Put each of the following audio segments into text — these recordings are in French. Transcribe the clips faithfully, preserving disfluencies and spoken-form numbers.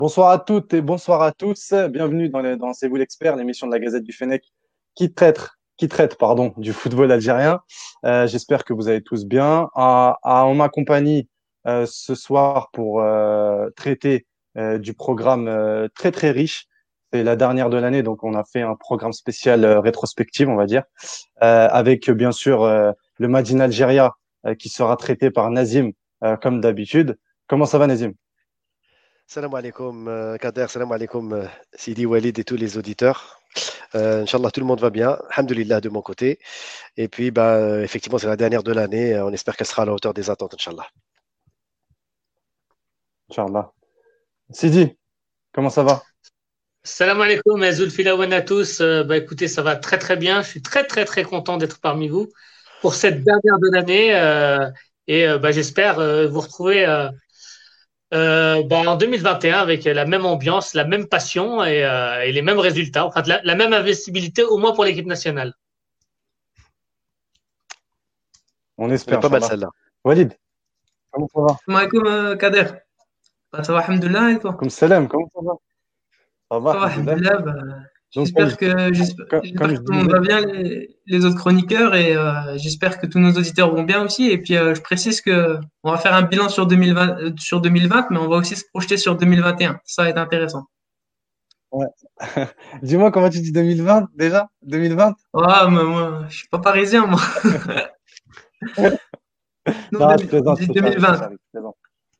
Bonsoir à toutes et bonsoir à tous. Bienvenue dans, les- dans C'est vous l'expert, l'émission de la Gazette du Fennec qui traite, qui traite pardon, du football algérien. Euh, j'espère que vous allez tous bien. À, à- on m'accompagne euh, ce soir pour euh, traiter euh, du programme euh, très très riche. C'est la dernière de l'année, donc on a fait un programme spécial euh, rétrospective, on va dire, euh, avec euh, bien sûr euh, le Made in Algeria euh, qui sera traité par Nazim euh, comme d'habitude. Comment ça va, Nazim? Salam alaikum, euh, Kader, salam alaikum, euh, Sidi Walid et tous les auditeurs. Euh, Inch'Allah, tout le monde va bien. Alhamdulillah de mon côté. Et puis, bah, euh, effectivement, c'est la dernière de l'année. Euh, On espère qu'elle sera à la hauteur des attentes, Inch'Allah. Inch'Allah. Sidi, comment ça va? Salam alaikum, Zulfilawan à tous. Euh, bah, écoutez, ça va très très bien. Je suis très très très content d'être parmi vous pour cette dernière de l'année euh, et euh, bah, j'espère euh, vous retrouver euh, euh, bah, en deux mille vingt et un avec la même ambiance, la même passion et, euh, et les mêmes résultats, enfin la, la même investibilité au moins pour l'équipe nationale. On Elle est espère, pas mal Inch'Allah. celle-là. Walid, comment ça va? Salam alaikum, euh, Kader. Bah, ça va, Alhamdoulilah, et toi? Comme salam, comment ça va? Ça va, Ça va, Alhamdoulilah. Alhamdoulilah. Bah, Donc, comme, j'espère que, j'espère, comme, comme j'espère je que tout le monde va disais, bien, les, les autres chroniqueurs, et euh, j'espère que tous nos auditeurs vont bien aussi. Et puis, euh, je précise que on va faire un bilan sur deux mille vingt, euh, sur deux mille vingt, mais on va aussi se projeter sur deux mille vingt et un. Ça va être intéressant. ouais. Dis-moi comment tu dis deux mille vingt déjà? deux mille vingt? Ah, mais moi, je suis pas parisien, moi. Non, Non, deux je mille plaisante, j'ai je te charrie, je te deux mille vingt. charrie, je plaisante.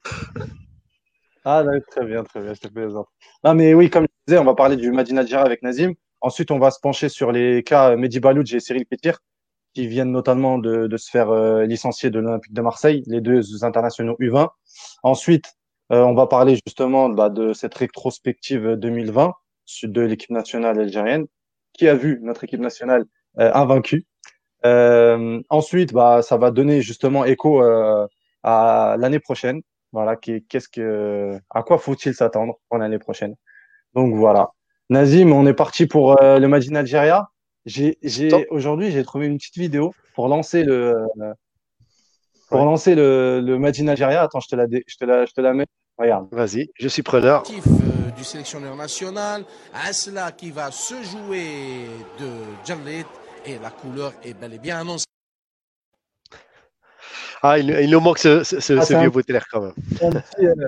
Ah, d'accord, très bien, très bien, je te plaisante. Non, mais oui, comme je disais, on va parler du Made in Algeria avec Nazim. Ensuite, on va se pencher sur les cas Mehdi Baloudj et Cyril Pétir, qui viennent notamment de, de se faire euh, licencier de l'Olympique de Marseille, les deux internationaux U vingt. Ensuite, euh, on va parler justement bah, de cette rétrospective deux mille vingt de l'équipe nationale algérienne, qui a vu notre équipe nationale euh, invaincue. Euh, ensuite, bah, ça va donner justement écho euh, à l'année prochaine. Voilà, qui- qu'est-ce que, à quoi faut-il s'attendre pour l'année prochaine? Donc voilà. Nazim, on est parti pour euh, le Made in Algeria. J'ai, Top. j'ai, aujourd'hui, j'ai trouvé une petite vidéo pour lancer le, pour Ouais. lancer le, le Made in Algeria. Attends, je te la, dé- je te la, je te la mets. Regarde. Vas-y, je suis preneur. euh, du sélectionneur national, Asla qui va se jouer de Jallet et la couleur est bel et bien annoncée. Ah, il, il nous manque ce, ce, ce, Ah, ce c'est un, vieux Baudelaire quand même. c'est un petit, euh,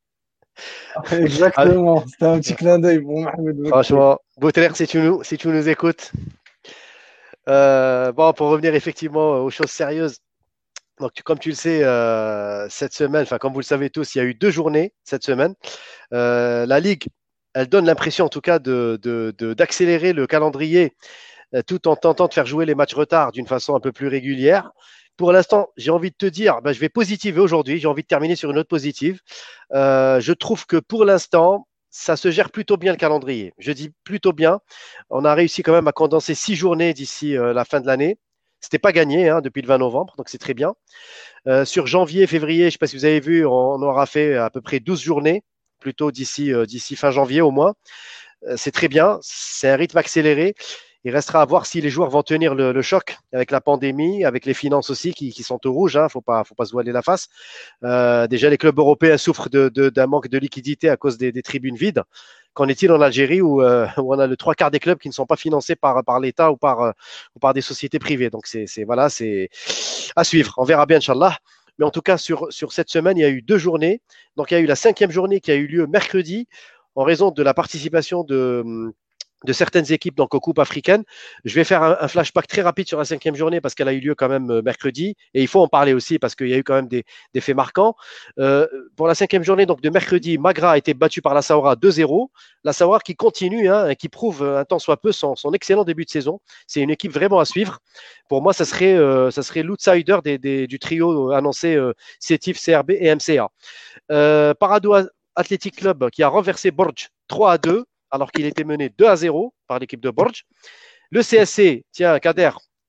Allez, exactement. C'était un petit clin d'œil pour Mohamed Bouazizi. franchement, Baudelaire, si tu nous, si tu nous écoutes. Euh, bon, pour revenir effectivement aux choses sérieuses. Donc, tu- comme tu le sais, euh, cette semaine, enfin, comme vous le savez tous, il y a eu deux journées cette semaine. Euh, la Ligue, elle donne l'impression, en tout cas, de, de- de- d'accélérer le calendrier euh, tout en tentant de faire jouer les matchs retard d'une façon un peu plus régulière. Pour l'instant, j'ai envie de te dire, ben, je vais positiver aujourd'hui. J'ai envie de terminer sur une note positive. Euh, je trouve que pour l'instant, ça se gère plutôt bien le calendrier. Je dis plutôt bien. On a réussi quand même à condenser six journées d'ici euh, la fin de l'année. C'était pas gagné hein, depuis le vingt novembre, donc c'est très bien. Euh, sur janvier, février, je ne sais pas si vous avez vu, on, on aura fait à peu près douze journées, plutôt d'ici euh, d'ici fin janvier au moins. Euh, c'est très bien, c'est un rythme accéléré. Il restera à voir si les joueurs vont tenir le, le choc avec la pandémie, avec les finances aussi qui, qui sont au rouge. Il hein, ne faut pas, faut pas se voiler la face. Euh, déjà, les clubs européens souffrent de, de, d'un manque de liquidité à cause des, des tribunes vides. Qu'en est-il en Algérie où, euh, où on a le trois quarts des clubs qui ne sont pas financés par, par l'État ou par, euh, ou par des sociétés privées. Donc, c'est, c'est, voilà, c'est à suivre. On verra bien, Inch'Allah. Mais en tout cas, sur, sur cette semaine, il y a eu deux journées. Donc, il y a eu la cinquième journée qui a eu lieu mercredi en raison de la participation de, de certaines équipes donc aux coupes africaines. Je vais faire un, un, flashback très rapide sur la cinquième journée parce qu'elle a eu lieu quand même mercredi et il faut en parler aussi parce qu'il y a eu quand même des, des faits marquants. Euh, pour la cinquième journée donc de mercredi, Magra a été battu par la Saoura deux zéro. La Saoura qui continue, hein, qui prouve un tant soit peu son, son excellent début de saison. C'est une équipe vraiment à suivre. Pour moi, ça serait, euh, ça serait l'outsider des, des, du trio annoncé euh, Sétif, C R B et M C A. Euh, Parado Athletic Club qui a renversé Borj trois à deux alors qu'il était mené deux à zéro par l'équipe de Borj. Le C S C, tiens, Kader,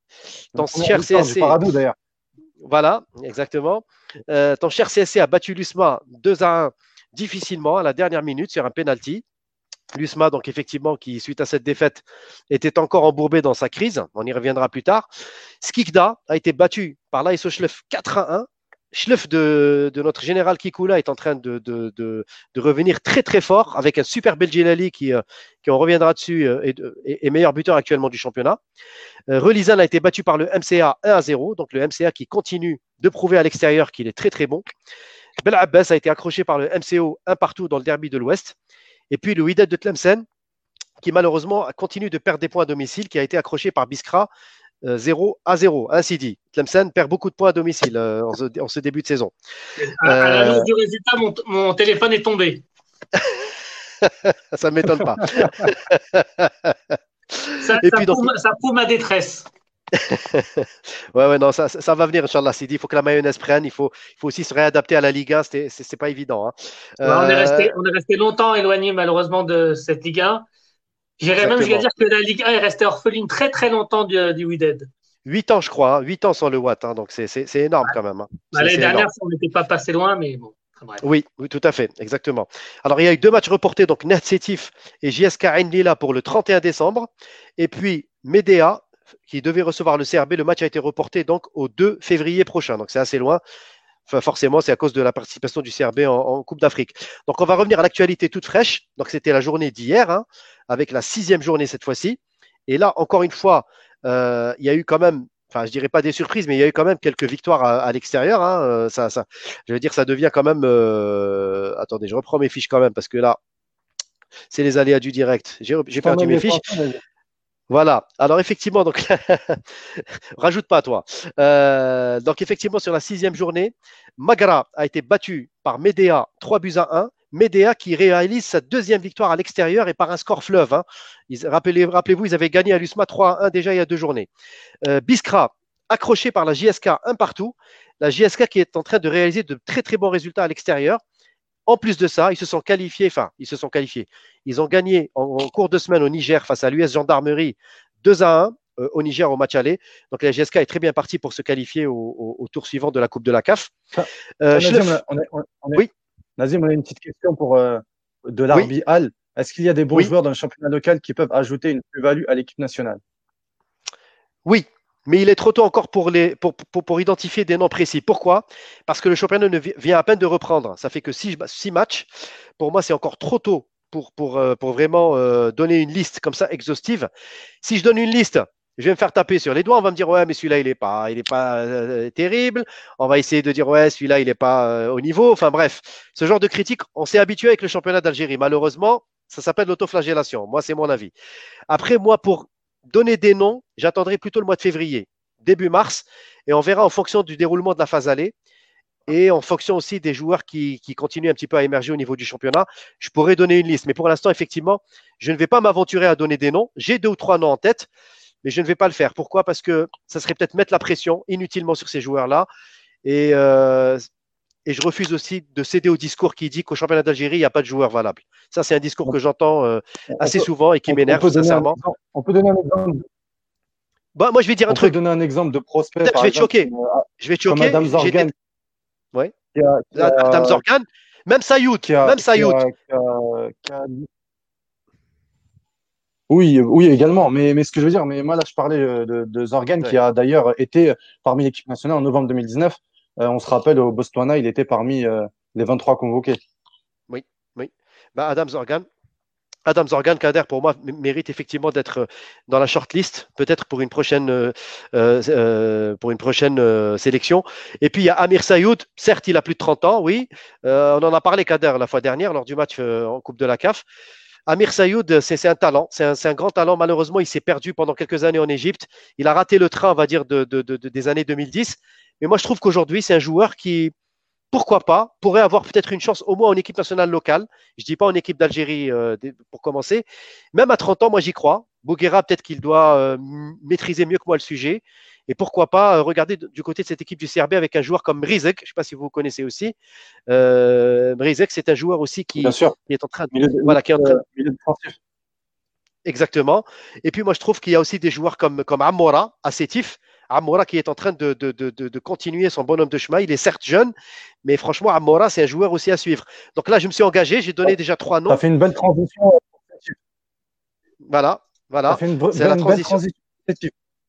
ton cher C S C. Du Paradou, d'ailleurs. Voilà, exactement. Euh, ton cher C S C a battu l'U S M A deux à un difficilement à la dernière minute sur un penalty. L'U S M A, donc effectivement, qui suite à cette défaite, était encore embourbé dans sa crise. On y reviendra plus tard. Skikda a été battu par l'A S O Schlef quatre à un. Schleff de, de notre général Kikoula est en train de, de, de, de revenir très très fort avec un super Belgilali qui, euh, qui on reviendra dessus euh, est, est, est meilleur buteur actuellement du championnat. Euh, Relizan a été battu par le M C A un à zéro, donc le M C A qui continue de prouver à l'extérieur qu'il est très très bon. Bel Abbas a été accroché par le M C O un partout dans le derby de l'Ouest. Et puis le Wydad de Tlemcen qui malheureusement continue de perdre des points à domicile, qui a été accroché par Biskra euh, zéro à zéro, ainsi dit. Tlemcen perd beaucoup de points à domicile euh, en, ce, en, ce, début de saison. À, à l'annonce euh... du résultat, mon, mon téléphone est tombé. Ça ne m'étonne pas. ça, Et ça, puis, prouve, donc... ça prouve ma détresse. ouais, ouais, non, ça, ça va venir, Inch'Allah, Sidi. Il faut que la mayonnaise prenne. Il faut, il faut aussi se réadapter à la Ligue un. C'est, c'est, c'est pas évident. Hein. Ouais, euh... on, est resté, on est resté longtemps éloigné, malheureusement, de cette Ligue un. J'irais même jusqu'à dire que la Ligue un est restée orpheline très, très longtemps du, du Wydad. huit ans, je crois. Hein. huit ans sans le Watt. Hein. Donc, c'est, c'est, c'est énorme quand même. Hein. Bah, l'année dernière, on n'était pas passé loin, mais bon. Bref. Oui, oui, tout à fait, exactement. Alors, il y a eu deux matchs reportés, donc Nert Sétif et J S K Ain Lila pour le trente et un décembre. Et puis, Médéa, qui devait recevoir le C R B, le match a été reporté donc au deux février prochain. Donc, c'est assez loin. Enfin, forcément, c'est à cause de la participation du C R B en, en Coupe d'Afrique. Donc, on va revenir à l'actualité toute fraîche. Donc, c'était la journée d'hier, hein, avec la sixième journée cette fois-ci. Et là, encore une fois, euh, il y a eu quand même, enfin, je dirais pas des surprises, mais il y a eu quand même quelques victoires à, à l'extérieur. Hein. Ça, ça, je veux dire, ça devient quand même. Euh... Attendez, je reprends mes fiches quand même parce que là, c'est les aléas du direct. J'ai, j'ai perdu mes fiches. Pas, mais... Voilà. Alors effectivement, donc rajoute pas toi. Euh, donc effectivement, sur la sixième journée, Magra a été battu par Médéa trois buts à un. Médéa qui réalise sa deuxième victoire à l'extérieur et par un score fleuve. Hein. Ils, rappelez, rappelez-vous, ils avaient gagné à l'U S M A trois à un déjà il y a deux journées. Euh, Biskra, accroché par la J S K un partout. La J S K qui est en train de réaliser de très très bons résultats à l'extérieur. En plus de ça, ils se sont qualifiés, enfin, ils se sont qualifiés. Ils ont gagné en, en cours de semaine au Niger face à l'U S Gendarmerie deux à un euh, au Niger au match aller. Donc la J S K est très bien partie pour se qualifier au, au, au tour suivant de la Coupe de la C A F. Euh, Nazim, on, est, on, est, on est, oui. Nazim, on a une petite question pour euh, de l'Arbi oui. Al. Est-ce qu'il y a des bons oui. joueurs dans le championnat local qui peuvent ajouter une plus-value à l'équipe nationale? Oui. Mais il est trop tôt encore pour, les, pour, pour, pour identifier des noms précis. Pourquoi? Parce que le championnat ne vient à peine de reprendre. Ça fait que six, six matchs. Pour moi, c'est encore trop tôt pour, pour, pour vraiment euh, donner une liste comme ça exhaustive. Si je donne une liste, je vais me faire taper sur les doigts. On va me dire, ouais, mais celui-là, il n'est pas, il est pas euh, terrible. On va essayer de dire, ouais, celui-là, il n'est pas euh, au niveau. Enfin bref, ce genre de critique, on s'est habitué avec le championnat d'Algérie. Malheureusement, ça s'appelle l'autoflagellation. Moi, c'est mon avis. Après, moi, pour donner des noms, j'attendrai plutôt le mois de février, début mars, et on verra en fonction du déroulement de la phase aller et en fonction aussi des joueurs qui, qui continuent un petit peu à émerger au niveau du championnat. Je pourrais donner une liste, mais pour l'instant, effectivement, je ne vais pas m'aventurer à donner des noms. J'ai deux ou trois noms en tête, mais je ne vais pas le faire. Pourquoi? Parce que ça serait peut-être mettre la pression inutilement sur ces joueurs-là. Et, euh, et je refuse aussi de céder au discours qui dit qu'au championnat d'Algérie, il n'y a pas de joueurs valables. Ça, c'est un discours que j'entends euh, assez peut, souvent et qui m'énerve, on sincèrement. Un, on peut donner un exemple. Bah, moi, je vais dire un on truc. Peut donner un exemple de prospect. Je vais te choquer. Euh, je vais te choquer. Adam Zorgan. Des... Ouais. Qui a, qui a... Adam Zorgan. Même Sayoud. A, même Sayoud. Qui a, qui a... Oui, oui, également. Mais, mais ce que je veux dire, mais moi, là, je parlais de, de Zorgan, ouais. qui a d'ailleurs été parmi l'équipe nationale en novembre deux mille dix-neuf. Euh, on se rappelle, au Botswana, il était parmi euh, les vingt-trois convoqués. Oui, oui. Bah, Adam Zorgan. Adam Zorgan, Kader, pour moi, mérite effectivement d'être dans la shortlist, peut-être pour une prochaine, euh, euh, pour une prochaine euh, sélection. Et puis, il y a Amir Sayoud. Certes, il a plus de trente ans, oui. Euh, on en a parlé, Kader, la fois dernière, lors du match euh, en Coupe de la C A F. Amir Sayoud, c'est, c'est un talent. C'est un, c'est un grand talent. Malheureusement, il s'est perdu pendant quelques années en Égypte. Il a raté le train, on va dire, de, de, de, de, des années deux mille dix. Mais moi, je trouve qu'aujourd'hui, c'est un joueur qui, pourquoi pas, pourrait avoir peut-être une chance au moins en équipe nationale locale. Je ne dis pas en équipe d'Algérie euh, pour commencer. Même à trente ans, moi, j'y crois. Bouguera, peut-être qu'il doit euh, maîtriser mieux que moi le sujet. Et pourquoi pas euh, regarder du côté de cette équipe du C R B avec un joueur comme Mrizek. Je ne sais pas si vous connaissez aussi. Euh, Mrizek, c'est un joueur aussi qui, qui est en train de… Milieu, voilà, qui est en train de… milieu défensif. Exactement. Et puis, moi, je trouve qu'il y a aussi des joueurs comme, comme Amoura, à Sétif. Amoura qui est en train de, de, de, de continuer son bonhomme de chemin. Il est certes jeune, mais franchement, Amoura, c'est un joueur aussi à suivre. Donc là, je me suis engagé, j'ai donné déjà trois noms. Ça fait une belle transition. Voilà, voilà. Ça fait une, c'est la une transition. belle transition.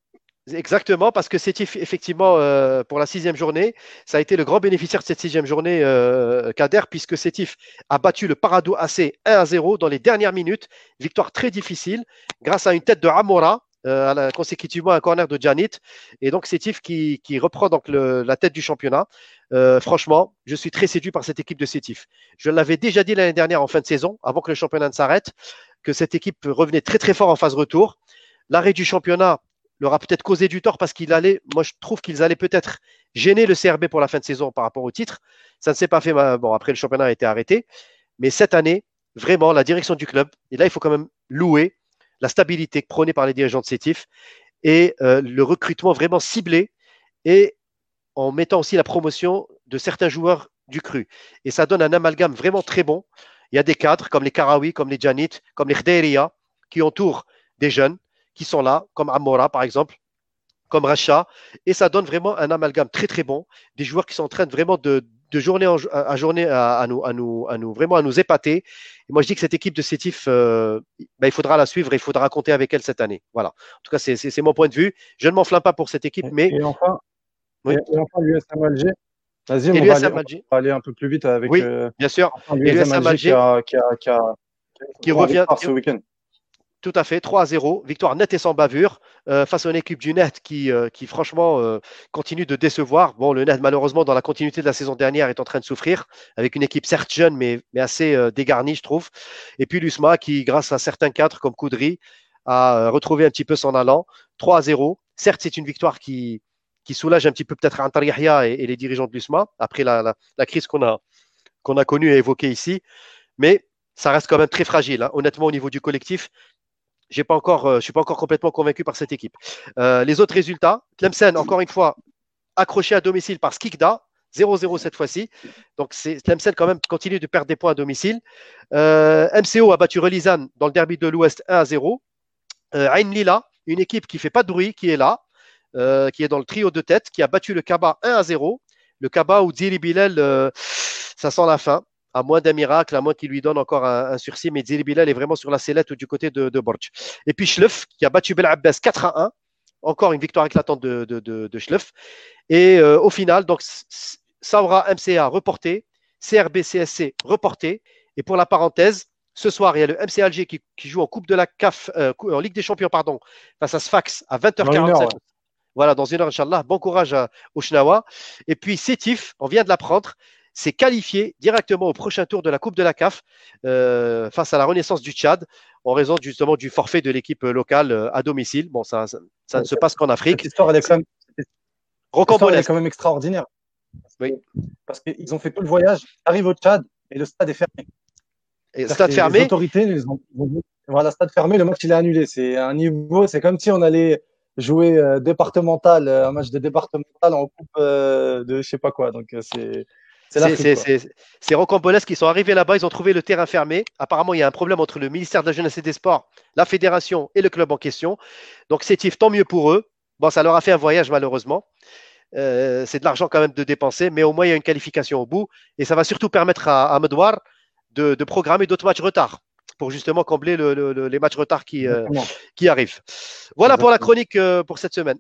Exactement, parce que Sétif, effectivement, euh, pour la sixième journée, ça a été le grand bénéficiaire de cette sixième journée, euh, Kader, puisque Sétif a battu le Paradou A C un à zéro dans les dernières minutes. Victoire très difficile, grâce à une tête de Amora, euh, à la, consécutivement un corner de Janit. Et donc Sétif qui, qui reprend donc le, la tête du championnat. Euh, franchement, je suis très séduit par cette équipe de Sétif. Je l'avais déjà dit l'année dernière en fin de saison, avant que le championnat ne s'arrête, que cette équipe revenait très très fort en phase retour. L'arrêt du championnat leur a peut-être causé du tort parce qu'il allait, moi je trouve qu'ils allaient peut-être gêner le C R B pour la fin de saison par rapport au titre. Ça ne s'est pas fait, bon après le championnat a été arrêté, mais cette année, vraiment la direction du club, et là il faut quand même louer la stabilité prônée par les dirigeants de Sétif et euh, le recrutement vraiment ciblé et en mettant aussi la promotion de certains joueurs du cru. Et ça donne un amalgame vraiment très bon. Il y a des cadres comme les Karawi, comme les Janit, comme les Khderia qui entourent des jeunes qui sont là, comme Amora par exemple, comme Racha, et ça donne vraiment un amalgame très très bon, des joueurs qui sont en train de vraiment de, de journée en, à journée à, à, nous, à, nous, à nous vraiment à nous épater. Et moi je dis que cette équipe de Sétif, euh, ben, il faudra la suivre et il faudra compter avec elle cette année. Voilà. En tout cas, c'est, c'est, c'est mon point de vue. Je ne m'enflamme pas pour cette équipe, mais et enfin, oui. et, et enfin l'U S M Alger. Vas-y, on, va aller, on va aller un peu plus vite avec. Oui, euh, bien sûr. Enfin, l'U S M Alger qui, a, qui, a, qui, a, qui revient ce week-end. Tout à fait, trois à zéro, victoire nette et sans bavure euh, face à une équipe du Net qui, euh, qui franchement, euh, continue de décevoir. Bon, le Net, malheureusement, dans la continuité de la saison dernière, est en train de souffrir, avec une équipe certes jeune, mais, mais assez euh, dégarnie, je trouve. Et puis l'U S M A qui, grâce à certains cadres comme Koudri, a euh, retrouvé un petit peu son allant. trois à zéro. Certes, c'est une victoire qui, qui soulage un petit peu peut-être Antar Yahya et, et les dirigeants de l'U S M A, après la, la, la crise qu'on a, qu'on a connue et évoquée ici. Mais ça reste quand même très fragile. Hein. Honnêtement, au niveau du collectif, J'ai pas encore, euh, je ne suis pas encore complètement convaincu par cette équipe. Euh, les autres résultats, Tlemcen, encore une fois, accroché à domicile par Skikda, zéro zéro cette fois-ci. Donc c'est, Tlemcen quand même continue de perdre des points à domicile. Euh, M C O a battu Relizan dans le derby de l'Ouest un à zéro. Euh, Ain Lila, une équipe qui ne fait pas de bruit, qui est là, euh, qui est dans le trio de tête, qui a battu le Kaba un à zéro. Le Kaba où Zili Bilal, euh, ça sent la fin. À moins d'un miracle, à moins qu'il lui donne encore un, un sursis, mais Zili Bilal est vraiment sur la sellette du côté de, de Borj. Et puis Schleuf, qui a battu Bel Abbas quatre à un. Encore une victoire éclatante de, de, de, de Schleuf. Et euh, au final, donc, Saoura M C A reporté, C R B C S C reporté. Et pour la parenthèse, ce soir, il y a le M C Alger qui, qui joue en Coupe de la C A F, euh, en Ligue des Champions, pardon, face à Sfax à vingt heures quarante-cinq. Ouais. Voilà, dans une heure, Inch'Allah. Bon courage à, au Chnawa. Et puis Sétif, on vient de l'apprendre, s'est qualifié directement au prochain tour de la Coupe de la C A F euh, face à la Renaissance du Tchad en raison justement du forfait de l'équipe locale euh, à domicile. Bon, ça, ça, ça ne se passe qu'en Afrique. Cette histoire, elle est quand même, histoire, elle est quand même extraordinaire. Parce, oui. que, parce qu'ils ont fait tout le voyage, arrivent au Tchad et le stade est fermé. Et stade les, fermé. Les autorités, les ont, voilà, stade fermé, le match il est annulé. C'est un niveau, c'est comme si on allait jouer euh, départemental, un match de départemental en coupe euh, de je sais pas quoi. Donc euh, c'est C'est, c'est, c'est, c'est rocambolesque. Ils sont arrivés là-bas, ils ont trouvé le terrain fermé. Apparemment, il y a un problème entre le ministère de la Jeunesse et des Sports, la fédération et le club en question. Donc, Sétif, tant mieux pour eux. Bon, ça leur a fait un voyage, malheureusement. Euh, c'est de l'argent quand même de dépenser, mais au moins, il y a une qualification au bout. Et ça va surtout permettre à, à Medouar de, de programmer d'autres matchs retard pour justement combler le, le, le, les matchs retard qui, euh, qui arrivent. Voilà Exactement. Pour la chronique euh, pour cette semaine.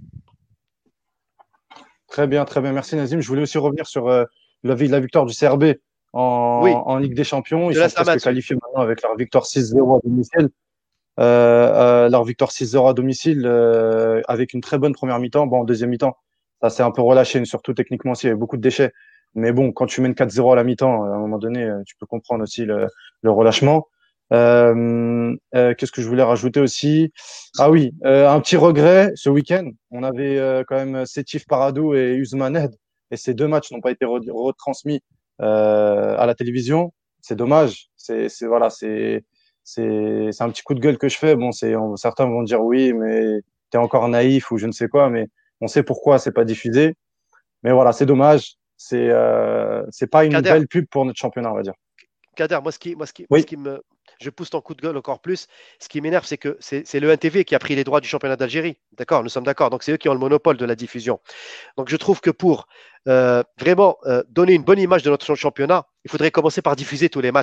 Très bien, très bien. Merci, Nazim. Je voulais aussi revenir sur euh, la, la victoire du C R B en, oui. en Ligue des Champions. Ils de sont presque qualifiés maintenant avec leur victoire six zéro à domicile. Euh, euh, leur victoire six zéro à domicile euh, avec une très bonne première mi-temps. Bon, en deuxième mi-temps, ça s'est un peu relâché, surtout techniquement aussi, il y avait beaucoup de déchets. Mais bon, quand tu mènes quatre zéro à la mi-temps, à un moment donné, tu peux comprendre aussi le, le relâchement. Euh, euh, qu'est-ce que je voulais rajouter aussi? Ah oui, euh, un petit regret ce week-end. On avait euh, quand même Sétif Paradou et Usmaned, et ces deux matchs n'ont pas été re- retransmis euh, à la télévision. C'est dommage. C'est, c'est voilà, c'est, c'est, c'est un petit coup de gueule que je fais. Bon, c'est, on, certains vont dire oui, mais t'es encore naïf ou je ne sais quoi, mais on sait pourquoi c'est pas diffusé. Mais voilà, c'est dommage. C'est, euh, c'est pas une Kader. belle pub pour notre championnat, on va dire. Kader, moi, ce qui, moi, ce qui, oui. moi, ce qui me, je pousse ton coup de gueule encore plus. Ce qui m'énerve, c'est que c'est, c'est le N T V qui a pris les droits du championnat d'Algérie. D'accord, nous sommes d'accord. Donc, c'est eux qui ont le monopole de la diffusion. Donc, je trouve que pour euh, vraiment euh, donner une bonne image de notre championnat, il faudrait commencer par diffuser tous les matchs.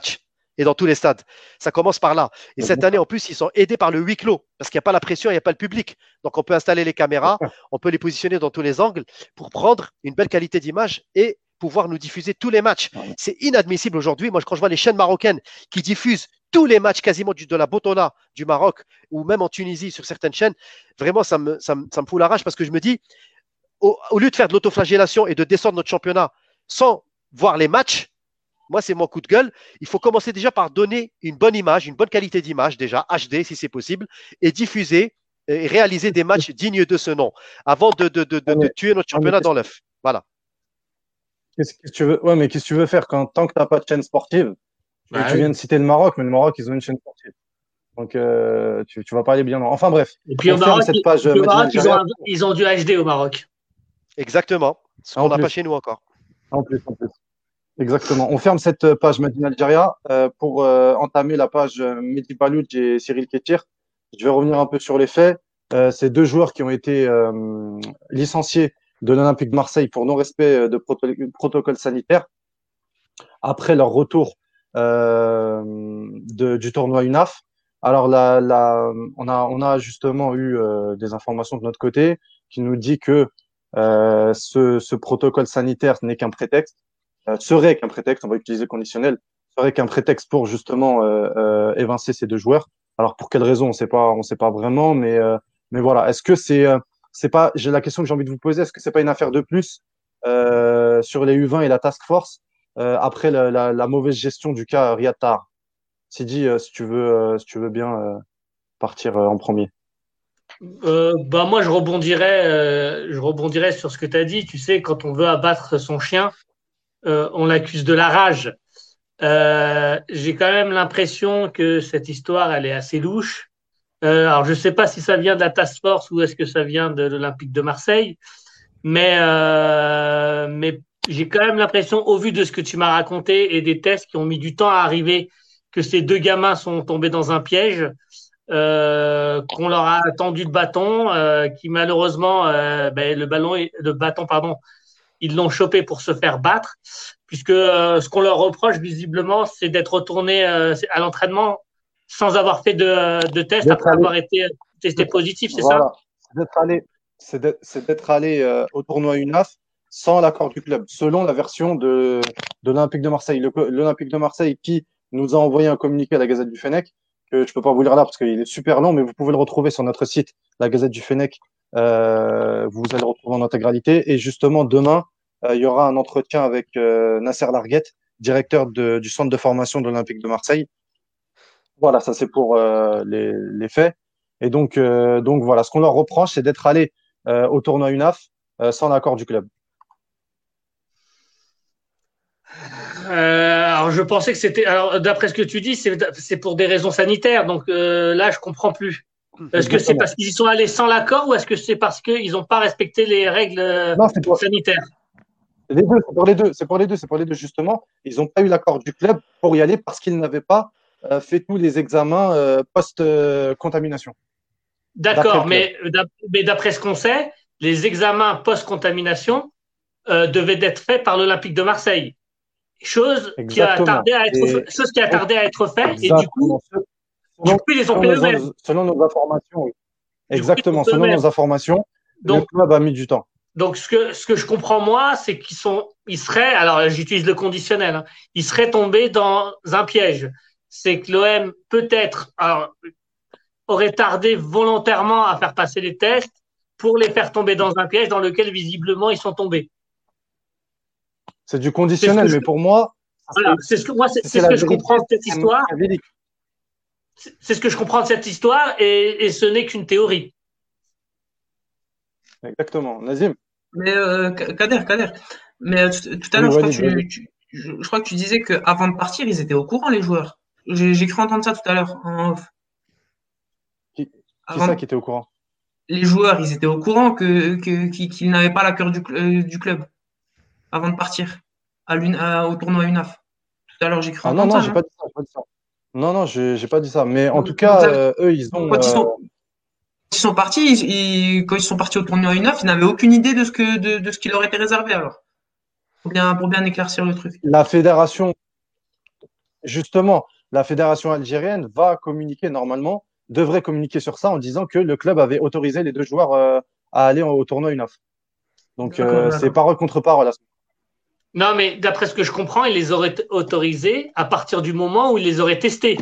et dans tous les stades. Ça commence par là. Et cette année, en plus, ils sont aidés par le huis clos parce qu'il n'y a pas la pression, il n'y a pas le public. Donc, on peut installer les caméras, on peut les positionner dans tous les angles pour prendre une belle qualité d'image et pouvoir nous diffuser tous les matchs. C'est inadmissible aujourd'hui. Moi, quand je vois les chaînes marocaines qui diffusent tous les matchs quasiment du, de la Botola du Maroc ou même en Tunisie sur certaines chaînes, vraiment, ça me, ça me, ça me fout la rage parce que je me dis, au, au lieu de faire de l'autoflagellation et de descendre notre championnat sans voir les matchs, moi, c'est mon coup de gueule. Il faut commencer déjà par donner une bonne image, une bonne qualité d'image déjà, H D si c'est possible, et diffuser et réaliser des matchs dignes de ce nom avant de, de, de, de, de tuer notre championnat dans l'œuf. Voilà. Qu'est-ce que tu veux? Ouais, mais qu'est-ce que tu veux faire quand tant que t'as pas de chaîne sportive? Bah tu oui. viens de citer le Maroc, mais le Maroc, ils ont une chaîne sportive. Donc, euh, tu, tu vas pas aller bien loin. Enfin, bref. Et puis on au ferme Maroc, cette ils, page et puis au Made in Maroc, ils, ont, Algeria. un- ils ont du H D au Maroc. Exactement. Ce En qu'on n'a plus. pas chez nous encore. En plus, en plus. Exactement. On ferme cette page Made in Algeria euh, pour euh, entamer la page euh, Mehdi Baloudj et Cyril Kétir. Je vais revenir un peu sur les faits. Euh, ces deux joueurs qui ont été euh, licenciés de l'Olympique de Marseille pour non-respect de proto protocole sanitaire après leur retour euh, de, du tournoi U N A F. Alors, la, la, on, a, on a justement eu euh, des informations de notre côté qui nous dit que euh, ce, ce protocole sanitaire n'est qu'un prétexte, euh, serait qu'un prétexte, on va utiliser conditionnel, serait qu'un prétexte pour justement euh, euh, évincer ces deux joueurs. Alors, pour quelle raison, on sait pas, on sait pas vraiment, mais, euh, mais voilà. Est-ce que c'est, euh, c'est pas, j'ai la question que j'ai envie de vous poser, est-ce que c'est pas une affaire de plus euh, sur les U vingt et la task force euh, après la, la, la mauvaise gestion du cas Riyad Tahar? Sidi, euh, si tu veux, euh, si tu veux bien euh, partir euh, en premier. Euh, bah moi, je rebondirais, euh, je rebondirais sur ce que tu as dit. Tu sais, quand on veut abattre son chien, euh, on l'accuse de la rage. Euh, j'ai quand même l'impression que cette histoire, elle est assez louche. Euh, alors, je sais pas si ça vient de la task force ou est-ce que ça vient de l'Olympique de Marseille, mais, euh, mais j'ai quand même l'impression, au vu de ce que tu m'as raconté et des tests qui ont mis du temps à arriver, que ces deux gamins sont tombés dans un piège, euh, qu'on leur a tendu le bâton, euh, qui malheureusement, euh, ben, le ballon, le bâton, pardon, ils l'ont chopé pour se faire battre, puisque euh, ce qu'on leur reproche visiblement, c'est d'être retourné euh, à l'entraînement sans avoir fait de, de test après avoir été testé positif, c'est voilà. ça? C'est d'être allé, c'est d'être allé euh, au tournoi U N A F sans l'accord du club, selon la version de, de l'Olympique de Marseille. L'Olympique de Marseille qui nous a envoyé un communiqué à la Gazette du Fennec, que je peux pas vous lire là parce qu'il est super long, mais vous pouvez le retrouver sur notre site, la Gazette du Fennec. Euh, vous allez le retrouver en intégralité. Et justement, demain, euh, il y aura un entretien avec euh, Nasser Larguette, directeur de, du centre de formation de l'Olympique de Marseille. Voilà, ça c'est pour euh, les, les faits. Et donc, euh, donc voilà, ce qu'on leur reproche, c'est d'être allé euh, au tournoi U N A F euh, sans l'accord du club. Euh, alors je pensais que c'était. Alors d'après ce que tu dis, c'est pour des raisons sanitaires. Donc euh, là, je comprends plus. Est-ce que c'est parce qu'ils y sont allés sans l'accord ou est-ce que c'est parce qu'ils n'ont pas respecté les règles non, pour... sanitaires? Les deux, c'est pour les deux, c'est pour les deux, c'est pour les deux justement. Ils n'ont pas eu l'accord du club pour y aller parce qu'ils n'avaient pas euh, fait tous les examens euh, post-contamination. D'accord, mais, mais d'après ce qu'on sait, les examens post-contamination euh, devaient être faits par l'Olympique de Marseille. Chose Exactement. qui a tardé à être, et... chose qui a tardé à être faite et du coup, selon, du coup, ils les ont fait eux-mêmes. Selon nos informations, oui. Exactement, selon nos informations, donc, le club a mis du temps. Donc, ce que, ce que je comprends, moi, c'est qu'ils sont, ils seraient, alors j'utilise le conditionnel, hein, ils seraient tombés dans un piège. C'est que l'O M, peut-être, alors, aurait tardé volontairement à faire passer les tests pour les faire tomber dans un piège dans lequel, visiblement, ils sont tombés. C'est du conditionnel, mais je... pour moi. Voilà, c'est ce que, moi, c'est, c'est ce que je comprends de cette histoire. C'est ce que je comprends de cette histoire et, et ce n'est qu'une théorie. Exactement. Nazim. Mais euh, Kader, Kader. Mais euh, tout, tout à l'heure, oui, je, ouais, tu, tu, je, je crois que tu disais qu'avant de partir, ils étaient au courant, les joueurs. J'ai, j'ai cru entendre ça tout à l'heure en off. Qui, qui avant, ça qui était au courant? Les joueurs, ils étaient au courant que, que, qu'ils, qu'ils n'avaient pas l'accord du, euh, du club avant de partir à à, au tournoi U N A F. Tout à l'heure, j'ai cru ah, entendre non, non, ça. J'ai pas dit ça, j'ai pas dit ça. Non, non, j'ai, j'ai pas dit ça. Mais en donc, tout cas, avez... euh, eux, ils ont. Quand ils sont, euh... ils sont partis, ils, ils, quand ils sont partis au tournoi U N A F, ils n'avaient aucune idée de ce que de, de ce qui leur était réservé alors. Pour bien, pour bien éclaircir le truc. La fédération, justement, la fédération algérienne va communiquer normalement, devrait communiquer sur ça en disant que le club avait autorisé les deux joueurs euh, à aller au tournoi U N A F. Donc, D'accord, euh, c'est d'accord. parole contre parole. à ce- Non, mais d'après ce que je comprends, ils les auraient autorisés à partir du moment où ils les auraient testés.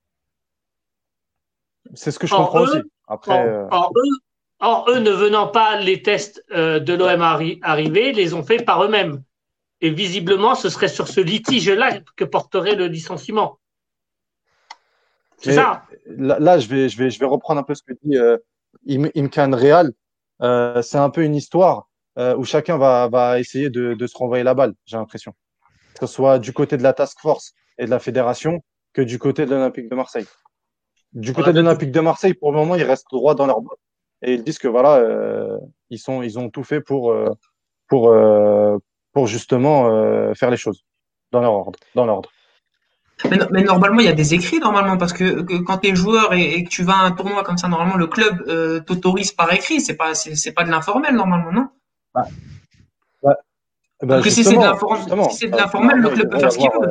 C'est ce que je Or, comprends eux, aussi. Après, or, euh, or, eux, or, eux, ne venant pas les tests euh, de l'O M arri arriver, les ont fait par eux-mêmes. Et visiblement, ce serait sur ce litige-là que porterait le licenciement. C'est mais ça? là, là, je vais, je vais, je vais reprendre un peu ce que dit euh, Im- Imkan Real. Euh, c'est un peu une histoire euh, où chacun va, va essayer de, de se renvoyer la balle, j'ai l'impression. Que ce soit du côté de la task force et de la fédération que du côté de l'Olympique de Marseille. Du côté Ouais, de de tout- l'Olympique de Marseille, pour le moment, ils restent droits dans leur botte. Et ils disent que voilà, euh, ils sont, ils ont tout fait pour, euh, pour, euh, pour justement euh, faire les choses dans leur ordre, dans l'ordre. Mais, no- mais normalement, il y a des écrits, normalement, parce que, que quand tu es joueur et, et que tu vas à un tournoi comme ça, normalement, le club euh, t'autorise par écrit. C'est pas, c'est, c'est pas de l'informel, normalement, non? Bah, bah, bah, Parce que si c'est de justement, l'informel, si justement, c'est de euh, l'informel, le normalement, il club peut devrait y faire ce qu'il avoir. veut. euh,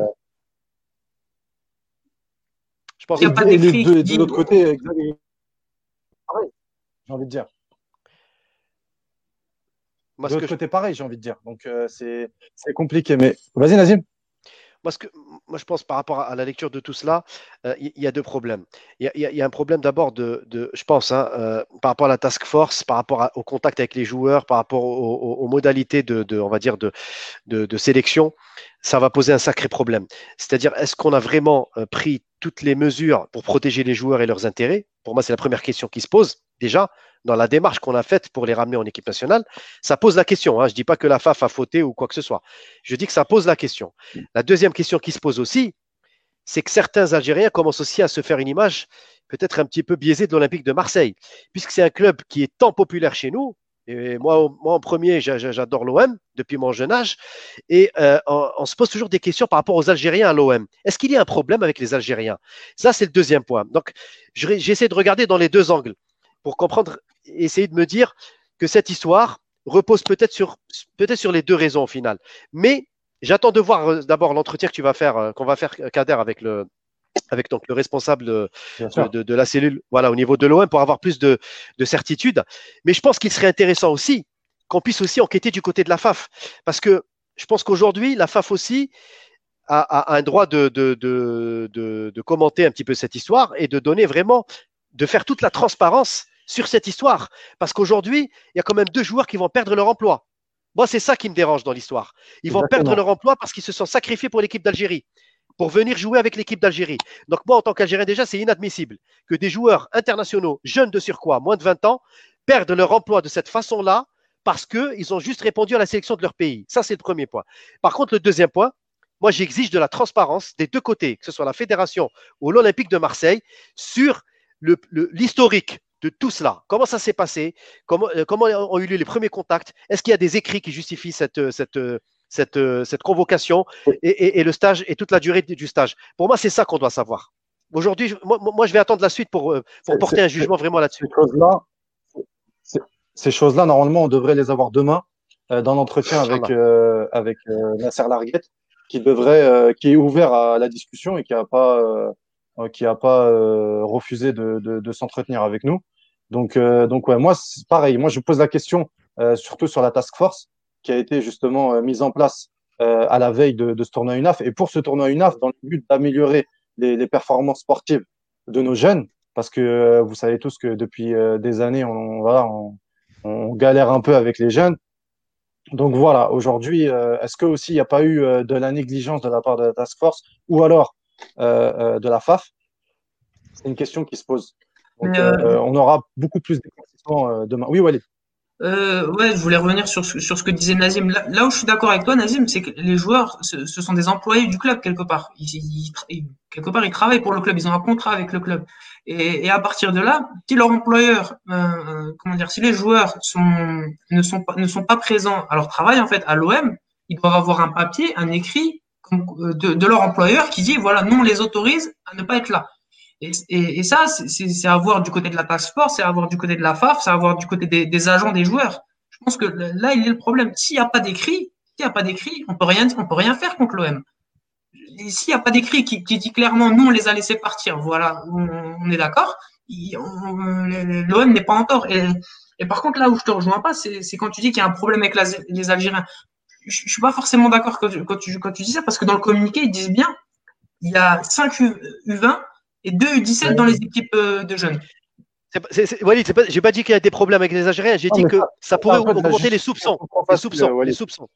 Je pense Il n'y et a de, pas et les d'écrit qui deux- de dit, l'autre côté, exactement pareil, j'ai envie de dire. moi De ce que l'autre je côté, pareil, j'ai envie de dire. Donc, euh, c'est, c'est compliqué. Mais vas-y, Nazim. Moi, ce que, moi, je pense par rapport à la lecture de tout cela, euh, il y, y a deux problèmes. Il y a, il y a- il y a un problème d'abord de, de- je pense, hein, euh, par rapport à la task force, par rapport à- au contact avec les joueurs, par rapport au- au- aux modalités de, de, on va dire, de, de, de sélection, ça va poser un sacré problème. C'est-à-dire, est-ce qu'on a vraiment euh, pris toutes les mesures pour protéger les joueurs et leurs intérêts? Pour moi, c'est la première question qui se pose déjà dans la démarche qu'on a faite pour les ramener en équipe nationale. Ça pose la question. Hein. Je ne dis pas que la F A F a fauté ou quoi que ce soit. Je dis que ça pose la question. La deuxième question qui se pose aussi, c'est que certains Algériens commencent aussi à se faire une image peut-être un petit peu biaisée de l'Olympique de Marseille, puisque c'est un club qui est tant populaire chez nous. Et moi, moi en premier, j'adore l'O M depuis mon jeune âge. Et euh, on, on, se pose toujours des questions par rapport aux Algériens à l'O M. Est-ce qu'il y a un problème avec les Algériens? Ça, c'est le deuxième point. Donc, j'essaie de regarder dans les deux angles pour comprendre, essayer de me dire que cette histoire repose peut-être sur, peut-être sur les deux raisons au final. Mais j'attends de voir euh, d'abord l'entretien que tu vas faire, euh, qu'on va faire, Kader, avec le, avec donc le responsable de, de, de, de la cellule, voilà, au niveau de l'O M, pour avoir plus de, de certitude. Mais je pense qu'il serait intéressant aussi qu'on puisse aussi enquêter du côté de la F A F, parce que je pense qu'aujourd'hui, la F A F aussi a, a un droit de, de, de, de, de commenter un petit peu cette histoire et de donner vraiment, de faire toute la transparence sur cette histoire. Parce qu'aujourd'hui, il y a quand même deux joueurs qui vont perdre leur emploi. Moi, c'est ça qui me dérange dans l'histoire. Ils vont Exactement. perdre leur emploi parce qu'ils se sont sacrifiés pour l'équipe d'Algérie, pour venir jouer avec l'équipe d'Algérie. Donc moi, en tant qu'Algérien, déjà, c'est inadmissible que des joueurs internationaux, jeunes de surcroît, moins de vingt ans, perdent leur emploi de cette façon-là parce qu'ils ont juste répondu à la sélection de leur pays. Ça, c'est le premier point. Par contre, le deuxième point, moi, j'exige de la transparence des deux côtés, que ce soit la fédération ou l'Olympique de Marseille, sur l'historique de tout cela. Comment ça s'est passé? Comment, euh, comment ont eu lieu les premiers contacts? Est-ce qu'il y a des écrits qui justifient cette, cette, cette, cette convocation et, et, et le stage et toute la durée du stage? Pour moi, c'est ça qu'on doit savoir. Aujourd'hui, moi, moi, je vais attendre la suite pour, pour porter un jugement vraiment là-dessus. Ces choses-là, ces choses-là, normalement, on devrait les avoir demain euh, dans l'entretien avec, euh, avec euh, Nasser Larguette, qui devrait, euh, qui est ouvert à la discussion et qui n'a pas, euh, qui a pas euh, refusé de, de, de s'entretenir avec nous. Donc, euh, donc ouais, moi, c'est pareil. Moi, je pose la question euh, surtout sur la task force qui a été justement euh, mise en place euh, à la veille de, de ce tournoi U N A F. Et pour ce tournoi U N A F, dans le but d'améliorer les, les performances sportives de nos jeunes, parce que euh, vous savez tous que depuis euh, des années, on, voilà, on, on galère un peu avec les jeunes. Donc voilà, aujourd'hui, euh, est-ce que aussi il n'y a pas eu euh, de la négligence de la part de la task force ou alors euh, euh, de la F A F? C'est une question qui se pose. Donc Mais, euh, euh, on aura beaucoup plus d'éclaircissements euh, demain. Oui, Walid. Euh, ouais, je voulais revenir sur, ce- sur ce que disait Nazim. Là, là où je suis d'accord avec toi, Nazim, c'est que les joueurs, ce, ce sont des employés du club quelque part. Ils, ils- ils- quelque part, ils travaillent pour le club, ils ont un contrat avec le club. Et, et à partir de là, si leur employeur, euh, euh, comment dire, si les joueurs sont, ne sont pas, ne sont pas présents à leur travail, en fait, à l'O M, ils doivent avoir un papier, un écrit comme- euh, de, de leur employeur qui dit, voilà, nous on les autorise à ne pas être là. Et, et, et ça, c'est à voir du côté de la task force, c'est à voir du côté de la F A F, c'est à voir du côté des, des agents, des joueurs. Je pense que là, il est le problème. S'il n'y a pas d'écrit, s'il n'y a pas d'écrit, on peut rien, on peut rien faire contre l'O M. S'il n'y a pas d'écrit qui, qui dit clairement nous on les a laissés partir, voilà, on, on est d'accord. L'O M n'est pas en tort. Et, et par contre, là où je te rejoins pas, c'est quand tu dis qu'il y a un problème avec la, les Algériens. Je, je suis pas forcément d'accord quand, quand, tu, quand tu dis ça, parce que dans le communiqué, ils disent bien il y a cinq U vingt et deux U dix-sept dans les équipes de jeunes. Walid, j'ai pas dit qu'il y a des problèmes avec les Algériens, j'ai dit que ça, ça pourrait augmenter les soupçons. Les soupçons, les soupçons.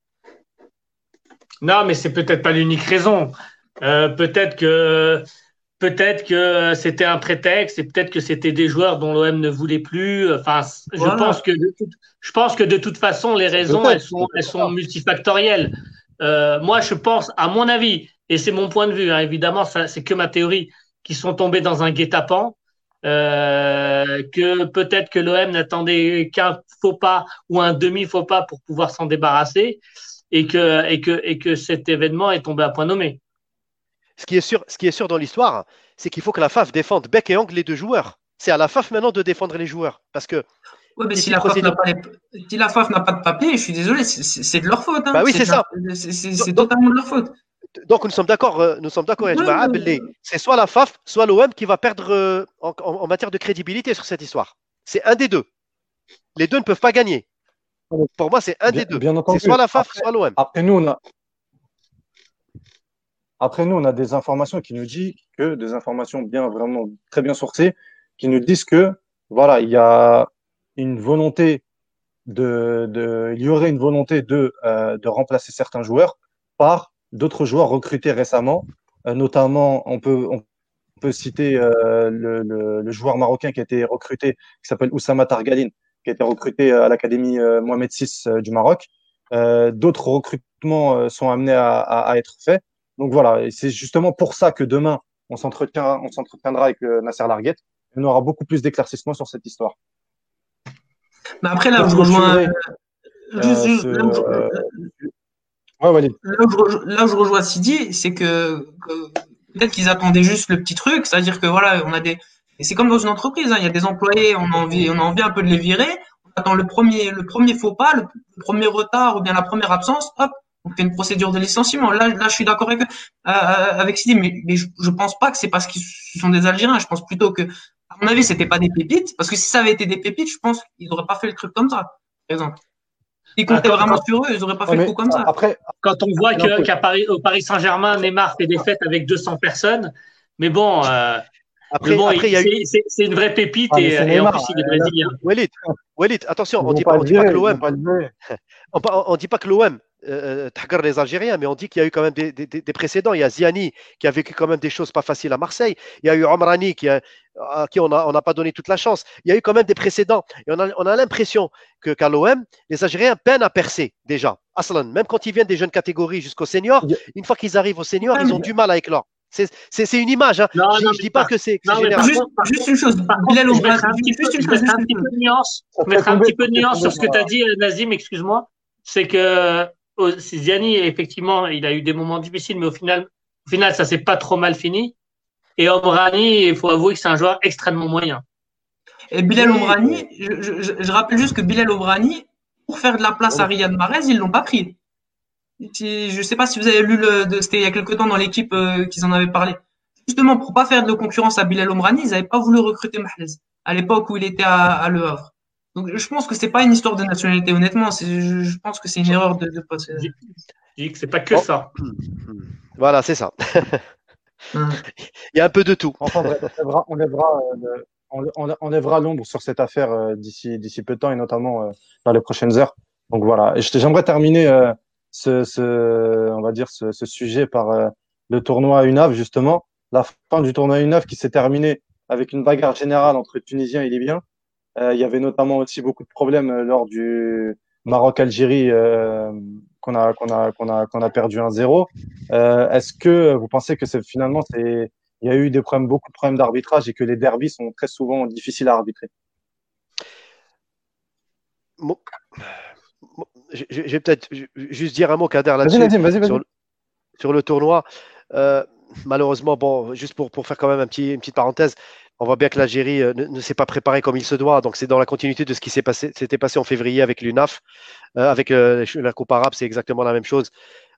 Non, mais c'est peut-être pas l'unique raison. Euh, peut-être que peut-être que c'était un prétexte et peut-être que c'était des joueurs dont l'O M ne voulait plus. Enfin, je voilà. pense que de toute, je pense que de toute façon, les raisons elles sont elles sont multifactorielles. Euh, moi, je pense, à mon avis, et c'est mon point de vue, hein, évidemment, ça c'est que ma théorie, qui sont tombés dans un guet-apens. Euh, que peut-être que l'O M n'attendait qu'un faux pas ou un demi-faux pas pour pouvoir s'en débarrasser et que, et, que, et que cet événement est tombé à point nommé. Ce qui est sûr, ce qui est sûr dans l'histoire, c'est qu'il faut que la F A F défende bec et ongle les deux joueurs. C'est à la F A F maintenant de défendre les joueurs. Parce que ouais, mais si la, procédure... pas les... si la F A F n'a pas de papier, je suis désolé, c'est de leur faute. Hein. Bah oui, c'est ça. C'est totalement de leur faute. Donc nous sommes d'accord, nous sommes d'accord, ouais, ouais. C'est soit la F A F, soit l'O M qui va perdre euh, en, en, en matière de crédibilité sur cette histoire. C'est un des deux. Les deux ne peuvent pas gagner. Pour moi, c'est un bien, des deux. C'est soit la F A F, après, soit l'O M. Après nous, on a après nous, on a des informations qui nous disent que des informations bien vraiment très bien sourcées, qui nous disent que voilà, il y a une volonté de, de il y aurait une volonté de euh, de remplacer certains joueurs par d'autres joueurs recrutés récemment, euh, notamment on peut, on peut citer euh, le, le, le joueur marocain qui a été recruté, qui s'appelle Oussama Targaline, qui a été recruté à l'Académie euh, Mohamed six euh, du Maroc. Euh, D'autres recrutements euh, sont amenés à, à, à être faits. Donc voilà, et c'est justement pour ça que demain, on s'entretient, on s'entretiendra avec euh, Nasser Larguet. On aura beaucoup plus d'éclaircissements sur cette histoire. Mais après, là, où je rejoins... Euh, euh, ce, euh, Ouais, ouais, là, où je, là où je rejoins Sidi, c'est que, que peut-être qu'ils attendaient juste le petit truc, c'est-à-dire que voilà, on a des, et c'est comme dans une entreprise, hein, il y a des employés, on a envie, on a envie un peu de les virer, on attend le premier, le premier faux pas, le, le premier retard ou bien la première absence, hop, on fait une procédure de licenciement. Là, là, je suis d'accord avec, euh, avec Sidi, mais, mais je, je pense pas que c'est parce qu'ils sont des Algériens, je pense plutôt que, à mon avis, c'était pas des pépites, parce que si ça avait été des pépites, je pense qu'ils auraient pas fait le truc comme ça, par exemple. Ils comptaient ah, vraiment quand, sur eux, ils n'auraient pas fait le coup comme ça. Après, quand on voit qu'à qu Paris, au Paris Saint-Germain, Neymar fait des fêtes avec deux cents personnes, mais bon, euh, après, mais bon après, eu... c'est une vraie pépite ah, et, et en plus, il est brésilien. Walid, Walid, attention, on ne dit pas, pas que l'O M. On ne dit pas que l'O M euh, les Algériens, mais on dit qu'il y a eu quand même des, des, des précédents. Il y a Ziani qui a vécu quand même des choses pas faciles à Marseille. Il y a eu Omrani qui a, à qui on n'a on a pas donné toute la chance. Il y a eu quand même des précédents. Et on a, on a l'impression que qu'à l'O M, les Algériens peinent à percer déjà. Aslan, même quand ils viennent des jeunes catégories jusqu'au senior, une fois qu'ils arrivent au senior, ils ont du mal à éclore. C'est une image. Hein. Non, je ne dis pas que c'est juste, juste une chose. Bilal, je mettrai un petit peu, je mettrai un petit peu de nuance. Je mettrai un petit peu de nuance sur ce que tu as dit, Nazim, excuse-moi. C'est que Ziani, effectivement, il a eu des moments difficiles, mais au final, au final ça s'est pas trop mal fini. Et Omrani, il faut avouer que c'est un joueur extrêmement moyen. Et Bilal oui. Omrani, je, je, je rappelle juste que Bilal Omrani, pour faire de la place oui. à Riyad Mahrez, ils l'ont pas pris. Je sais pas si vous avez lu le, c'était il y a quelque temps dans l'équipe euh, qu'ils en avaient parlé. Justement, pour pas faire de concurrence à Bilal Omrani, ils avaient pas voulu recruter Mahrez à l'époque où il était à, à Le Havre. Donc, je pense que c'est pas une histoire de nationalité, honnêtement. Je, je pense que c'est une erreur de, de poste. Je dis que c'est pas que oh. ça. Voilà, c'est ça. Il y a un peu de tout. Enfin, bref, on lèvera, on lèvera, euh, on, on lèvera l'ombre sur cette affaire euh, d'ici, d'ici peu de temps et notamment euh, dans les prochaines heures. Donc voilà. Et j'aimerais terminer euh, ce, ce, on va dire, ce, ce sujet par euh, le tournoi à U N A V justement. La fin du tournoi à U N A V qui s'est terminé avec une bagarre générale entre Tunisiens et Libyens. Euh, il y avait notamment aussi beaucoup de problèmes lors du Maroc-Algérie euh, qu'on a qu'on a qu'on a qu'on a perdu un zéro. Euh, Est-ce que vous pensez que c'est finalement c'est il y a eu des problèmes beaucoup de problèmes d'arbitrage et que les derbys sont très souvent difficiles à arbitrer? Bon, je, je vais peut-être juste dire un mot, Kader, là-dessus vas-y, vas-y, vas-y. sur, sur le tournoi. Euh, malheureusement, bon, juste pour pour faire quand même un petit une petite parenthèse. On voit bien que l'Algérie ne, ne s'est pas préparée comme il se doit. Donc, c'est dans la continuité de ce qui s'est passé, s'était passé en février avec l'U N A F. Euh, avec euh, la Coupe arabe, c'est exactement la même chose.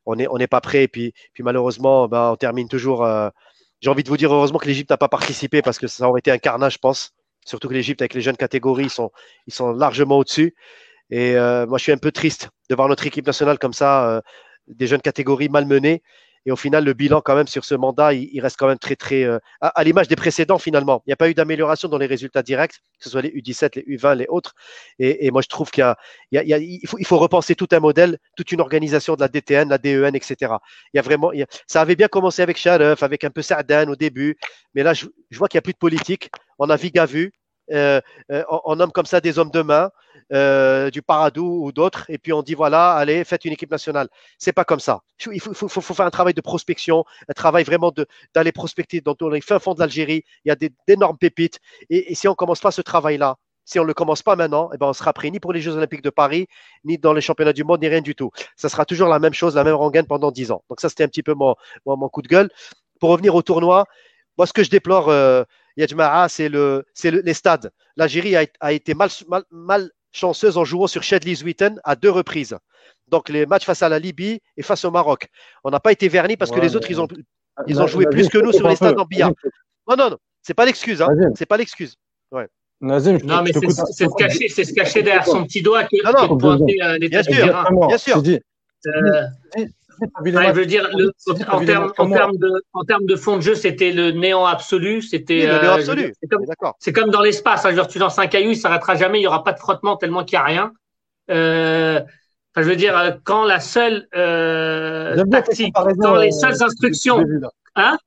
on n'est on n'est pas prêt. Et puis, puis malheureusement, ben, on termine toujours. Euh, j'ai envie de vous dire heureusement que l'Égypte n'a pas participé parce que ça aurait été un carnage, je pense. Surtout que l'Égypte, avec les jeunes catégories, ils sont, ils sont largement au-dessus. Et euh, moi, je suis un peu triste de voir notre équipe nationale comme ça, euh, des jeunes catégories malmenées. Et au final, le bilan, quand même, sur ce mandat, il, il reste quand même très, très. Euh, à, à l'image des précédents, finalement. Il n'y a pas eu d'amélioration dans les résultats directs, que ce soit les U dix-sept, les U vingt, les autres. Et, et moi, je trouve qu'il y a, il y a, il y a, il faut, il faut repenser tout un modèle, toute une organisation de la D T N, la D E N, et cetera. Il y a vraiment. Il y a, ça avait bien commencé avec Sharef, avec un peu Sa'dan au début. Mais là, je, je vois qu'il n'y a plus de politique. On a Viga vu. Euh, euh, on, on nomme comme ça des hommes de main, euh, du Paradou ou d'autres, et puis on dit voilà, allez, faites une équipe nationale. C'est pas comme ça. Il faut, faut, faut, faut faire un travail de prospection, un travail vraiment de, d'aller prospecter dans les fins fonds de l'Algérie. Il y a des, d'énormes pépites. Et, et si on commence pas ce travail-là, si on ne le commence pas maintenant, eh ben on sera pris ni pour les Jeux Olympiques de Paris, ni dans les championnats du monde, ni rien du tout. Ça sera toujours la même chose, la même rengaine pendant dix ans. Donc ça, c'était un petit peu mon, mon, mon coup de gueule. Pour revenir au tournoi, moi, ce que je déplore, euh, Yajma'a, c'est, le, c'est le, les stades. L'Algérie a, a été mal, mal, mal chanceuse en jouant sur Shedley's Witten à deux reprises. Donc, les matchs face à la Libye et face au Maroc. On n'a pas été vernis parce ouais, que les autres, ils ont, ils ont joué Nazim, plus que nous sur les stades en billard. Non, non, non. C'est pas l'excuse. Hein. C'est pas l'excuse. Ouais. Nazim, non, mais c'est, c'est, se cacher, c'est se cacher derrière son petit doigt que, non, non, que pointer euh, les bien sûr, bien sûr. Euh, Ah, je veux dire, le, en, termes, en, termes de, en termes de fond de jeu, c'était le néant absolu. C'était, oui, le néant euh, absolu. Dire, c'est, comme, c'est comme dans l'espace. Hein, genre, tu lances un caillou, il ne s'arrêtera jamais. Il n'y aura pas de frottement tellement qu'il n'y a rien. Euh, enfin, je veux dire, quand la seule euh, tactique, quand les seules instructions. Hein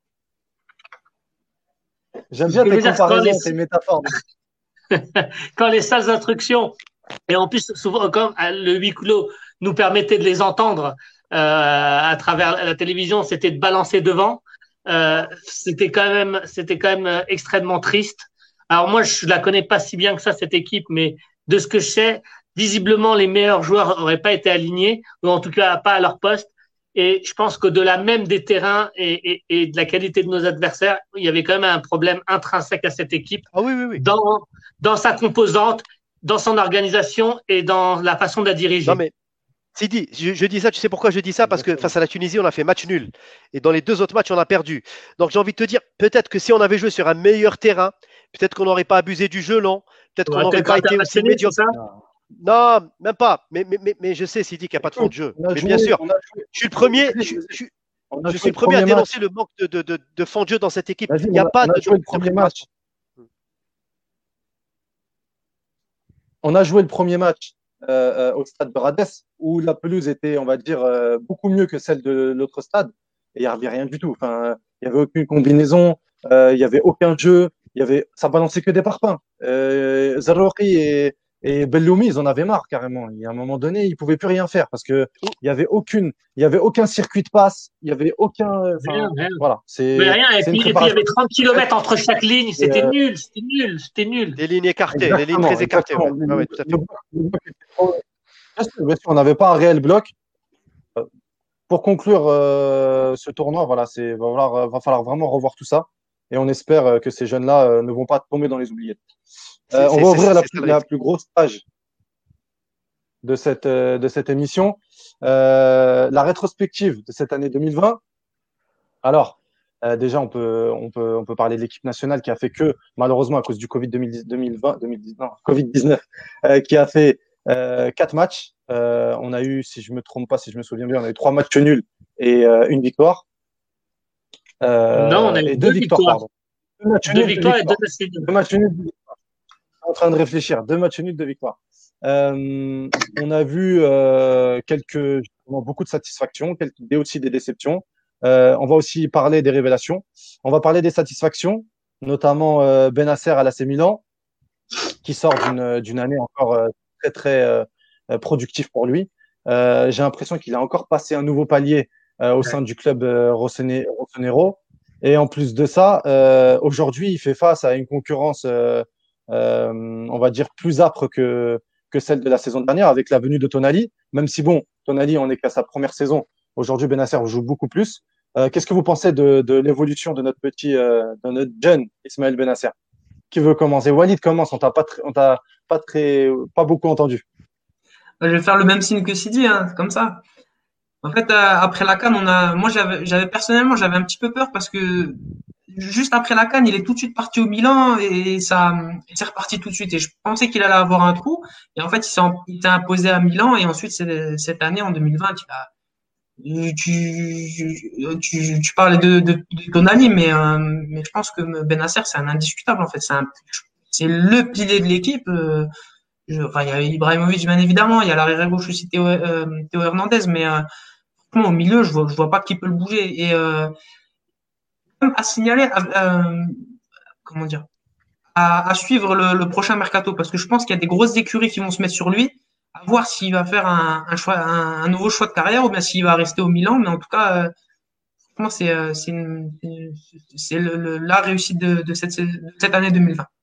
J'aime bien tes comparaisons, tes métaphores. Quand les seules instructions, et en plus, souvent, comme le huis clos nous permettait de les entendre, Euh, à travers la télévision, c'était de balancer devant. Euh, c'était quand même, c'était quand même extrêmement triste. Alors moi, je la connais pas si bien que ça cette équipe, mais de ce que je sais, visiblement les meilleurs joueurs n'auraient pas été alignés, ou en tout cas pas à leur poste. Et je pense qu'au-delà même des terrains et, et, et de la qualité de nos adversaires, il y avait quand même un problème intrinsèque à cette équipe, ah oui, oui, oui. dans dans sa composante, dans son organisation et dans la façon de la diriger. Non mais Sidi, je, je dis ça, tu sais pourquoi je dis ça? Parce que face à la Tunisie, on a fait match nul. Et dans les deux autres matchs, on a perdu. Donc j'ai envie de te dire, peut-être que si on avait joué sur un meilleur terrain, peut-être qu'on n'aurait pas abusé du jeu long, peut-être qu'on n'aurait pas été aussi médiocre. Non, même pas. Mais, mais, mais, mais je sais, Sidi, qu'il n'y a pas de fond de jeu. Mais joué, bien sûr, je suis le premier, je, je, je suis le premier à dénoncer match. le manque de, de, de, de fond de jeu dans cette équipe. Il n'y a, a pas on a de, joué le premier match. On a joué le premier match. Euh, au stade de Radès, où la pelouse était, on va dire, euh, beaucoup mieux que celle de l'autre stade. Et il n'y avait rien du tout. Enfin, il n'y avait aucune combinaison, euh, il n'y avait aucun jeu, il y avait, ça balançait que des parpaings. Euh, Zarrouki et, et Belloumi, ils en avaient marre carrément. Il y a un moment donné, ils ne pouvaient plus rien faire parce que il n'y avait aucune, il y avait aucun circuit de passe, il n'y avait aucun. Rien, rien. Voilà, c'est. Mais rien. Et puis, et puis il y avait trente kilomètres entre chaque ligne. C'était euh, nul, c'était nul, c'était nul. Des lignes écartées, des lignes très écartées. Ouais. Ouais, ouais, tout à fait. On n'avait pas un réel bloc. Pour conclure euh, ce tournoi, voilà, c'est va falloir, va falloir vraiment revoir tout ça. Et on espère que ces jeunes-là euh, ne vont pas tomber dans les oubliettes. Euh, on va ouvrir la plus, la plus grosse page de cette, euh, de cette émission. Euh, la rétrospective de cette année deux mille vingt. Alors, euh, déjà, on peut, on, peut, on peut parler de l'équipe nationale qui a fait que, malheureusement, à cause du Covid deux mille dix, deux mille vingt, deux mille dix, non, Covid dix-neuf, euh, qui a fait euh, quatre matchs. Euh, on a eu, si je me trompe pas, si je me souviens bien, on a eu trois matchs nuls et euh, une victoire. Euh, non, on a eu deux, deux victoires. victoires. Deux, matchs deux nuls, victoires deux et deux matchs nuls. Deux matchs nuls, deux victoires. Je suis en train de réfléchir. Deux matchs nuls, deux victoires. Euh, on a vu euh, quelques, beaucoup de satisfactions, quelques, aussi des déceptions. Euh, on va aussi parler des révélations. On va parler des satisfactions, notamment euh, Benasser à l'A C Milan, qui sort d'une, d'une année encore euh, très très euh, productive pour lui. Euh, j'ai l'impression qu'il a encore passé un nouveau palier euh, au sein du club euh, Rossonero. Et en plus de ça, euh, aujourd'hui, il fait face à une concurrence, euh, euh, on va dire, plus âpre que, que celle de la saison dernière, avec la venue de Tonali. Même si, bon, Tonali, on n'est qu'à sa première saison. Aujourd'hui, Benasser joue beaucoup plus. Euh, qu'est-ce que vous pensez de, de l'évolution de notre petit, euh, de notre jeune Ismaël Benasser? Qui veut commencer? Walid commence. On t'a pas, tr- on t'a pas très, pas beaucoup entendu. Je vais faire le même signe que Sidi, hein, comme ça. En fait, euh, après la CAN, on a, moi, j'avais, j'avais personnellement, j'avais un petit peu peur parce que juste après la CAN, il est tout de suite parti au Milan et ça, c'est reparti tout de suite. Et je pensais qu'il allait avoir un trou. Et en fait, il s'est, il s'est imposé à Milan et ensuite, cette année, en deux mille vingt, il a, tu, tu, tu parlais de, de, de Tonali, mais, euh, mais je pense que Benacer, c'est un indiscutable, en fait. C'est un, c'est le pilier de l'équipe. Euh, je, enfin, il y a Ibrahimovic, bien évidemment. Il y a l'arrière gauche aussi, Théo, euh, Théo Hernandez, mais, euh, franchement, au milieu, je vois, je vois pas qui peut le bouger. Et, euh, à signaler, euh, comment dire, à, à suivre le, le prochain mercato, parce que je pense qu'il y a des grosses écuries qui vont se mettre sur lui, à voir s'il va faire un, un choix, un, un nouveau choix de carrière ou bien s'il va rester au Milan. Mais en tout cas, euh, franchement, c'est, euh, c'est, une, c'est le, le, la réussite de, de, cette, de cette année deux mille vingt.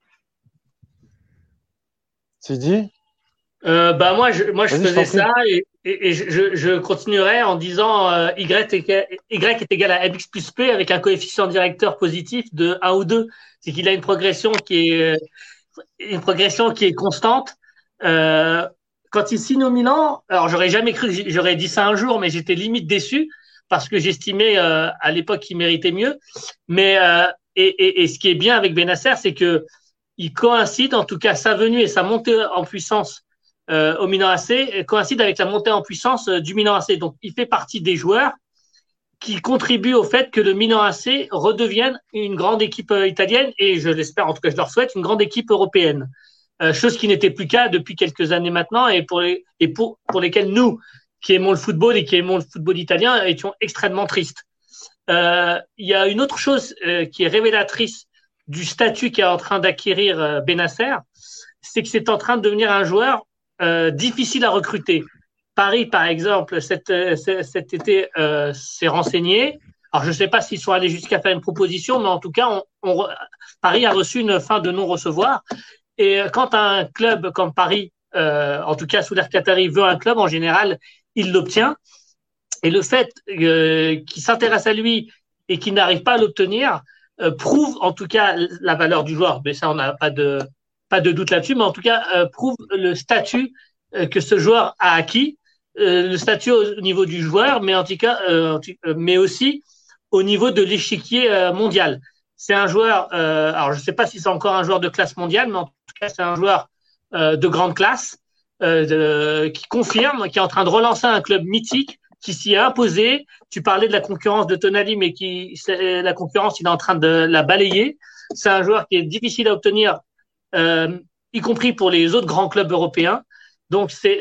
C'est dit? Euh, bah moi, je, moi, je Vas-y, je faisais t'en prie. ça et, et, et je, je continuerai en disant euh, Y, est, Y est égal à M X plus P avec un coefficient directeur positif de un ou deux. C'est qu'il a une progression qui est, une progression qui est constante. Euh, quand il signe au Milan, alors j'aurais jamais cru que j'aurais dit ça un jour, mais j'étais limite déçu parce que j'estimais euh, à l'époque qu'il méritait mieux. Mais euh, et, et, et ce qui est bien avec Benacer, c'est que il coïncide, en tout cas sa venue et sa montée en puissance euh, au Milan A C coïncide avec la montée en puissance euh, du Milan A C. Donc il fait partie des joueurs qui contribuent au fait que le Milan A C redevienne une grande équipe euh, italienne et je l'espère, en tout cas je leur souhaite, une grande équipe européenne. Euh, chose qui n'était plus le cas depuis quelques années maintenant et pour, les, et pour, pour lesquelles nous, qui aimons le football et qui aimons le football italien, étions extrêmement tristes. Euh, il y a une autre chose euh, qui est révélatrice du statut qu'est en train d'acquérir euh, Benacer, c'est que c'est en train de devenir un joueur euh, difficile à recruter. Paris, par exemple, cet, cet été euh, s'est renseigné. Alors, je ne sais pas s'ils sont allés jusqu'à faire une proposition, mais en tout cas, on, on, Paris a reçu une fin de non-recevoir. Et quand un club comme Paris, euh, en tout cas sous l'ère Qatari, veut un club, en général, il l'obtient. Et le fait euh, qu'il s'intéresse à lui et qu'il n'arrive pas à l'obtenir euh, prouve en tout cas la valeur du joueur. Mais ça, on n'a pas de, pas de doute là-dessus, mais en tout cas euh, prouve le statut euh, que ce joueur a acquis, euh, le statut au niveau du joueur, mais en tout cas, euh, mais aussi au niveau de l'échiquier euh, mondial. C'est un joueur, euh, alors je ne sais pas si c'est encore un joueur de classe mondiale, mais en tout cas, c'est un joueur euh, de grande classe euh, de, qui confirme, qui est en train de relancer un club mythique qui s'y est imposé. Tu parlais de la concurrence de Tonali, mais qui la concurrence, il est en train de la balayer. C'est un joueur qui est difficile à obtenir, euh, y compris pour les autres grands clubs européens. Donc, c'est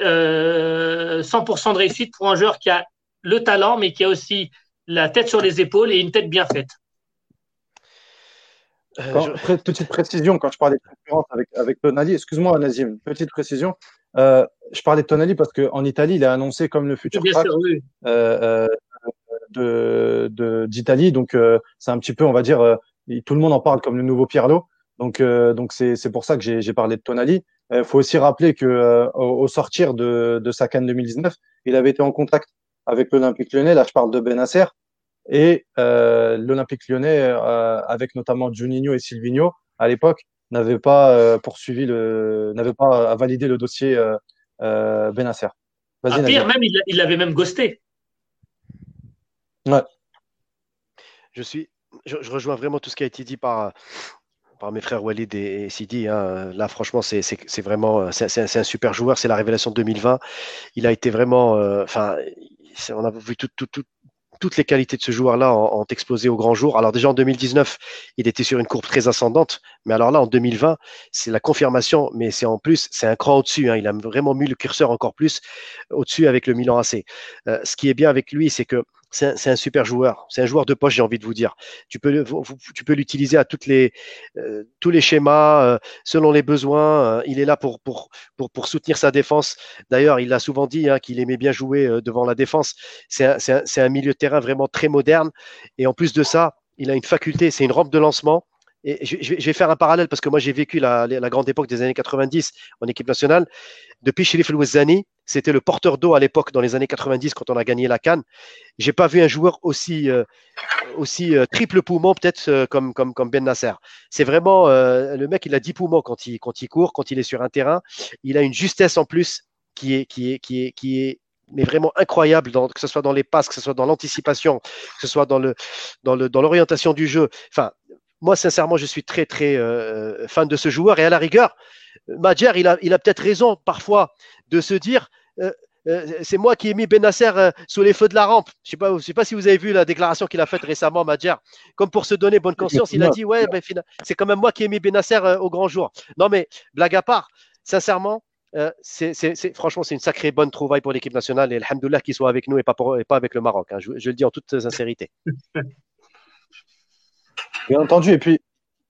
euh, cent pour cent de réussite pour un joueur qui a le talent, mais qui a aussi la tête sur les épaules et une tête bien faite. Euh, quand, je... Petite précision, quand je parlais de concurrence avec, avec Tonali, excuse-moi Nazim, petite précision. Euh, je parlais de Tonali parce qu'en Italie, il est annoncé comme le futur bien crack sûr, oui. euh, de, de, d'Italie. Donc, euh, c'est un petit peu, on va dire, euh, tout le monde en parle comme le nouveau Pirlo. Donc, euh, donc c'est, c'est pour ça que j'ai, j'ai parlé de Tonali. Il euh, faut aussi rappeler que euh, au, au sortir de, de sa CAN deux mille dix-neuf, il avait été en contact avec l'Olympique Lyonnais. Là, je parle de Benacer. Et euh, l'Olympique Lyonnais, euh, avec notamment Juninho et Silvinho, à l'époque, n'avait pas euh, poursuivi le, n'avait pas validé le dossier euh, euh, Benacer. Vas-y, à pire, même il l'avait même ghosté. Ouais. Je suis, je, je rejoins vraiment tout ce qui a été dit par par mes frères Walid et, et Sidi. Hein. Là, franchement, c'est, c'est, c'est vraiment, c'est, c'est, un, c'est un super joueur. C'est la révélation de deux mille vingt. Il a été vraiment, enfin, euh, on a vu tout, tout, tout toutes les qualités de ce joueur-là ont, ont explosé au grand jour. Alors déjà en deux mille dix-neuf, il était sur une courbe très ascendante, mais alors là en deux mille vingt, c'est la confirmation, mais c'est en plus, c'est un cran au-dessus. Hein. Il a vraiment mis le curseur encore plus au-dessus avec le Milan A C. Euh, ce qui est bien avec lui, c'est que c'est un, c'est un super joueur. C'est un joueur de poche, j'ai envie de vous dire. Tu peux, tu peux l'utiliser à toutes les, euh, tous les schémas, euh, selon les besoins. Euh, il est là pour, pour, pour, pour soutenir sa défense. D'ailleurs, il a souvent dit hein, qu'il aimait bien jouer euh, devant la défense. C'est un, c'est, un, c'est un milieu de terrain vraiment très moderne. Et en plus de ça, il a une faculté, c'est une rampe de lancement. Et je, je vais faire un parallèle parce que moi, j'ai vécu la, la grande époque des années quatre-vingt-dix en équipe nationale. Depuis Chérif El Ouazzani, c'était le porteur d'eau à l'époque dans les années quatre-vingt-dix quand on a gagné la CAN. J'ai pas vu un joueur aussi, euh, aussi euh, triple poumon peut-être euh, comme, comme, comme Benacer. C'est vraiment euh, le mec, il a dix poumons quand il, quand il court, quand il est sur un terrain. Il a une justesse en plus qui est, qui est, qui est, qui est mais vraiment incroyable, dans, que ce soit dans les passes, que ce soit dans l'anticipation, que ce soit dans, le, dans, le, dans l'orientation du jeu. Enfin, moi, sincèrement, je suis très, très euh, fan de ce joueur. Et à la rigueur, Madjer, il a, il a peut-être raison parfois de se dire euh, euh, c'est moi qui ai mis Benasser euh, sous les feux de la rampe. Je ne sais, sais pas si vous avez vu la déclaration qu'il a faite récemment, Madjer. Comme pour se donner bonne conscience, il a dit ouais, ben, c'est quand même moi qui ai mis Benasser euh, au grand jour. Non, mais blague à part, sincèrement, euh, c'est, c'est, c'est, franchement, c'est une sacrée bonne trouvaille pour l'équipe nationale. Et alhamdoulilah qu'il soit avec nous et pas, pour, et pas avec le Maroc. Hein. Je, je le dis en toute sincérité. Bien entendu. Et puis,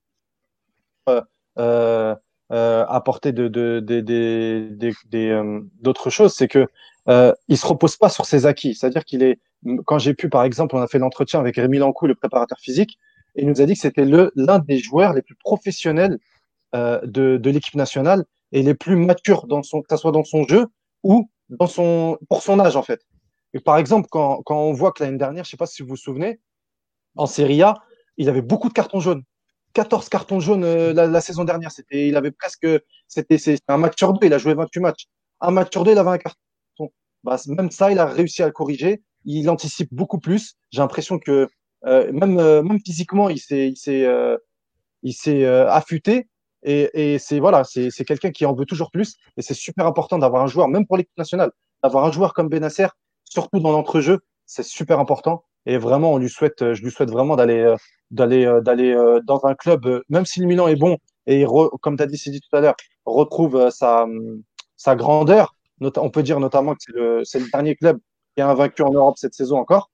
euh, euh, euh, apporter de, de, de, de, de, de, euh, d'autres choses, c'est que euh, il se repose pas sur ses acquis. C'est-à-dire qu'il est, quand j'ai pu, par exemple, on a fait l'entretien avec Rémi Lancou, le préparateur physique, et il nous a dit que c'était le, l'un des joueurs les plus professionnels euh, de, de l'équipe nationale et les plus matures dans son, que ce soit dans son jeu ou dans son, pour son âge, en fait. Et par exemple, quand, quand on voit que l'année dernière, je sais pas si vous vous souvenez, en Serie A, il avait beaucoup de cartons jaunes. quatorze cartons jaunes euh, la, la saison dernière. C'était, il avait presque, c'était, c'est un match sur deux. Il a joué vingt-huit matchs. Un match sur deux, il avait un carton. Bah, même ça, il a réussi à le corriger. Il anticipe beaucoup plus. J'ai l'impression que euh, même, euh, même physiquement, il s'est, il s'est, euh, il s'est euh, affûté. Et, et c'est voilà, c'est, c'est quelqu'un qui en veut toujours plus. Et c'est super important d'avoir un joueur, même pour l'équipe nationale, d'avoir un joueur comme Benasser, surtout dans l'entrejeu. C'est super important. Et vraiment, on lui souhaite, je lui souhaite vraiment d'aller, euh, d'aller, euh, d'aller euh, dans un club, euh, même si le Milan est bon et re- comme tu as dit, Sidi tout à l'heure, retrouve euh, sa, sa grandeur. Not- on peut dire notamment que c'est le, c'est le dernier club qui a invaincu en Europe cette saison encore,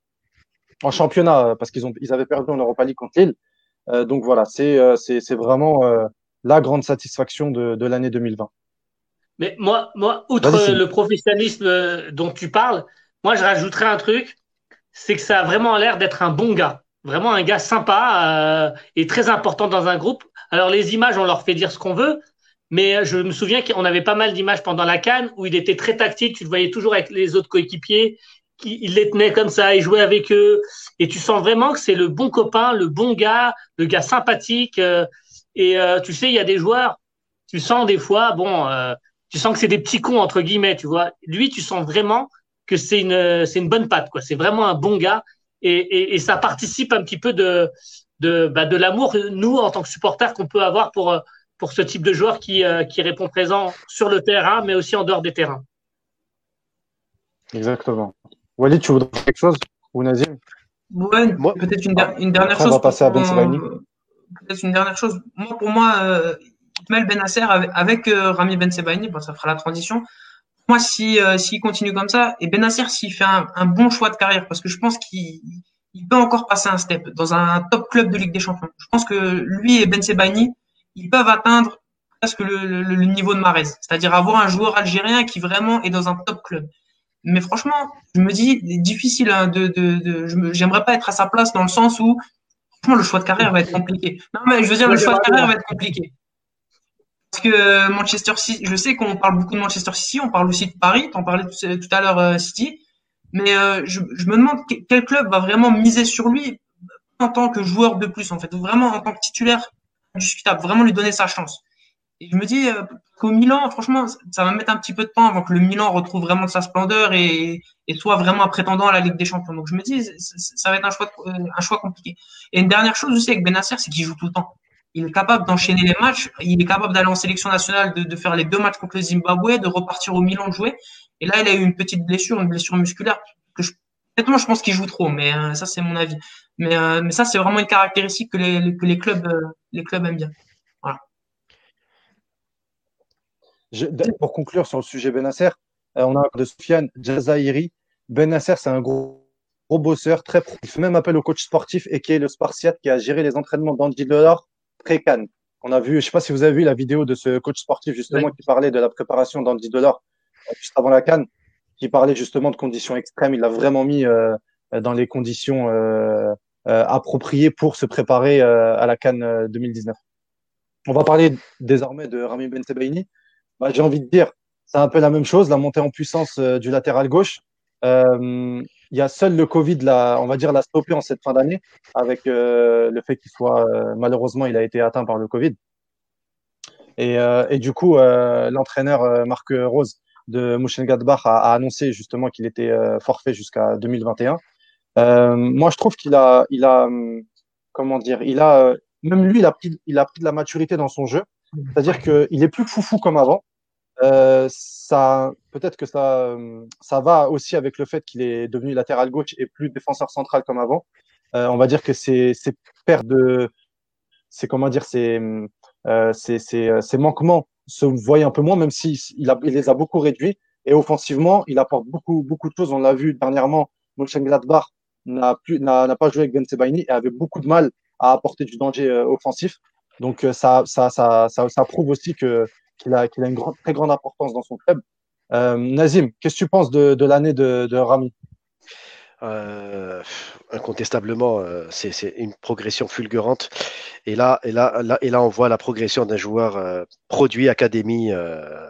en championnat, euh, parce qu'ils ont, ils avaient perdu en Europa League contre Lille. Euh, donc voilà, c'est, euh, c'est, c'est vraiment euh, la grande satisfaction de, de l'année deux mille vingt. Mais moi, moi, outre Vas-y, Sidi. le professionnalisme euh, dont tu parles, moi, je rajouterais un truc, c'est que ça a vraiment l'air d'être un bon gars. Vraiment un gars sympa euh, et très important dans un groupe. Alors, les images, on leur fait dire ce qu'on veut, mais je me souviens qu'on avait pas mal d'images pendant la CAN où il était très tactile. Tu le voyais toujours avec les autres coéquipiers. Qui, il les tenait comme ça, il jouait avec eux. Et tu sens vraiment que c'est le bon copain, le bon gars, le gars sympathique. Euh, et euh, tu sais, il y a des joueurs, tu sens des fois, bon, euh, tu sens que c'est des petits cons, entre guillemets, tu vois. Lui, tu sens vraiment que c'est une, c'est une bonne patte, quoi. C'est vraiment un bon gars. Et, et, et ça participe un petit peu de, de, bah, de l'amour, nous, en tant que supporters, qu'on peut avoir pour, pour ce type de joueur qui, euh, qui répond présent sur le terrain, mais aussi en dehors des terrains. Exactement. Walid, tu voudrais dire quelque chose? Ou Nazim? Ouais, Moi, peut-être une, Ah, der- une dernière après, on chose va pour, passer à Ben pour, Sebaini. euh, peut-être une dernière chose. Moi, pour moi, euh, Ismaël Benasser avec, avec euh, Rami Ben Sebaini, bon, ça fera la transition. Moi, si euh, s'il continue comme ça, et Benasser s'il fait un, un bon choix de carrière, parce que je pense qu'il il peut encore passer un step dans un top club de Ligue des Champions. Je pense que lui et Ben Sebaini, ils peuvent atteindre presque le, le, le niveau de Mahrez, c'est-à-dire avoir un joueur algérien qui vraiment est dans un top club. Mais franchement, je me dis difficile hein, de, de, de je me, j'aimerais pas être à sa place dans le sens où franchement le choix de carrière va être compliqué. Non mais je veux dire Moi, le choix de j'aimerais carrière bien. va être compliqué. Parce que Manchester City, je sais qu'on parle beaucoup de Manchester City, on parle aussi de Paris, t'en parlais tout, tout à l'heure euh, City, mais euh, je, je me demande que- quel club va vraiment miser sur lui en tant que joueur de plus en fait, ou vraiment en tant que titulaire indiscutable, vraiment lui donner sa chance. Et je me dis euh, qu'au Milan, franchement, ça va mettre un petit peu de temps avant que le Milan retrouve vraiment de sa splendeur et, et soit vraiment un prétendant à la Ligue des Champions. Donc je me dis, ça va être un choix, euh, un choix compliqué. Et une dernière chose aussi avec Benasser, c'est qu'il joue tout le temps. Il est capable d'enchaîner les matchs, il est capable d'aller en sélection nationale, de, de faire les deux matchs contre le Zimbabwe, de repartir au Milan jouer. Et là, il a eu une petite blessure, une blessure musculaire que je, honnêtement, je pense qu'il joue trop, mais euh, ça, c'est mon avis. Mais, euh, mais ça, c'est vraiment une caractéristique que les, que les clubs, euh, les clubs aiment bien. Voilà. Je- pour conclure sur le sujet Benasser, euh, on a de Soufiane Jazairi. Benasser, c'est un gros, gros bosseur, très pro. Il fait même appel au coach sportif et qui est le Spartiate qui a géré les entraînements d'Andy Delors pré-Cannes. On a vu, je ne sais pas si vous avez vu la vidéo de ce coach sportif justement Ouais. qui parlait de la préparation d'Andy Delors euh, juste avant la Cannes, qui parlait justement de conditions extrêmes. Il l'a vraiment mis euh, dans les conditions euh, euh, appropriées pour se préparer euh, à la Cannes euh, deux mille dix-neuf. On va parler désormais de Rami Ben Sebaini. Bah, j'ai envie de dire, c'est un peu la même chose, la montée en puissance euh, du latéral gauche. Euh, Il y a seul le Covid, là, on va dire, l'a stoppé en cette fin d'année, avec euh, le fait qu'il soit, euh, malheureusement, il a été atteint par le Covid. Et, euh, et du coup, euh, l'entraîneur euh, Marc Rose de Mönchengladbach a, a annoncé justement qu'il était euh, forfait jusqu'à deux mille vingt et un. Euh, moi, je trouve qu'il a, il a, hum, comment dire, il a, euh, même lui, il a pris, il a pris de la maturité dans son jeu. C'est-à-dire qu'il est plus foufou comme avant. Euh, ça, peut-être que ça, euh, ça va aussi avec le fait qu'il est devenu latéral gauche et plus défenseur central comme avant. Euh, on va dire que ses, ses pertes de, c'est comment dire, ses, euh, ses, ses, euh, ses manquements se voient un peu moins, même s'il il a, il les a beaucoup réduits. Et offensivement, il apporte beaucoup, beaucoup de choses. On l'a vu dernièrement, Mönchengladbach n'a plus, n'a, n'a pas joué avec Ben Sebaini et avait beaucoup de mal à apporter du danger euh, offensif. Donc euh, ça, ça, ça, ça, ça prouve aussi que qu'il a, qu'il a une grande, très grande importance dans son club. Euh, Nazim, qu'est-ce que tu penses de, de l'année de, de Rami? Euh, incontestablement, euh, c'est c'est une progression fulgurante. Et là, et là, là, et là, on voit la progression d'un joueur euh, produit académie, euh,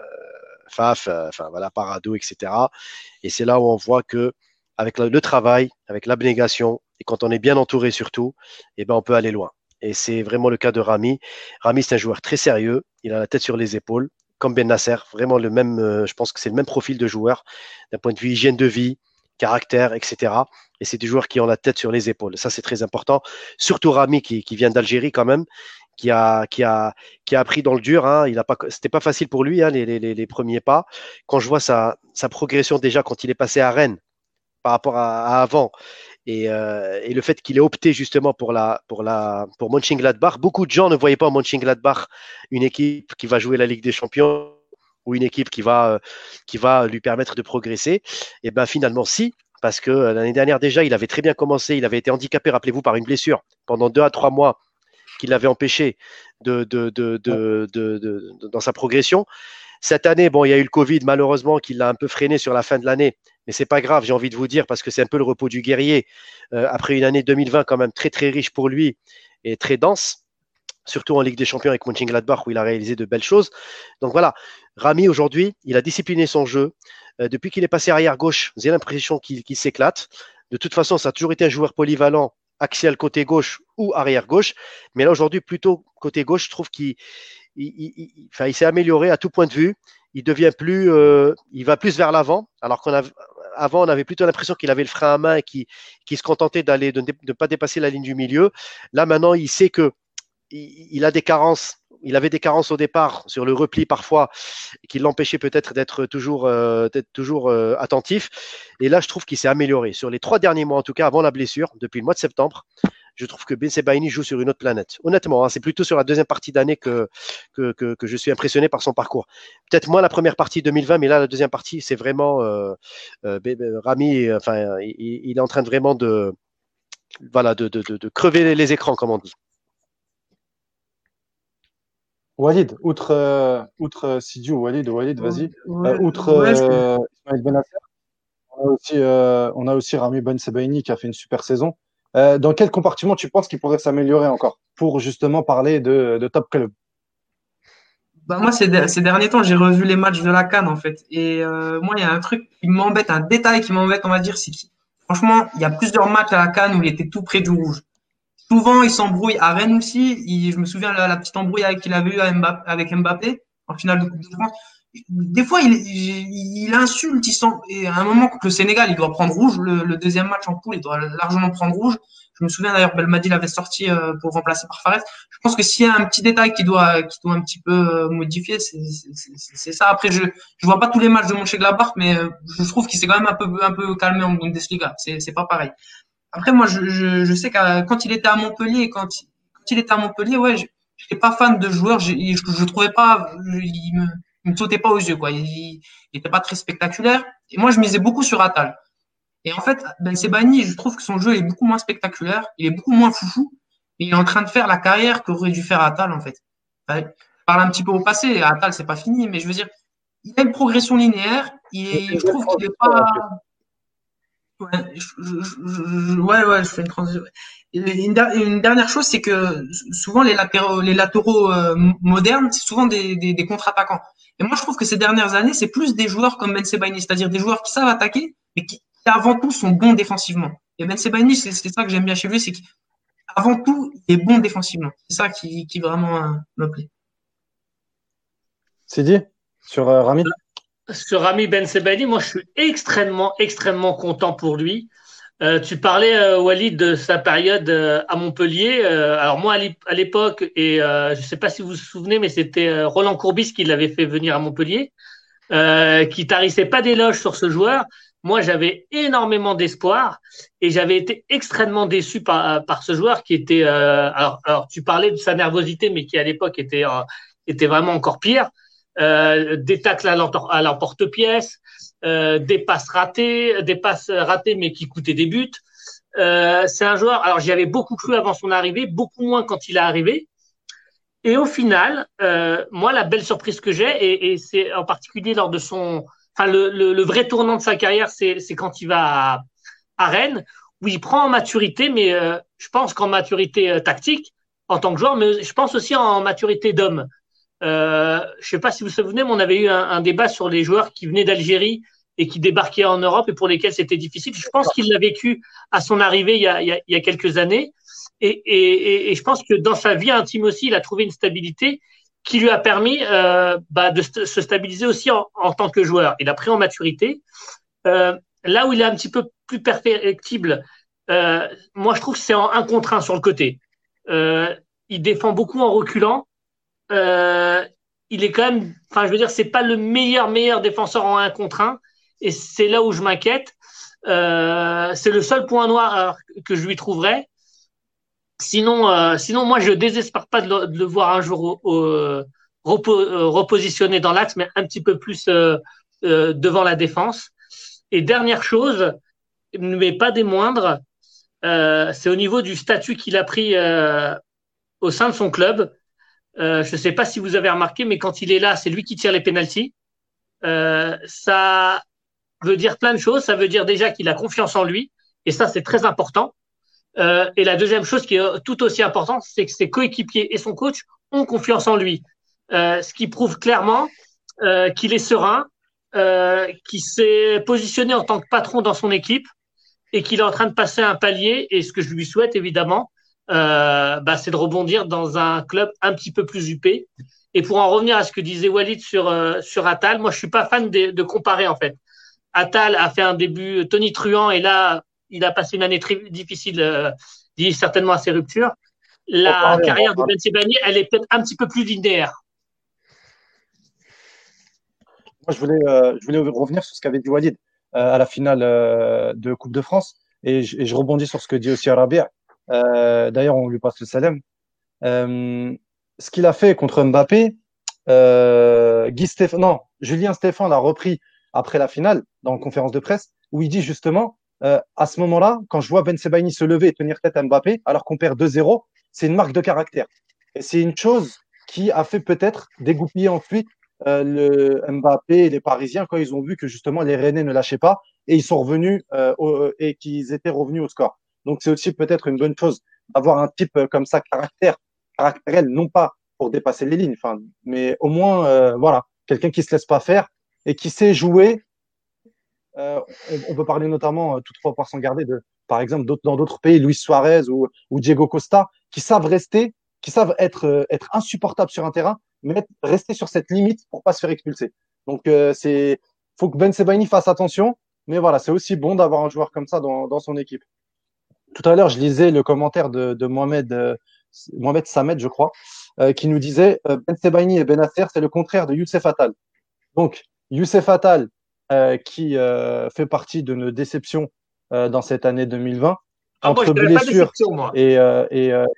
F A F, euh, enfin voilà, Parado, et cetera. Et c'est là où on voit que avec le, le travail, avec l'abnégation, et quand on est bien entouré surtout, eh ben on peut aller loin. Et c'est vraiment le cas de Rami. Rami, c'est un joueur très sérieux. Il a la tête sur les épaules, comme Ben Nasser. Vraiment le même. Euh, je pense que c'est le même profil de joueur d'un point de vue hygiène de vie, caractère, et cetera. Et c'est des joueurs qui ont la tête sur les épaules. Ça, c'est très important. Surtout Rami, qui, qui vient d'Algérie quand même, qui a, qui a, qui a appris dans le dur. Hein. Il a pas, c'était pas facile pour lui, hein, les, les, les premiers pas. Quand je vois sa, sa progression déjà quand il est passé à Rennes par rapport à, à avant, et, euh, et le fait qu'il ait opté justement pour la pour la pour Mönchengladbach, beaucoup de gens ne voyaient pas en Mönchengladbach une équipe qui va jouer la Ligue des Champions ou une équipe qui va euh, qui va lui permettre de progresser. Et ben finalement si, parce que euh, l'année dernière déjà il avait très bien commencé, il avait été handicapé, rappelez-vous, par une blessure pendant deux à trois mois qui l'avait empêché de, de, de, de, de, de, de dans sa progression. Cette année, bon, il y a eu le Covid, malheureusement, qui l'a un peu freiné sur la fin de l'année. Mais c'est pas grave, j'ai envie de vous dire, parce que c'est un peu le repos du guerrier. Euh, après une année deux mille vingt quand même très, très riche pour lui et très dense, surtout en Ligue des Champions avec Mönchengladbach où il a réalisé de belles choses. Donc voilà, Rami, aujourd'hui, il a discipliné son jeu. Euh, depuis qu'il est passé arrière gauche, j'ai l'impression qu'il, qu'il s'éclate. De toute façon, ça a toujours été un joueur polyvalent, axial côté gauche ou arrière gauche. Mais là, aujourd'hui, plutôt côté gauche, je trouve qu'il il, il, il, enfin, il s'est amélioré à tout point de vue. Il devient plus, euh, il va plus vers l'avant, alors qu'on a, avant, on avait plutôt l'impression qu'il avait le frein à main et qu'il, qu'il se contentait d'aller, de ne pas dépasser la ligne du milieu. Là, maintenant, il sait que il, il a des carences. Il avait des carences au départ sur le repli parfois, qui l'empêchait peut-être d'être toujours, euh, d'être toujours euh, attentif. Et là, je trouve qu'il s'est amélioré. Sur les trois derniers mois, en tout cas, avant la blessure, depuis le mois de septembre, je trouve que Ben Sebaini joue sur une autre planète. Honnêtement, hein, c'est plutôt sur la deuxième partie d'année que, que, que, que je suis impressionné par son parcours. Peut-être moins la première partie deux mille vingt, mais là, la deuxième partie, c'est vraiment euh, euh, Rami, enfin, il, il, est en train de vraiment de, voilà, de, de, de, de crever les, les écrans, comme on dit. Walid, outre, euh, outre euh, Sidiou, Walid, Walid, vas-y. Euh, Ouais, outre ouais, je- euh, Ismaël Benasser, on a aussi, euh, on a aussi Rami Ben Sebaini qui a fait une super saison. Euh, dans quel compartiment tu penses qu'il pourrait s'améliorer encore pour justement parler de, de top club? Bah moi, ces, de- ces derniers temps, j'ai revu les matchs de la CAN, en fait. Et euh, moi, il y a un truc qui m'embête, un détail qui m'embête, on va dire, c'est que, franchement, il y a plusieurs matchs à la CAN où il était tout près du rouge. Souvent, il s'embrouille à Rennes aussi. Il- je me souviens la, la petite embrouille avec- qu'il avait eu à Mbappé- avec Mbappé en finale de Coupe de France. Des fois, il, il, il insulte. Il sent, et à un moment, contre le Sénégal, il doit prendre rouge. Le, le deuxième match en poule, il doit largement prendre rouge. Je me souviens d'ailleurs, Belmadi l'avait sorti euh, pour remplacer par Fares. Je pense que s'il y a un petit détail qui doit, qui doit un petit peu euh, modifier, c'est c'est- c'est- c'est ça. Après, je je vois pas tous les matchs de Mönchengladbach, mais euh, je trouve qu'il s'est quand même un peu un peu calmé en Bundesliga. C'est c'est pas pareil. Après, moi, je, je, je sais que quand il était à Montpellier, quand, il- quand il était à Montpellier, ouais, je n'étais pas fan de joueur. Je, je, je trouvais pas, je- il me, il me sautait pas aux yeux, quoi. Il, il était pas très spectaculaire. Et moi, je misais beaucoup sur Atal. Et en fait, Ben Sebaini, je trouve que son jeu est beaucoup moins spectaculaire. Il est beaucoup moins foufou. Et il est en train de faire la carrière qu'aurait dû faire Atal, en fait. Enfin, je parle un petit peu au passé. Atal, c'est pas fini, mais je veux dire, il a une progression linéaire. Et je trouve qu'il est pas, Ouais, je, je, je- je- ouais, ouais, je fais une transition. Et Une, der- une dernière chose, c'est que souvent les latéraux, les latéraux euh, modernes, c'est souvent des, des, des contre-attaquants. Et moi, je trouve que ces dernières années, c'est plus des joueurs comme Ben Sebaini, c'est-à-dire des joueurs qui savent attaquer, mais qui, qui avant tout sont bons défensivement. Et Ben Sebaini, c'est c'est ça que j'aime bien chez lui, c'est qu'avant tout, il est bon défensivement. C'est ça qui, qui vraiment euh, me plaît. Sidi, sur euh, Rami? sur Rami Ben Sebaini, moi, je suis extrêmement, extrêmement content pour lui. Euh, tu parlais, euh, Walid, de sa période euh, à Montpellier. Euh, alors moi, à l'époque, et euh, je ne sais pas si vous vous souvenez, mais c'était euh, Roland Courbis qui l'avait fait venir à Montpellier, euh, qui tarissait pas d'éloges sur ce joueur. Moi, j'avais énormément d'espoir et j'avais été extrêmement déçu par, par ce joueur qui était. Euh, alors, alors, tu parlais de sa nervosité, mais qui à l'époque était, euh, était vraiment encore pire. Euh, des tacles à l'emporte-pièce, euh, des passes ratées, des passes ratées mais qui coûtaient des buts. Euh, c'est un joueur. Alors, j'y avais beaucoup cru avant son arrivée, beaucoup moins quand il est arrivé. Et au final, euh, moi, la belle surprise que j'ai, et, et c'est en particulier lors de son, enfin, le, le, le vrai tournant de sa carrière, c'est, c'est quand il va à, à Rennes, où il prend en maturité, mais euh, je pense qu'en maturité euh, tactique, en tant que joueur, mais je pense aussi en maturité d'homme. Euh, je ne sais pas si vous vous souvenez, mais on avait eu un, un débat sur les joueurs qui venaient d'Algérie et qui débarquaient en Europe et pour lesquels c'était difficile. Je pense qu'il l'a vécu à son arrivée il y a, il y a, il y a quelques années. Et, et, et, je pense que dans sa vie intime aussi, il a trouvé une stabilité qui lui a permis euh, bah, de st- se stabiliser aussi en, en tant que joueur. Il a pris en maturité. Euh, là où il est un petit peu plus perfectible, euh, moi je trouve que c'est en un contre un sur le côté. Euh, il défend beaucoup en reculant. Euh, il est quand même, enfin je veux dire, c'est pas le meilleur meilleur défenseur en un contre un. Et c'est là où je m'inquiète. Euh, c'est le seul point noir que je lui trouverais. Sinon, euh, sinon, moi, je désespère pas de le, de le voir un jour au, au, repo, euh, repositionné dans l'axe, mais un petit peu plus euh, euh, devant la défense. Et dernière chose, mais pas des moindres, euh, c'est au niveau du statut qu'il a pris euh, au sein de son club. Euh, je ne sais pas si vous avez remarqué, mais quand il est là, c'est lui qui tire les pénaltys. Euh, ça veut dire plein de choses. Ça veut dire déjà qu'il a confiance en lui, et ça, c'est très important. Euh, et la deuxième chose qui est tout aussi importante, c'est que ses coéquipiers et son coach ont confiance en lui. Euh, ce qui prouve clairement euh, qu'il est serein, euh, qu'il s'est positionné en tant que patron dans son équipe et qu'il est en train de passer un palier. Et ce que je lui souhaite, évidemment, euh, bah, c'est de rebondir dans un club un petit peu plus huppé. Et pour en revenir à ce que disait Walid sur, euh, sur Attal, moi, je suis pas fan de, de comparer, en fait. Attal a fait un début tonitruant et là, il a passé une année très difficile, euh, liée certainement à ses ruptures. La parler, carrière de Ben Sebaini, elle est peut-être un petit peu plus linéaire. Moi, je voulais, euh, je voulais revenir sur ce qu'avait dit Walid euh, à la finale euh, de Coupe de France. Et je, et je rebondis sur ce que dit aussi Rabia. Euh, D'ailleurs, on lui passe le salam. Euh, ce qu'il a fait contre Mbappé, euh, Guy Stéphane, non, Julien Stéphane l'a repris après la finale dans une conférence de presse où il dit justement euh, à ce moment-là, quand je vois Ben Sebaini se lever et tenir tête à Mbappé alors qu'on perd deux zéro, c'est une marque de caractère. Et c'est une chose qui a fait peut-être dégoupiller ensuite euh, le Mbappé et les Parisiens quand ils ont vu que justement les Rennais ne lâchaient pas et ils sont revenus euh, au, et qu'ils étaient revenus au score. Donc c'est aussi peut-être une bonne chose d'avoir un type comme ça caractère, caractériel, non pas pour dépasser les lignes, enfin, mais au moins euh, voilà, quelqu'un qui se laisse pas faire et qui sait jouer. Euh, on, on, peut parler notamment, euh, toutefois par s'en garder, de, par exemple, d'autres, dans d'autres pays, Luis Suarez ou, ou Diego Costa, qui savent rester, qui savent être, euh, être insupportables sur un terrain, mais être, rester sur cette limite pour pas se faire expulser. Donc, euh, c'est, faut que Ben Sebaini fasse attention, mais voilà, c'est aussi bon d'avoir un joueur comme ça dans, dans son équipe. Tout à l'heure, je lisais le commentaire de, de Mohamed, euh, Mohamed Samed, je crois, euh, qui nous disait euh, Ben Sebaini et Benacer, c'est le contraire de Youssef Attal. Donc, Youssef Attal, euh, qui euh, fait partie de nos déceptions euh, dans cette année deux mille vingt, ah, entre moi, blessures moi. et, euh, et euh,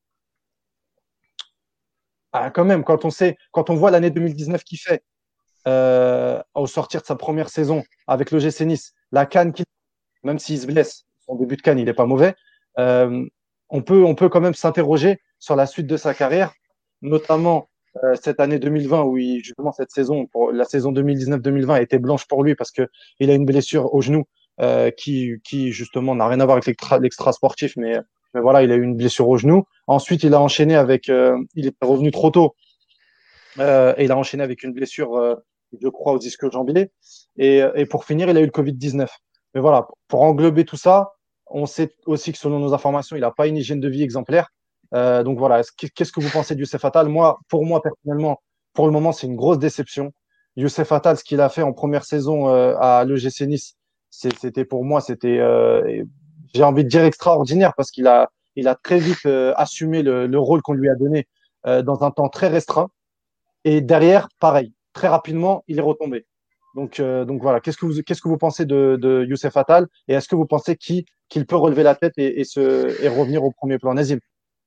ah, quand même, quand on sait, quand on voit l'année deux mille dix-neuf qu'il fait euh, au sortir de sa première saison avec l'O G C Nice, la CAN, qui, même s'il se blesse, son début de CAN, il n'est pas mauvais. Euh, on peut, on peut quand même s'interroger sur la suite de sa carrière, notamment euh, cette année deux mille vingt où il, justement cette saison, pour la saison deux mille dix-neuf deux mille vingt a été blanche pour lui parce que il a une blessure au genou euh, qui, qui justement n'a rien à voir avec l'extra, l'extra sportif, mais, mais voilà, il a eu une blessure au genou. Ensuite, il a enchaîné avec, euh, il est revenu trop tôt euh, et il a enchaîné avec une blessure, euh, je crois, au disque jambier. Et, et pour finir, il a eu le Covid dix-neuf. Mais voilà, pour englober tout ça, on sait aussi que selon nos informations, il n'a pas une hygiène de vie exemplaire. Euh, donc voilà, qu'est-ce que vous pensez du Youssef Attal? Moi, pour moi personnellement, pour le moment, c'est une grosse déception. Youssef Attal, ce qu'il a fait en première saison euh, à l'O G C Nice, c'est- c'était pour moi, c'était, euh, j'ai envie de dire extraordinaire parce qu'il a, il a très vite euh, assumé le, le rôle qu'on lui a donné euh, dans un temps très restreint. Et derrière, pareil, très rapidement, il est retombé. Donc, euh, donc voilà, qu'est-ce que vous, qu'est-ce que vous pensez de, de Youssef Attal et est-ce que vous pensez qu'il qu'il peut relever la tête et, et, se, et revenir au premier plan? Nazim.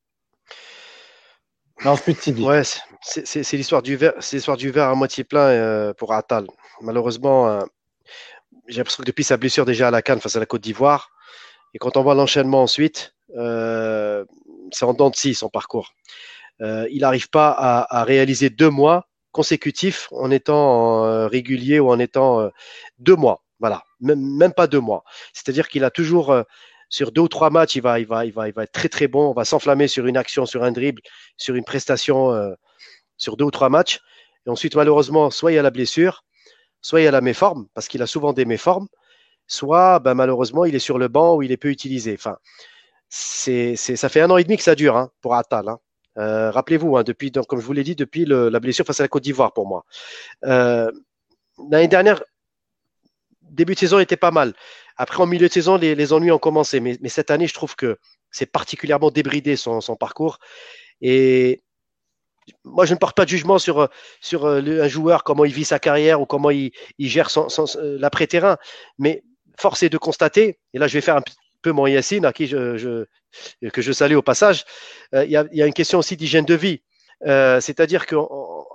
Non, ensuite, Sidi. Ouais, c'est c'est- c'est l'histoire du verre, c'est l'histoire du verre à moitié plein euh, pour Attal. Malheureusement, euh, j'ai l'impression que depuis sa blessure déjà à la CAN face à la Côte d'Ivoire, et quand on voit l'enchaînement ensuite, euh, c'est en dents de scie son parcours. Euh, il n'arrive pas à, à réaliser deux mois consécutifs en étant euh, régulier ou en étant euh, deux mois. Voilà, même, même pas deux mois. C'est-à-dire qu'il a toujours, euh, sur deux ou trois matchs, il va, il, va, il, va, il va être très très bon. On va s'enflammer sur une action, sur un dribble, sur une prestation, euh, sur deux ou trois matchs. Et ensuite, malheureusement, soit il y a la blessure, soit il y a la méforme, parce qu'il a souvent des méformes, soit ben, malheureusement, il est sur le banc ou il est peu utilisé. Enfin, c'est, c'est, ça fait un an et demi que ça dure hein, pour Attal. Hein. Euh, rappelez-vous, hein, depuis, donc, comme je vous l'ai dit, depuis le, la blessure face à la Côte d'Ivoire pour moi. Euh, L'année dernière, début de saison était pas mal. Après, en milieu de saison, les, les ennuis ont commencé. Mais, mais, cette année, je trouve que c'est particulièrement débridé son, son parcours. Et moi, je ne porte pas de jugement sur, sur un joueur, comment il vit sa carrière ou comment il, il gère son, son, l'après-terrain. Mais force est de constater, et là, je vais faire un peu mon Yacine, à qui je, je, que je salue au passage, euh, il, y a, il y a une question aussi d'hygiène de vie. Euh, c'est-à-dire que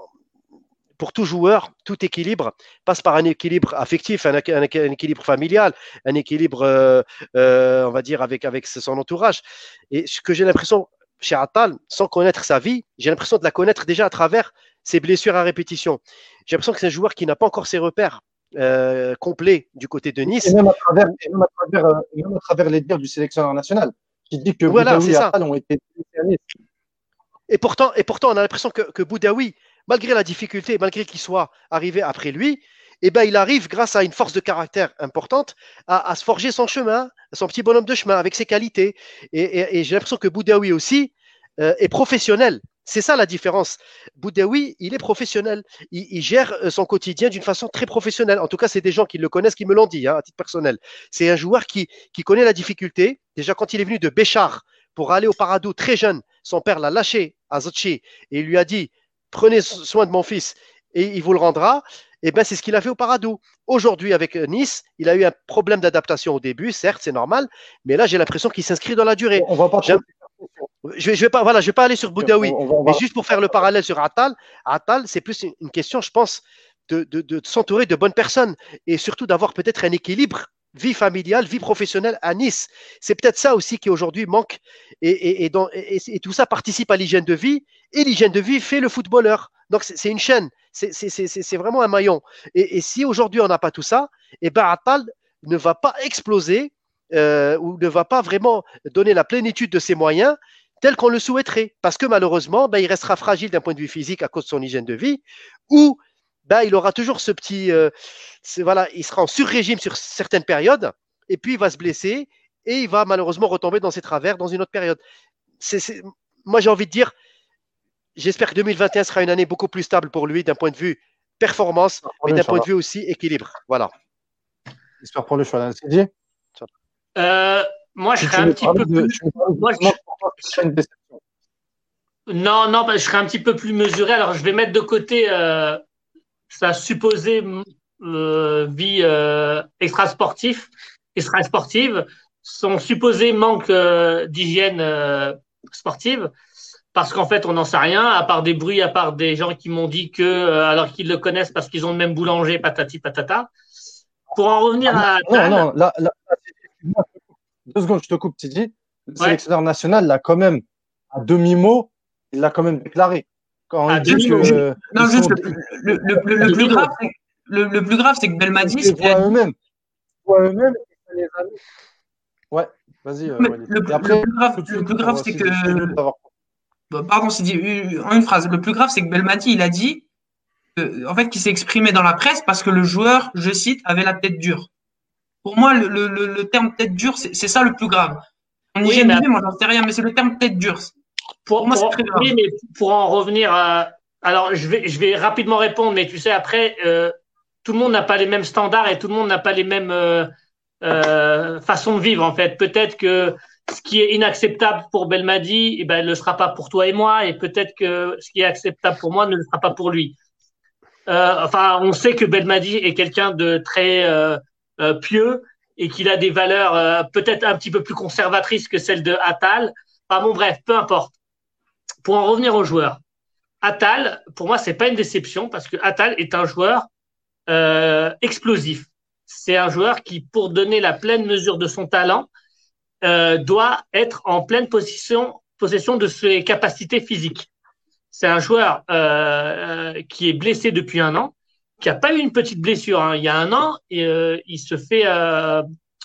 pour tout joueur, tout équilibre passe par un équilibre affectif, un, un, un équilibre familial, un équilibre, euh, euh, on va dire, avec, avec son entourage. Et ce que j'ai l'impression chez Attal, sans connaître sa vie, j'ai l'impression de la connaître déjà à travers ses blessures à répétition. J'ai l'impression que c'est un joueur qui n'a pas encore ses repères euh, complets du côté de Nice. Et même à travers, et même à travers, euh, et même à travers les dires du sélectionneur national, qui dit que voilà, Boudaoui et Attal ont été sélectionnés. Et pourtant, et pourtant, on a l'impression que, que Boudaoui, malgré la difficulté, malgré qu'il soit arrivé après lui, eh ben, il arrive, grâce à une force de caractère importante, à, à se forger son chemin, son petit bonhomme de chemin, avec ses qualités. Et, et, et j'ai l'impression que Boudaoui aussi euh, est professionnel. C'est ça la différence. Boudaoui, il est professionnel. Il, il gère son quotidien d'une façon très professionnelle. En tout cas, c'est des gens qui le connaissent, qui me l'ont dit, hein, à titre personnel. C'est un joueur qui, qui connaît la difficulté. Déjà, quand il est venu de Béchar pour aller au Paradou très jeune, son père l'a lâché à Zotchi et il lui a dit « Prenez soin de mon fils et il vous le rendra ». Et ben c'est ce qu'il a fait au Paradou. Aujourd'hui, avec Nice, il a eu un problème d'adaptation au début, certes, c'est normal, mais là, j'ai l'impression qu'il s'inscrit dans la durée. On va pas je, je vais pas, voilà, je vais pas aller sur Boudaoui, on va, on va... mais juste pour faire le parallèle sur Attal, Attal, c'est plus une question, je pense, de, de, de s'entourer de bonnes personnes et surtout d'avoir peut-être un équilibre vie familiale, vie professionnelle à Nice. C'est peut-être ça aussi qui aujourd'hui manque et, et, et, dans, et, et tout ça participe à l'hygiène de vie et l'hygiène de vie fait le footballeur. Donc c'est une chaîne, c'est vraiment un maillon. Et, et si aujourd'hui on n'a pas tout ça, et ben Attal ne va pas exploser euh, ou ne va pas vraiment donner la plénitude de ses moyens tel qu'on le souhaiterait. Parce que malheureusement, ben, il restera fragile d'un point de vue physique à cause de son hygiène de vie ou ben, il aura toujours ce petit, euh, voilà, il sera en sur-régime sur certaines périodes, et puis il va se blesser, et il va malheureusement retomber dans ses travers dans une autre période. C est, c est... Moi, j'ai envie de dire, j'espère que deux mille vingt et un sera une année beaucoup plus stable pour lui d'un point de vue performance, mais d'un point de vue aussi équilibre. Voilà. J'espère pour le choix. Sidi euh, Moi, je serais un petit peu de, plus. Moi, je... Non, non, bah, je serais un petit peu plus mesuré. Alors, je vais mettre de côté. Euh... sa supposée euh, vie euh, extra-sportive, extra-sportive, son supposé manque euh, d'hygiène euh, sportive, parce qu'en fait, on n'en sait rien, à part des bruits, à part des gens qui m'ont dit que, euh, alors qu'ils le connaissent parce qu'ils ont le même boulanger, patati patata. Pour en revenir ah, à. Non, Tal, non, là, là, là, deux secondes, je te coupe, Tidi. Le ouais. sélectionneur national l'a quand même, à demi-mot, il l'a quand même déclaré. Quand ah, juste, que, euh, non, juste sont... le, le, le, le, le, plus grave, le, le plus grave, c'est que Belmadi. Ils voient eux-mêmes. Ils voient eux-mêmes et ça les amène. Ouais, vas-y. Euh, le, le, après, le plus grave, le plus grave c'est que. Bah, pardon, c'est dit en une phrase. Le plus grave, c'est que Belmadi, il a dit, que, en fait, qu'il s'est exprimé dans la presse parce que le joueur, je cite, avait la tête dure. Pour moi, le, le, le terme tête dure, c'est ça le plus grave. En hygiène de vie, moi, j'en sais rien, mais c'est le terme tête dure. Pour, pour, oui, mais pour en revenir à, alors, je vais, je vais rapidement répondre, mais tu sais, après, euh, tout le monde n'a pas les mêmes standards et tout le monde n'a pas les mêmes euh, euh, façons de vivre, en fait. Peut-être que ce qui est inacceptable pour Belmadi, eh ben, ne le sera pas pour toi et moi, et peut-être que ce qui est acceptable pour moi ne le sera pas pour lui. Euh, enfin, on sait que Belmadi est quelqu'un de très euh, euh, pieux et qu'il a des valeurs euh, peut-être un petit peu plus conservatrices que celles de Attal. Enfin bon, bref, peu importe. Pour en revenir aux joueurs, Attal, pour moi, c'est pas une déception parce que Attal est un joueur euh, explosif. C'est un joueur qui, pour donner la pleine mesure de son talent, euh, doit être en pleine possession, possession de ses capacités physiques. C'est un joueur euh, qui est blessé depuis un an, qui n'a pas eu une petite blessure. Hein. Il y a un an, et, euh, il se fait euh,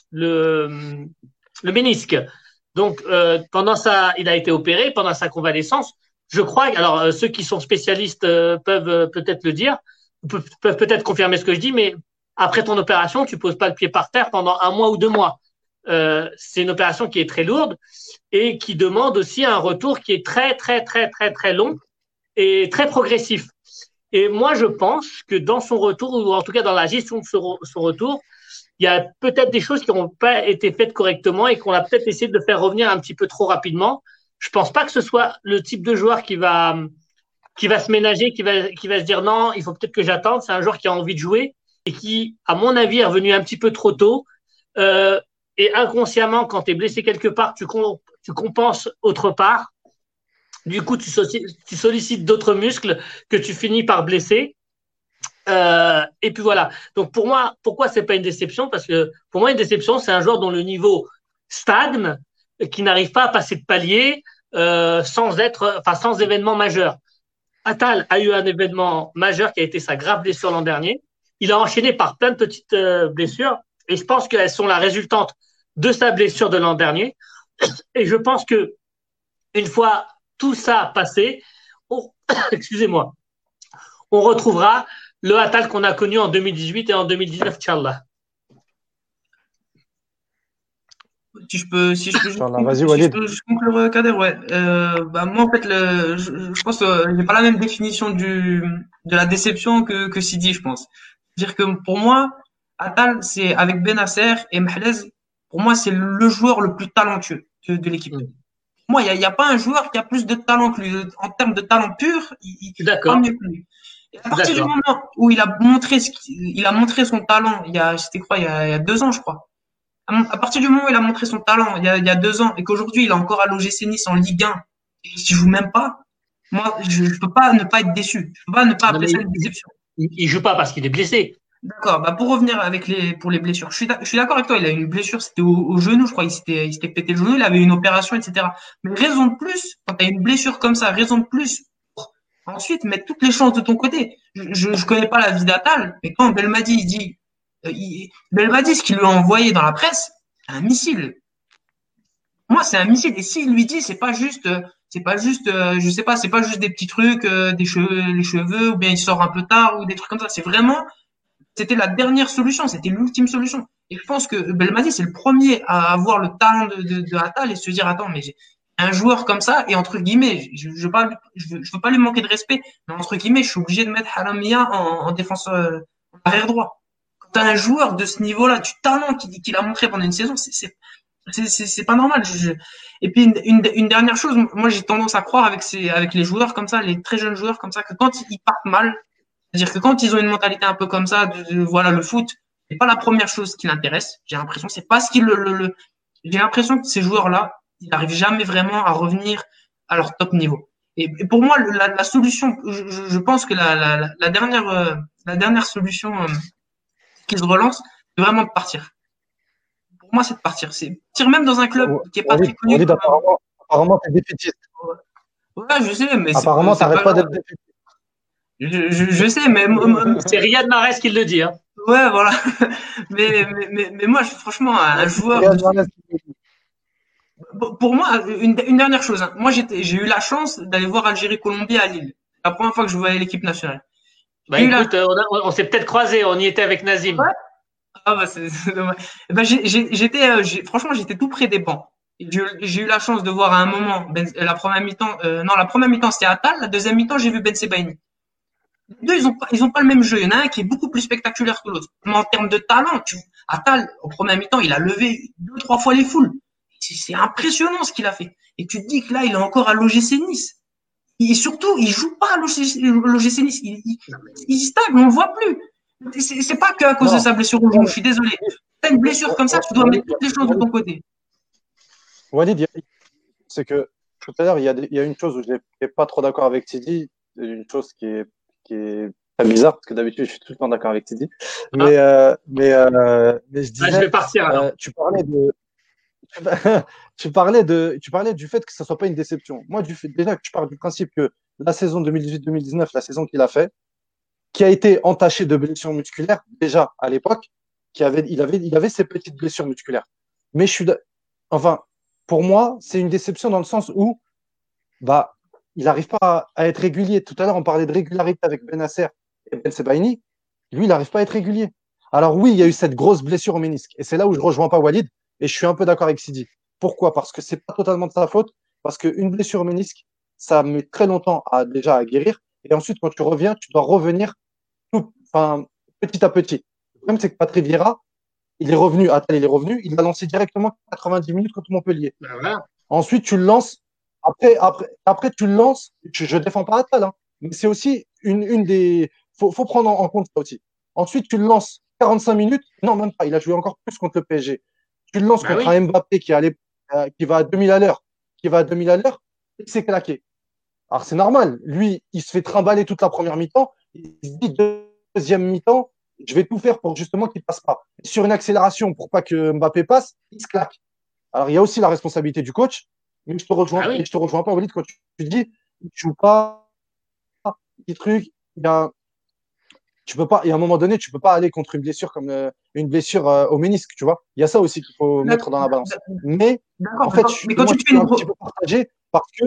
le, le ménisque. Donc, euh, pendant ça, il a été opéré pendant sa convalescence. Je crois, alors euh, ceux qui sont spécialistes euh, peuvent euh, peut-être le dire, peuvent, peuvent peut-être confirmer ce que je dis, mais après ton opération, tu poses pas le pied par terre pendant un mois ou deux mois. Euh, c'est une opération qui est très lourde et qui demande aussi un retour qui est très, très, très, très, très long et très progressif. Et moi, je pense que dans son retour, ou en tout cas dans la gestion de son, son retour, il y a peut-être des choses qui n'ont pas été faites correctement et qu'on a peut-être essayé de faire revenir un petit peu trop rapidement. Je pense pas que ce soit le type de joueur qui va, qui va se ménager, qui va, qui va se dire non, il faut peut-être que j'attende. C'est un joueur qui a envie de jouer et qui, à mon avis, est revenu un petit peu trop tôt. Euh, et inconsciemment, quand tu es blessé quelque part, tu, com- tu compenses autre part. Du coup, tu, so- tu sollicites d'autres muscles que tu finis par blesser. Euh, et puis voilà. Donc pour moi, pourquoi c'est pas une déception? Parce que pour moi, une déception, c'est un joueur dont le niveau stagne, qui n'arrive pas à passer de palier euh, sans être, enfin sans événement majeur. Attal a eu un événement majeur qui a été sa grave blessure l'an dernier. Il a enchaîné par plein de petites euh, blessures et je pense qu'elles sont la résultante de sa blessure de l'an dernier. Et je pense que une fois tout ça passé, on, excusez-moi, on retrouvera le Attal qu'on a connu en deux mille dix-huit et en deux mille dix-neuf, Inch'Allah. Si je peux, si je peux, juste, Vas-y, si Walid. je peux juste conclure, Kader, ouais. Euh, bah, moi, en fait, le, je, je pense que j'ai pas la même définition du, de la déception que, que Sidi, je pense. C'est-à-dire que pour moi, Attal, c'est avec Benasser et Mahrez, pour moi, c'est le joueur le plus talentueux de, de l'équipe. Mm. Pour moi, il y a, y a pas un joueur qui a plus de talent que lui. En termes de talent pur, il, il D'accord. pas mieux que lui. Et à partir du moment où il a montré ce qu'il, il a montré son talent, il y a, c'était quoi, il y a, il y a deux ans, je crois. À partir du moment où il a montré son talent, il y a, il y a deux ans, et qu'aujourd'hui, il est encore à l'O G C Nice en Ligue un, et qu'il joue même pas, moi, je, je peux pas ne pas être déçu. Je peux pas ne pas appeler ça une déception. Il, il joue pas parce qu'il est blessé. D'accord. Bah, pour revenir avec les, pour les blessures, je suis, je suis d'accord avec toi. Il a eu une blessure, c'était au, au genou, je crois. Il s'était, il s'était pété le genou, il avait une opération, et cetera. Mais raison de plus, quand tu as une blessure comme ça, raison de plus, pour ensuite mettre toutes les chances de ton côté. Je, je, je connais pas la vie d'Attal, mais quand Belmadi, il dit, euh, il, Belmadi, ce qu'il lui a envoyé dans la presse, c'est un missile. Moi, c'est un missile. Et s'il lui dit, c'est pas juste, c'est pas juste, euh, je sais pas, c'est pas juste des petits trucs, euh, des cheveux, les cheveux, ou bien il sort un peu tard, ou des trucs comme ça. C'est vraiment, c'était la dernière solution, c'était l'ultime solution. Et je pense que Belmadi, c'est le premier à avoir le talent de, de, de Attal et se dire, attends, mais j'ai un joueur comme ça, et entre guillemets, je, je veux pas, je veux, je veux pas lui manquer de respect, mais entre guillemets, je suis obligé de mettre Haramia en, en défense euh, arrière droit. Quand t'as un joueur de ce niveau-là, du talent qu'il, qu'il a montré pendant une saison, c'est, c'est, c'est, c'est, c'est pas normal. Je, je... Et puis une, une, une dernière chose, moi j'ai tendance à croire avec ces, avec les joueurs comme ça, les très jeunes joueurs comme ça, que quand ils partent mal, c'est-à-dire que quand ils ont une mentalité un peu comme ça, de, de voilà, le foot, c'est pas la première chose qui l'intéresse. J'ai l'impression, c'est pas ce qui le, le, le... j'ai l'impression que ces joueurs-là, ils n'arrivent jamais vraiment à revenir à leur top niveau. Et, et pour moi, la, la solution, je, je pense que la, la, la dernière, euh, la dernière solution euh, qui se relance, c'est vraiment de partir. Pour moi, c'est de partir. C'est partir même dans un club oh, qui est pas très connu. Apparemment, apparemment, t'es défaitiste. Ouais, je sais, mais apparemment, t'arrêtes pas, pas d'être défaitiste. Je, je, je sais, mais c'est Riyad Mahrez qui le dit. Hein. Ouais, voilà. mais, mais, mais, mais moi, je, franchement, un joueur. De... Pour moi, une, une dernière chose. Hein. Moi, j'étais, j'ai eu la chance d'aller voir Algérie-Colombie à Lille. La première fois que je voyais l'équipe nationale. Bah, écoute, la... on, a, on s'est peut-être croisés. On y était avec Nazim. Ouais. Ah bah c'est, c'est dommage. Bah, j'ai, j'ai, j'étais, j'ai, franchement, j'étais tout près des bancs. J'ai, j'ai eu la chance de voir à un moment ben, la première mi-temps. Euh, non, la première mi-temps c'était Attal. La deuxième mi-temps, j'ai vu Ben Sebaini. Les deux, ils ont pas, ils ont pas le même jeu. Il y en a un qui est beaucoup plus spectaculaire que l'autre. Mais en termes de talent, tu, Atal, au premier mi-temps, il a levé deux, trois fois les foules. C'est, c'est impressionnant ce qu'il a fait. Et tu te dis que là, il est encore à l'O G C Nice. Et surtout, il joue pas à l'O G C Nice. Il, il, il stagne, on le voit plus. C'est, c'est pas qu'à cause Non. de sa blessure au genou. Je suis désolé. T'as une blessure comme ça, tu dois mettre toutes les choses de ton côté. Walid, il y a- c'est que tout à l'heure, il y a, des- il y a une chose où je n'étais pas trop d'accord avec Sidi, une chose qui est, qui est très bizarre, parce que d'habitude, je suis tout le temps d'accord avec Sidi. Mais, euh, mais, euh, mais je Ah, je disais, vais partir alors. euh, tu parlais de, tu parlais de, tu parlais du fait que ça soit pas une déception. Moi, du fait, déjà que tu parles du principe que la saison deux mille dix-huit deux mille dix-neuf, la saison qu'il a fait, qui a été entachée de blessures musculaires, déjà à l'époque, qui avait, il avait, il avait ses petites blessures musculaires. Mais je suis, d'a- enfin, pour moi, c'est une déception dans le sens où, bah, il n'arrive pas à, à être régulier. Tout à l'heure, on parlait de régularité avec Benasser et Ben Sebaini. Lui, il n'arrive pas à être régulier. Alors oui, il y a eu cette grosse blessure au ménisque. Et c'est là où je rejoins pas Walid. Et je suis un peu d'accord avec Sidi. Pourquoi? Parce que c'est pas totalement de sa faute. Parce qu'une blessure au ménisque, ça met très longtemps à, déjà à guérir. Et ensuite, quand tu reviens, tu dois revenir tout, enfin, petit à petit. Le problème, c'est que Patrick Vieira, il est revenu, Attal, il est revenu, il a lancé directement quatre-vingt-dix minutes contre Montpellier. Ben voilà. Ensuite, tu le lances. Après, après, après tu le lances. Je ne défends pas Attal, hein, mais c'est aussi une, une des. Faut, faut prendre en, en compte ça aussi. Ensuite, tu le lances quarante-cinq minutes. Non, même pas. Il a joué encore plus contre le P S G. Tu le lances Ben contre oui. un Mbappé qui, allait, euh, qui va à deux mille à l'heure, qui va à deux mille à l'heure, et c'est claqué. Alors, c'est normal. Lui, il se fait trimballer toute la première mi-temps. Il se dit, deuxième mi-temps, je vais tout faire pour justement qu'il passe pas. Sur une accélération, pour pas que Mbappé passe, il se claque. Alors, il y a aussi la responsabilité du coach, mais je te rejoins, Ah oui. mais je te rejoins pas, Walid, quand tu, tu dis, tu joues pas, petit truc, il y a, tu peux pas, et à un moment donné, tu peux pas aller contre une blessure comme euh, une blessure euh, au ménisque, tu vois. Il y a ça aussi qu'il faut mettre dans la balance. Mais, en D'accord, fait, d'accord. je suis, Mais quand moi, tu je fais suis une un pro... petit peu partagé parce que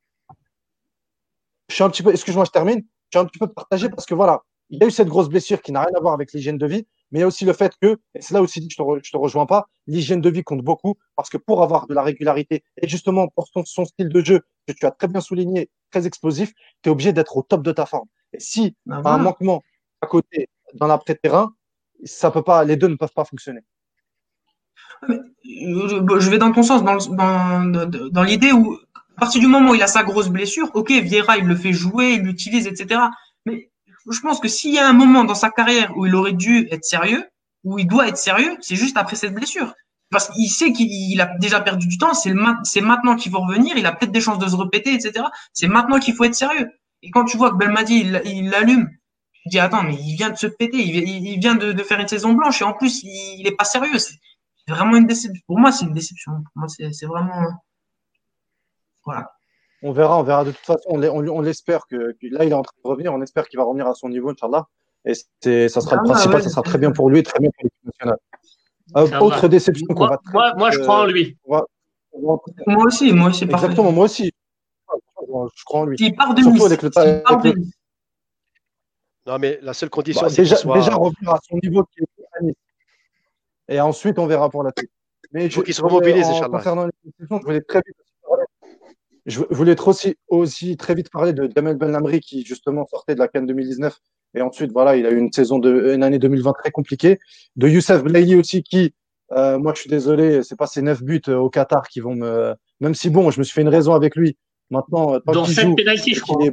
je suis un petit peu, excuse-moi, je termine. Je suis un petit peu partagé parce que voilà, il y a eu cette grosse blessure qui n'a rien à voir avec l'hygiène de vie, mais il y a aussi le fait que, et c'est là aussi que je te, re, je te rejoins pas, l'hygiène de vie compte beaucoup parce que pour avoir de la régularité et justement pour son, son style de jeu que tu as très bien souligné, très explosif, tu es obligé d'être au top de ta forme. Et si Ben tu as un voilà. manquement à côté dans l'après-terrain, ça peut pas, les deux ne peuvent pas fonctionner. Mais, euh, je vais dans ton sens, dans, le- dans, dans, dans l'idée où, à partir du moment où il a sa grosse blessure, ok, Vieira, il le fait jouer, il l'utilise, et cetera. Mais je pense que s'il y a un moment dans sa carrière où il aurait dû être sérieux, où il doit être sérieux, c'est juste après cette blessure. Parce qu'il sait qu'il a déjà perdu du temps, c'est, le, c'est maintenant qu'il faut revenir, il a peut-être des chances de se répéter, et cetera. C'est maintenant qu'il faut être sérieux. Et quand tu vois que Belmadi, il, il l'allume, tu te dis, attends, mais il vient de se péter, il, il vient de, de faire une saison blanche, et en plus, il, il est pas sérieux. C'est, c'est vraiment une déception. Pour moi, c'est une déception. Pour moi, c'est, c'est vraiment, voilà. On verra, on verra de toute façon, on, on, on l'espère que, que là, il est en train de revenir, on espère qu'il va revenir à son niveau, Inch'Allah. Et c'est, ça sera le Ah, ouais, principal, ouais, ça sera très bien pour lui, très bien pour l'équipe nationale. Euh, Ça autre va. déception qu'on Moi, va très moi, vite, moi, je crois en euh, lui. on va- on va- moi aussi, moi aussi, pareil. exactement, moi aussi, je crois en lui. S'il part de Surtout Nice, avec le, s'il part avec de le Nice. Non, mais la seule condition, bah, c'est qu'il déjà, déjà soit. revenir à son niveau qui était à Nice. Et ensuite, on verra pour la suite. Mais Il faut je, qu'il se je voulais, remobilise, en Inch'Allah. concernant les déceptions, je voulais très vite parler. Je voulais trop aussi, aussi très vite parler de Jamel Benlamri qui justement sortait de la CAN deux mille dix-neuf et ensuite voilà il a eu une saison de une année deux mille vingt très compliquée. De Youssef Blaili aussi qui euh, moi je suis désolé c'est pas ces neuf buts euh, au Qatar qui vont me même si bon je me suis fait une raison avec lui maintenant euh, tant Dont qu'il sept joue pénaltys, et je qu'il crois. est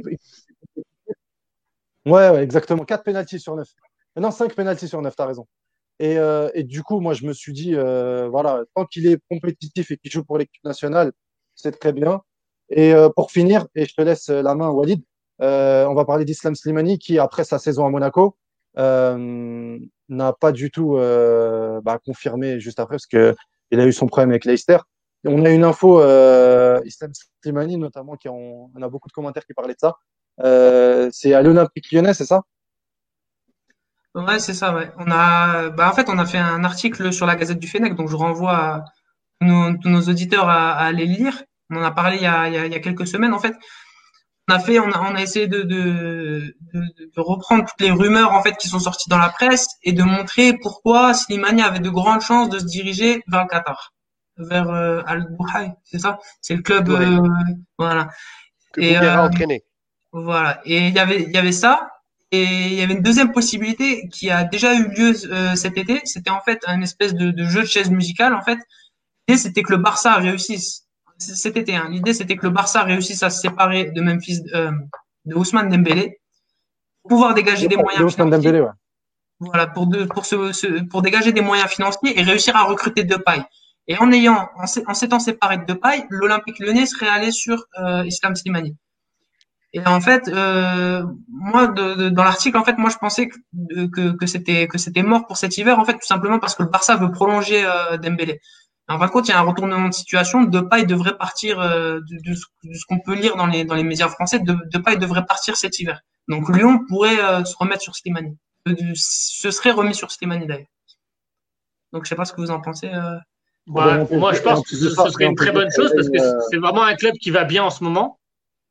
ouais, ouais exactement quatre pénaltys sur neuf non cinq pénaltys sur neuf t'as raison et, euh, et du coup moi je me suis dit euh, voilà tant qu'il est compétitif et qu'il joue pour l'équipe nationale c'est très bien. Et euh, pour finir, et je te laisse la main, Walid, euh, on va parler d'Islam Slimani qui, après sa saison à Monaco, euh, n'a pas du tout euh, bah, confirmé juste après parce que il a eu son problème avec Leicester. On a une info, euh, Islam Slimani notamment, qui on, on a beaucoup de commentaires qui parlaient de ça. Euh, c'est à l'Olympique Lyonnais, c'est ça? Ouais, c'est ça, ouais. On a, bah, en fait, on a fait un article sur la Gazette du Fennec, donc je renvoie à nos, tous nos auditeurs à, à aller le lire. On en a parlé il y a, il y a, il y a quelques semaines, en fait. On a fait, on a, on a essayé de, de, de, de reprendre toutes les rumeurs, en fait, qui sont sorties dans la presse et de montrer pourquoi Slimani avait de grandes chances de se diriger vers le Qatar, vers euh, Al-Duhaï, c'est ça? C'est le club, Douai, euh, voilà. que Et, Bouguera a euh, entraîné. voilà. Et il y avait, il y avait ça. Et il y avait une deuxième possibilité qui a déjà eu lieu euh, cet été. C'était en fait un espèce de, de jeu de chaise musicale. En fait, l'idée c'était que le Barça réussisse cet été. Hein, l'idée c'était que le Barça réussisse à se séparer de Memphis, euh, de Ousmane Dembélé, pour pouvoir dégager des moyens De Ousmane financiers. Dembélé, ouais. Voilà, pour de, pour ce, ce, pour dégager des moyens financiers et réussir à recruter Depay. Et en ayant, en, en s'étant séparé de Depay, l'Olympique Lyonnais serait allé sur euh, Islam Slimani. Et en fait, euh, moi, de, de, dans l'article, en fait, moi, je pensais que, que, que c'était que c'était mort pour cet hiver, en fait, tout simplement parce que le Barça veut prolonger euh, Dembélé. Et en fin de compte, il y a un retournement de situation. Depay devrait partir, euh, de, de, de ce qu'on peut lire dans les dans les médias français, de, Depay devrait partir cet hiver. Donc Lyon pourrait euh, se remettre sur Slimani. Euh, se serait remis sur Slimani d'ailleurs. Donc je sais pas ce que vous en pensez. Euh... Ouais, moi, je pense que ce, ce serait une très bonne chose parce que c'est vraiment un club qui va bien en ce moment.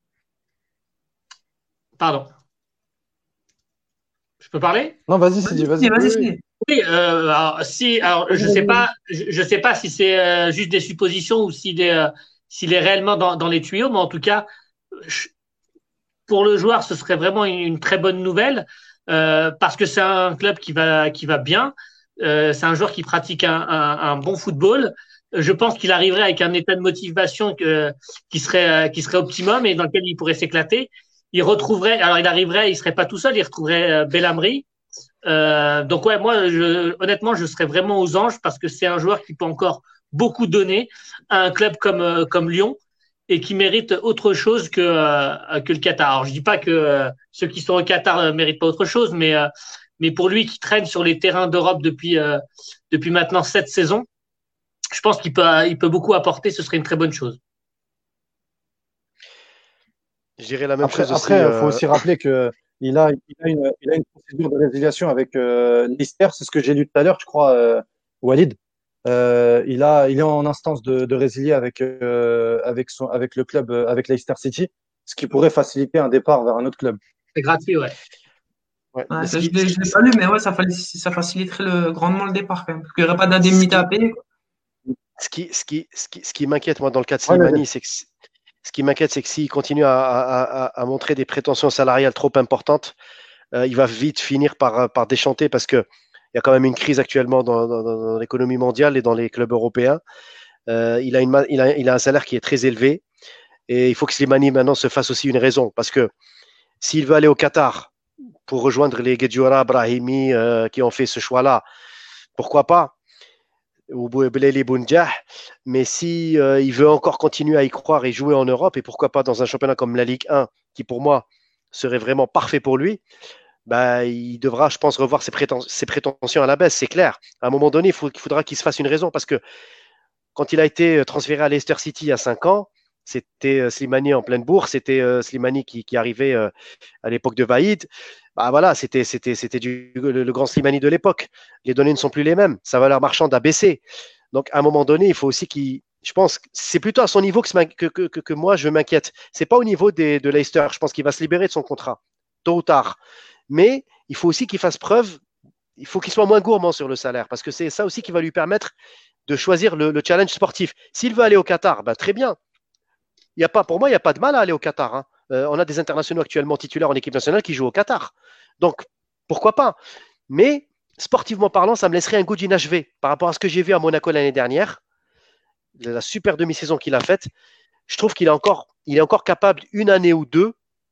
Pardon. Je peux parler? Non, vas-y, Sidi, vas-y. Vas-y, Sidi. Oui, euh, alors, si, alors, je sais pas, je, je sais pas si c'est euh, juste des suppositions ou s'il est, euh, s'il est réellement dans, dans les tuyaux, mais en tout cas, je, pour le joueur, ce serait vraiment une, une très bonne nouvelle euh, parce que c'est un club qui va, qui va bien. Euh, c'est un joueur qui pratique un, un, un bon football. Je pense qu'il arriverait avec un état de motivation que, qui serait, qui serait optimum et dans lequel il pourrait s'éclater. Il retrouverait, alors il arriverait, il serait pas tout seul, il retrouverait euh, Belhamri. Euh, donc ouais, moi, je, honnêtement, je serais vraiment aux anges parce que c'est un joueur qui peut encore beaucoup donner à un club comme euh, comme Lyon et qui mérite autre chose que euh, que le Qatar. Alors je dis pas que euh, ceux qui sont au Qatar ne méritent pas autre chose, mais euh, mais pour lui qui traîne sur les terrains d'Europe depuis euh, depuis maintenant sept saisons, je pense qu'il peut il peut beaucoup apporter. Ce serait une très bonne chose. Je dirais la même après, chose après, aussi. il euh... faut aussi rappeler que il a, il a, une, il a une procédure de résiliation avec euh, Leicester. C'est ce que j'ai lu tout à l'heure, je crois, euh, Walid. Euh, il a, il est en instance de, de résilier avec euh, avec son, avec le club, euh, avec Leicester City, ce qui pourrait faciliter un départ vers un autre club. C'est gratuit, ouais. Ouais, ouais, ça, je ne l'ai pas lu, mais ouais, ça, ça faciliterait le, grandement le départ quand même, parce qu'il n'y aurait pas d'indemnité à payer. Quoi. Ce qui, ce qui, ce qui, ce qui m'inquiète moi dans le cas de Slimani, ouais, ouais. c'est que ce qui m'inquiète, c'est que s'il continue à, à, à, à montrer des prétentions salariales trop importantes, euh, il va vite finir par, par déchanter parce que il y a quand même une crise actuellement dans, dans, dans l'économie mondiale et dans les clubs européens. Euh, il, a une, il, a, il a un salaire qui est très élevé et il faut que Slimani maintenant se fasse aussi une raison parce que s'il veut aller au Qatar pour rejoindre les Guedioura, Brahimi euh, qui ont fait ce choix-là, pourquoi pas? Ou Belali Bounjah, mais si euh, il veut encore continuer à y croire et jouer en Europe, et pourquoi pas dans un championnat comme la Ligue un, qui pour moi serait vraiment parfait pour lui, bah, il devra, je pense, revoir ses, prétens- ses prétentions à la baisse, c'est clair. À un moment donné, il, faut, il faudra qu'il se fasse une raison, parce que quand il a été transféré à Leicester City il y a cinq ans, c'était euh, Slimani en pleine bourse, c'était euh, Slimani qui, qui arrivait euh, à l'époque de Vaïd. Bah voilà, c'était, c'était, c'était du, le, le grand Slimani de l'époque. Les données ne sont plus les mêmes. Sa valeur marchande a baissé. Donc, à un moment donné, il faut aussi qu'il. Je pense que c'est plutôt à son niveau que, que, que, que moi, je m'inquiète. C'est pas au niveau des, de Leicester. Je pense qu'il va se libérer de son contrat, tôt ou tard. Mais il faut aussi qu'il fasse preuve. Il faut qu'il soit moins gourmand sur le salaire, parce que c'est ça aussi qui va lui permettre de choisir le, le challenge sportif. S'il veut aller au Qatar, bah, très bien. Il y a pas, pour moi, il n'y a pas de mal à aller au Qatar. Hein. Euh, on a des internationaux actuellement titulaires en équipe nationale qui jouent au Qatar. Donc, pourquoi pas? Mais, sportivement parlant, ça me laisserait un goût d'inachevé par rapport à ce que j'ai vu à Monaco l'année dernière, la super demi-saison qu'il a faite. Je trouve qu'il est encore, il est encore capable, une année ou deux,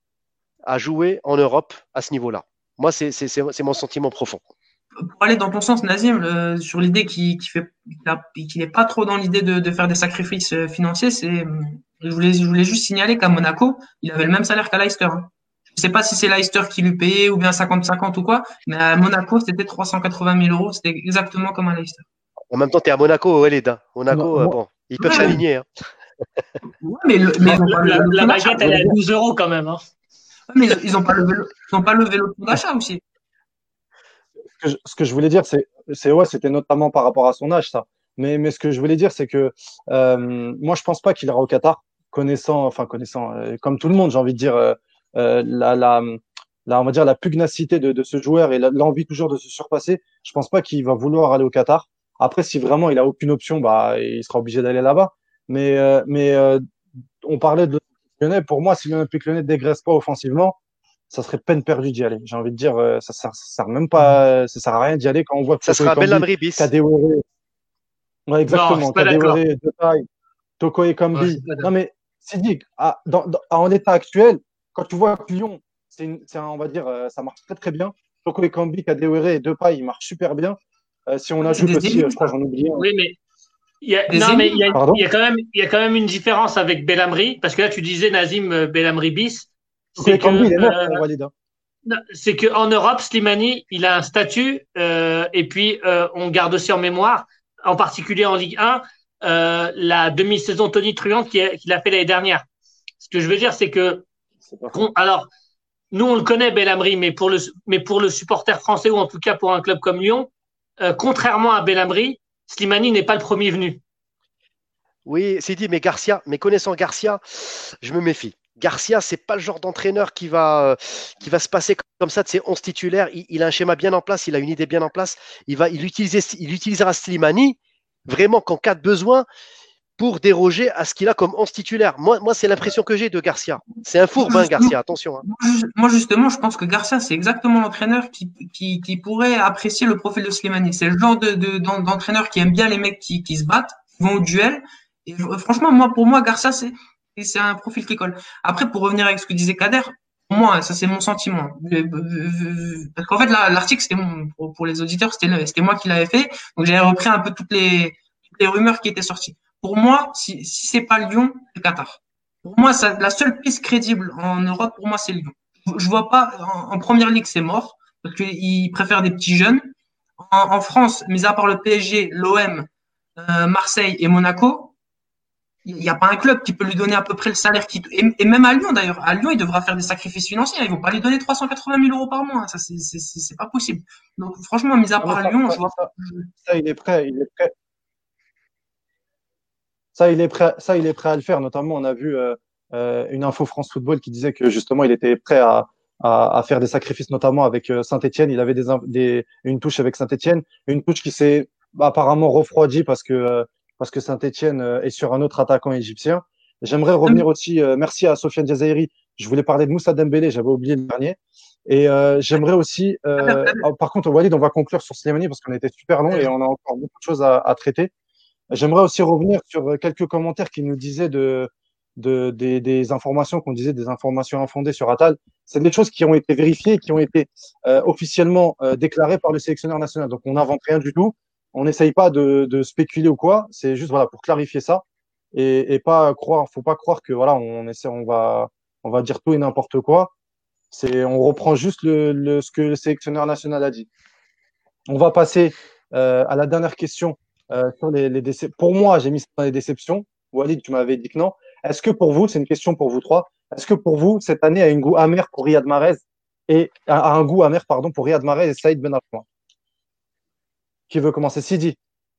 à jouer en Europe à ce niveau-là. Moi, c'est, c'est, c'est, c'est mon sentiment profond. Pour aller dans ton sens, Nazim, euh, sur l'idée qu'il qui fait, qu'il n'est pas trop dans l'idée de, de faire des sacrifices financiers, c'est, je voulais, je voulais juste signaler qu'à Monaco, il avait le même salaire qu'à Leicester. Hein. Je ne sais pas si c'est Leicester qui lui payait ou bien cinquante cinquante ou quoi, mais à Monaco, c'était trois cent quatre-vingt mille euros. C'était exactement comme à Leicester. En même temps, tu es à Monaco, Walid. Hein. Monaco, non, euh, bon, ils peuvent ouais. s'aligner. Hein. Ouais, mais le, mais la, la, le la baguette, elle est à douze euros quand même. Hein. Mais ils n'ont pas levé le, ils ont pas levé le prix d'achat aussi. Ce que, je, ce que je voulais dire, c'est, c'est ouais, c'était notamment par rapport à son âge, ça. Mais, mais ce que je voulais dire, c'est que euh, moi, je pense pas qu'il ira au Qatar, connaissant, enfin connaissant, euh, comme tout le monde, j'ai envie de dire, euh, euh, la, la, la, on va dire la pugnacité de, de ce joueur et la, l'envie toujours de se surpasser. Je pense pas qu'il va vouloir aller au Qatar. Après, si vraiment il a aucune option, bah, il sera obligé d'aller là-bas. Mais, euh, mais euh, on parlait de l'Olympique Lyonnais. Pour moi, si l'Olympique Lyonnais ne dégraisse pas offensivement, ça serait peine perdue d'y aller. J'ai envie de dire, euh, ça, ça, ça sert même pas, ça sert à rien d'y aller quand on voit que Ça Toko sera Ekambi, Belhamri bis. Kadewere, ouais, Non, je exactement, suis pas d'accord. Kadewere, Depay, Toko Ouais, je Ekambi. suis pas Non, d'accord. mais Sidi, à- dans, dans- en état actuel, quand tu vois que Lyon, c'est une- c'est un- on va dire, euh, ça marche très très bien. Toko Ekambi, Kadewere et Depay, ils marchent super bien. Euh, si on Ouais, c'est ajoute des aussi, euh, ailiers, je crois, ça. j'en oublie un. Oui, mais il y a, Des non, mais il ailiers, y a, ça. il y Pardon? a quand même, il y a quand même une différence avec Belhamri, parce que là, tu disais Nazim euh, Belhamri bis, Toko c'est Ekambi, que, il est neuf, euh, hein, Walid, hein. non, c'est que en Europe, Slimani, il a un statut, euh, et puis euh, on garde aussi en mémoire, en particulier en Ligue un, euh, la demi-saison tonitruante qu'il a, qu'il a fait l'année dernière. Ce que je veux dire, c'est que, C'est pas faux. qu'on- alors, nous, on le connaît, Belhamri, mais pour le, mais pour le supporter français, ou en tout cas pour un club comme Lyon, euh, contrairement à Belhamri, Slimani n'est pas le premier venu. Oui, c'est dit, mais Garcia, mais connaissant Garcia, je me méfie. Garcia, c'est pas le genre d'entraîneur qui va, euh, qui va se passer comme ça de ses onze titulaires. Il, il a un schéma bien en place, il a une idée bien en place. Il, va, il, utiliser, il utilisera Slimani vraiment qu'en cas de besoin pour déroger à ce qu'il a comme onze titulaires. Moi, moi c'est l'impression que j'ai de Garcia. C'est un Moi, fourbe, hein, justement, Garcia, attention. Hein. moi, justement, je pense que Garcia, c'est exactement l'entraîneur qui, qui, qui pourrait apprécier le profil de Slimani. C'est le genre de, de, d'en- d'entraîneur qui aime bien les mecs qui, qui se battent, qui vont au duel. Et euh, franchement, moi, pour moi, Garcia, c'est, c'est un profil qui colle. Après, pour revenir avec ce que disait Kader, pour moi, ça, c'est mon sentiment. Euh, euh, Parce qu'en fait, là, l'article, c'était mon, pour, pour les auditeurs, c'était, le- c'était moi qui l'avais fait. Donc, j'avais repris un peu toutes les, toutes les rumeurs qui étaient sorties. Pour moi, si, si c'est pas Lyon, c'est Qatar. Pour moi, ça, la seule piste crédible en Europe, pour moi, c'est Lyon. Je, je vois pas, en, en première ligue, c'est mort, parce qu'ils préfèrent des petits jeunes. En, en France, mis à part le P S G, l'O M, euh, Marseille et Monaco, il n'y a pas un club qui peut lui donner à peu près le salaire qu'il, et, et même à Lyon d'ailleurs. À Lyon, il devra faire des sacrifices financiers. Ils vont pas lui donner trois cent quatre-vingt mille euros par mois. Ça, c'est, c'est, c'est c'est pas possible. Donc, franchement, mis à Non, mais part ça, Lyon, ça, je vois, ça, ça, il est prêt, il est prêt. Ça, il est prêt, ça, il est prêt à le faire. Notamment, on a vu euh, euh, une info France Football qui disait que justement, il était prêt à, à, à faire des sacrifices, notamment avec euh, Saint-Etienne. Il avait des, in- des, une touche avec Saint-Etienne, une touche qui s'est bah, apparemment refroidie parce que, euh, parce que Saint-Etienne euh, est sur un autre attaquant égyptien. J'aimerais revenir aussi, euh, merci à Sofiane Jazairi. Je voulais parler de Moussa Dembélé, j'avais oublié le dernier. Et euh, j'aimerais aussi, euh, oh, par contre, Walid, on va conclure sur Slimani parce qu'on était super long et on a encore beaucoup de choses à, à traiter. J'aimerais aussi revenir sur euh, quelques commentaires qui nous disaient de, de, des, des informations qu'on disait, des informations infondées sur Attal. C'est des choses qui ont été vérifiées, qui ont été euh, officiellement euh, déclarées par le sélectionneur national. Donc, on n'invente rien du tout. On n'essaye pas de, de spéculer ou quoi. C'est juste voilà pour clarifier ça et, et pas croire. Faut pas croire que voilà on essaie, on va, on va dire tout et n'importe quoi. C'est, on reprend juste le, le, ce que le sélectionneur national a dit. On va passer euh, à la dernière question euh, sur les, les décep- Pour moi, j'ai mis ça dans les déceptions. Walid, tu m'avais dit que non. Est-ce que pour vous, c'est une question pour vous trois, est-ce que pour vous, cette année a un goût amer pour Riyad Mahrez et a un goût amer pardon, pour Riyad Mahrez et Saïd Benrahma? Qui veut commencer? Sidi.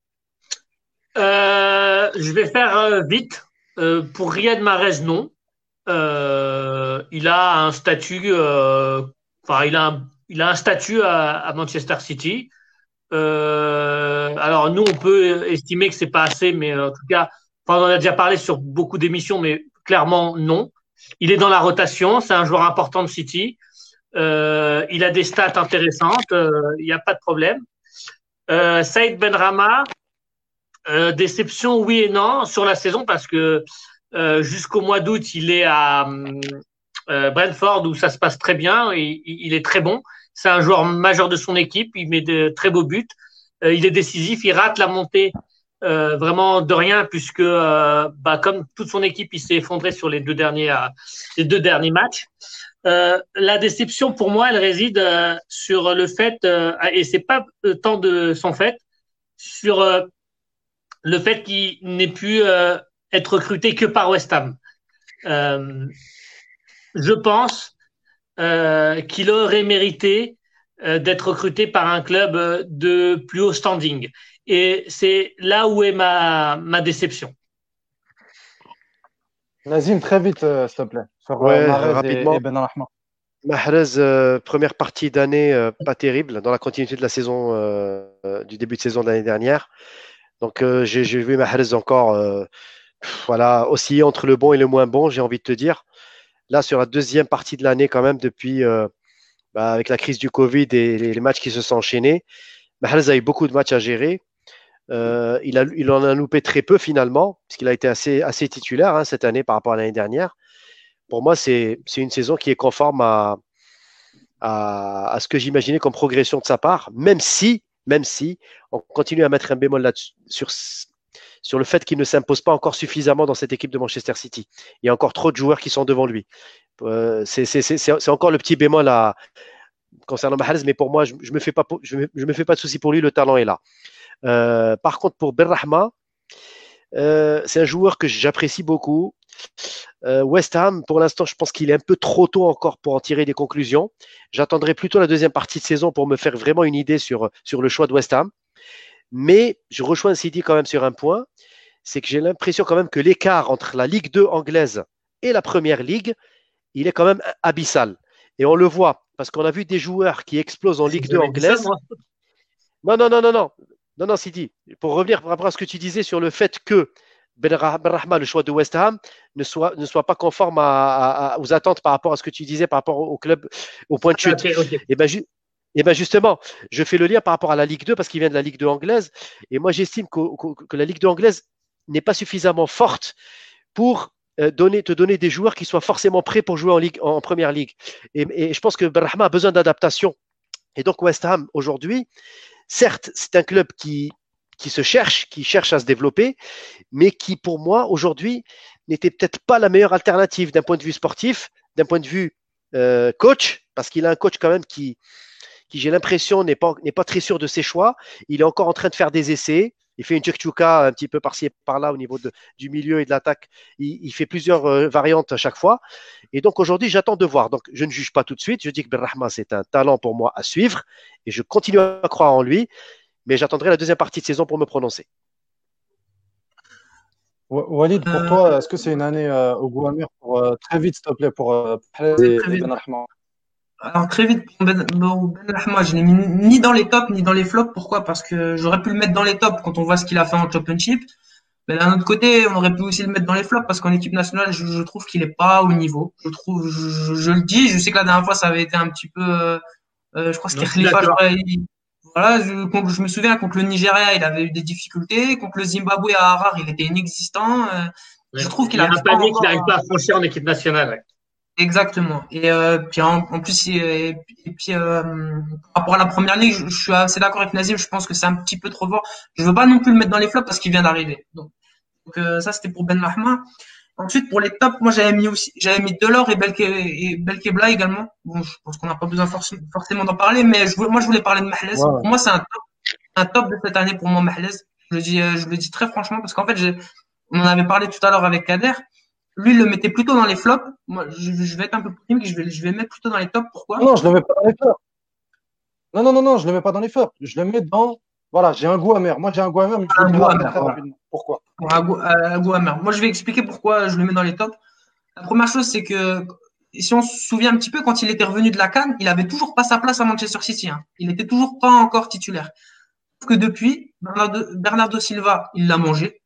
Euh, je vais faire euh, vite. Euh, pour Riyad Mahrez, non. Euh, il a un statut, euh, enfin, il a un, il a un statut à, à Manchester City. Euh, alors nous, on peut estimer que c'est pas assez, mais en tout cas, enfin, on en a déjà parlé sur beaucoup d'émissions, mais clairement non. Il est dans la rotation, c'est un joueur important de City. Euh, il a des stats intéressantes, euh, il n'y a pas de problème. Euh, Saïd Benrahma, euh, déception, oui et non sur la saison parce que euh, jusqu'au mois d'août, il est à euh, Brentford où ça se passe très bien et il est très bon. C'est un joueur majeur de son équipe, il met de très beaux buts, euh, il est décisif, il rate la montée euh, vraiment de rien puisque euh, bah, comme toute son équipe, il s'est effondré sur les deux derniers, euh, les deux derniers matchs. Euh, la déception pour moi, elle réside euh, sur le fait, euh, et c'est pas tant de son fait, sur euh, le fait qu'il n'ait pu euh, être recruté que par West Ham. Euh, je pense euh, qu'il aurait mérité euh, d'être recruté par un club de plus haut standing. Et c'est là où est ma, ma déception. Nazim, très vite, euh, s'il te plaît, sur euh, Ouais, Mahrez et, rapidement. et Benrahma. Mahrez, euh, première partie d'année euh, pas terrible dans la continuité de la saison, euh, euh, du début de saison de l'année dernière. Donc euh, j'ai j'ai vu Mahrez encore euh, pff, voilà, osciller entre le bon et le moins bon, j'ai envie de te dire. là, sur la deuxième partie de l'année, quand même, depuis, euh, bah, avec la crise du Covid et les, les matchs qui se sont enchaînés, Mahrez a eu beaucoup de matchs à gérer. Euh, il, a, il en a loupé très peu finalement, puisqu'il a été assez, assez titulaire hein, cette année par rapport à l'année dernière. Pour moi, c'est une saison qui est conforme à, à, à ce que j'imaginais comme progression de sa part, même si, même si on continue à mettre un bémol là-dessus sur, sur le fait qu'il ne s'impose pas encore suffisamment dans cette équipe de Manchester City. Il y a encore trop de joueurs qui sont devant lui. Euh, c'est encore le petit bémol à, concernant Mahrez, mais pour moi, je ne me, fais pas, je me, je me fais pas de soucis pour lui, le talent est là. Euh, par contre, pour Benrahma, euh, c'est un joueur que j'apprécie beaucoup. Euh, West Ham, pour l'instant, je pense qu'il est un peu trop tôt encore pour en tirer des conclusions. J'attendrai plutôt la deuxième partie de saison pour me faire vraiment une idée sur, sur le choix de West Ham. Mais je rejoins Sidi quand même sur un point, c'est que j'ai l'impression quand même que l'écart entre la Ligue deux anglaise et la Première Ligue, il est quand même abyssal. Et on le voit, parce qu'on a vu des joueurs qui explosent en Ligue deux anglaise. Ça, non, non, non, non, non. Non, non, Sidi, pour revenir par rapport à ce que tu disais sur le fait que Benrahma, le choix de West Ham, ne soit, ne soit pas conforme à, à, aux attentes par rapport à ce que tu disais par rapport au club, au point de chute. Okay, okay. Et bien, ju et ben justement, je fais le lien par rapport à la Ligue deux parce qu'il vient de la Ligue deux anglaise. Et moi, j'estime que, que, que la Ligue deux anglaise n'est pas suffisamment forte pour euh, donner, te donner des joueurs qui soient forcément prêts pour jouer en, ligue, en, en Première Ligue. Et, et je pense que Benrahma a besoin d'adaptation. Et donc, West Ham, aujourd'hui, certes, c'est un club qui, qui se cherche, qui cherche à se développer, mais qui, pour moi, aujourd'hui, n'était peut-être pas la meilleure alternative d'un point de vue sportif, d'un point de vue euh, coach, parce qu'il a un coach quand même qui, qui j'ai l'impression, n'est pas, n'est pas très sûr de ses choix. Il est encore en train de faire des essais. Il fait une tchouka un petit peu par-ci et par-là au niveau de, du milieu et de l'attaque. Il, il fait plusieurs euh, variantes à chaque fois. Et donc aujourd'hui, j'attends de voir. Donc je ne juge pas tout de suite. Je dis que Benrahma, c'est un talent pour moi à suivre et je continue à croire en lui. Mais j'attendrai la deuxième partie de saison pour me prononcer. Walid, pour euh... toi, est-ce que c'est une année euh, au goût amer pour euh, très vite, s'il te plaît, pour euh, Benrahma? Alors très vite, Ben, Benrahma, je l'ai mis ni dans les tops ni dans les flops. Pourquoi? Parce que j'aurais pu le mettre dans les tops quand on voit ce qu'il a fait en Championship. Mais d'un autre côté, on aurait pu aussi le mettre dans les flops parce qu'en équipe nationale, je, je trouve qu'il est pas au niveau. Je trouve, je, je, je le dis, je sais que la dernière fois, ça avait été un petit peu, euh, je crois que c'était Khalifa. Voilà, je, je me souviens contre le Nigeria, il avait eu des difficultés. Contre le Zimbabwe à Harar, il était inexistant. Euh, ouais, je trouve qu'il a un panier qu'il n'arrive pas à franchir en équipe nationale. Ouais. Exactement. Et euh, puis en, en plus, et, et puis euh, par rapport à la première ligue, je, je suis assez d'accord avec Nazim. Je pense que c'est un petit peu trop fort. Je veux pas non plus le mettre dans les flops parce qu'il vient d'arriver. Donc, donc euh, ça c'était pour Benrahma. Ensuite pour les tops, moi j'avais mis aussi, j'avais mis Delors et, Belke, et Belkebla également. Bon, je pense qu'on n'a pas besoin forc- forcément d'en parler, mais je, moi je voulais parler de Mahrez. Ouais. Pour moi c'est un top, un top de cette année pour moi Mahrez. Je le dis, je le dis très franchement parce qu'en fait, j'ai, on en avait parlé tout à l'heure avec Kader. Lui, il le mettait plutôt dans les flops. Moi, je, je vais être un peu plus je vais, je vais le mettre plutôt dans les tops. Pourquoi? Non, je le mets pas dans les flops. Non, non, non, non, je le mets pas dans les flops. Je le mets dans. Voilà, j'ai un goût amer. Moi, j'ai un goût amer, mais je un le goût amer, très voilà. rapidement. Pourquoi? Un goût, un goût amer. Moi, je vais expliquer pourquoi je le mets dans les tops. La première chose, c'est que si on se souvient un petit peu, quand il était revenu de la CAN, il avait toujours pas sa place à Manchester City. Hein. Il était toujours pas encore titulaire. Sauf que depuis, Bernardo, Bernardo Silva, il l'a mangé.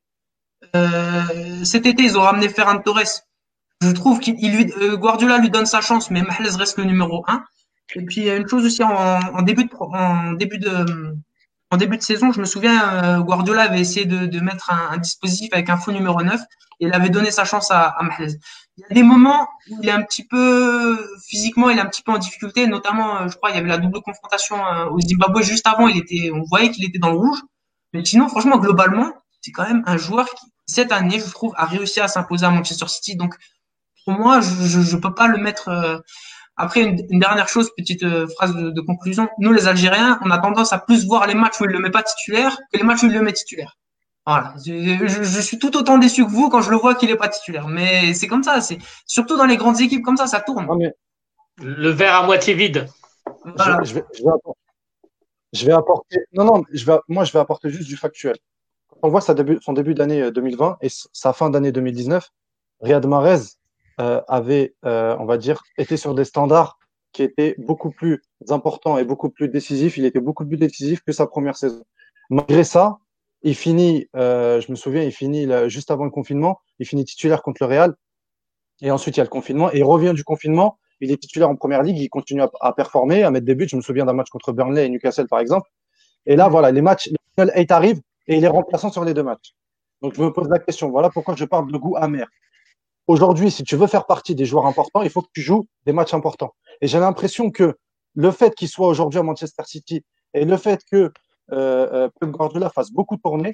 Euh, cet été, ils ont ramené Ferran Torres. Je trouve qu'il lui, euh, Guardiola lui donne sa chance, mais Mahrez reste le numéro un. Et puis il y a une chose aussi en, en début de en début de en début de saison, je me souviens, euh, Guardiola avait essayé de, de mettre un, un dispositif avec un faux numéro neuf et il avait donné sa chance à, à Mahrez. Il y a des moments où il est un petit peu physiquement, il est un petit peu en difficulté, notamment, je crois, il y avait la double confrontation euh, au Zimbabwe juste avant, il était, on voyait qu'il était dans le rouge. Mais sinon, franchement, globalement, c'est quand même un joueur qui cette année, je trouve, a réussi à s'imposer à Manchester City. Donc pour moi, je je, je peux pas le mettre. Euh... Après, une, une dernière chose, petite euh, phrase de, de conclusion. Nous, les Algériens, on a tendance à plus voir les matchs où il le met pas titulaire que les matchs où il le met titulaire. Voilà. Je, je, je suis tout autant déçu que vous quand je le vois qu'il est pas titulaire. Mais c'est comme ça. C'est surtout dans les grandes équipes comme ça, ça tourne. Non, mais... Le verre à moitié vide. Voilà. Je, je, vais, je, vais apporter, je vais apporter. Non, non. Je vais, moi, je vais apporter juste du factuel. Quand on voit sa début, son début d'année deux mille vingt et sa fin d'année deux mille dix-neuf, Riyad Mahrez Euh, avait, euh, on va dire, été sur des standards qui étaient beaucoup plus importants et beaucoup plus décisifs. Il était beaucoup plus décisif que sa première saison. Malgré ça, il finit, euh, je me souviens, il finit là, juste avant le confinement, il finit titulaire contre le Real. Et ensuite, il y a le confinement. Et il revient du confinement. Il est titulaire en première ligue. Il continue à, à performer, à mettre des buts. Je me souviens d'un match contre Burnley et Newcastle, par exemple. Et là, voilà, les matchs, le Final Eight arrive et il est remplaçant sur les deux matchs. Donc, je me pose la question. Voilà pourquoi je parle de goût amer. Aujourd'hui, si tu veux faire partie des joueurs importants, il faut que tu joues des matchs importants. Et j'ai l'impression que le fait qu'il soit aujourd'hui à Manchester City et le fait que euh, euh, Pep Guardiola fasse beaucoup tourner,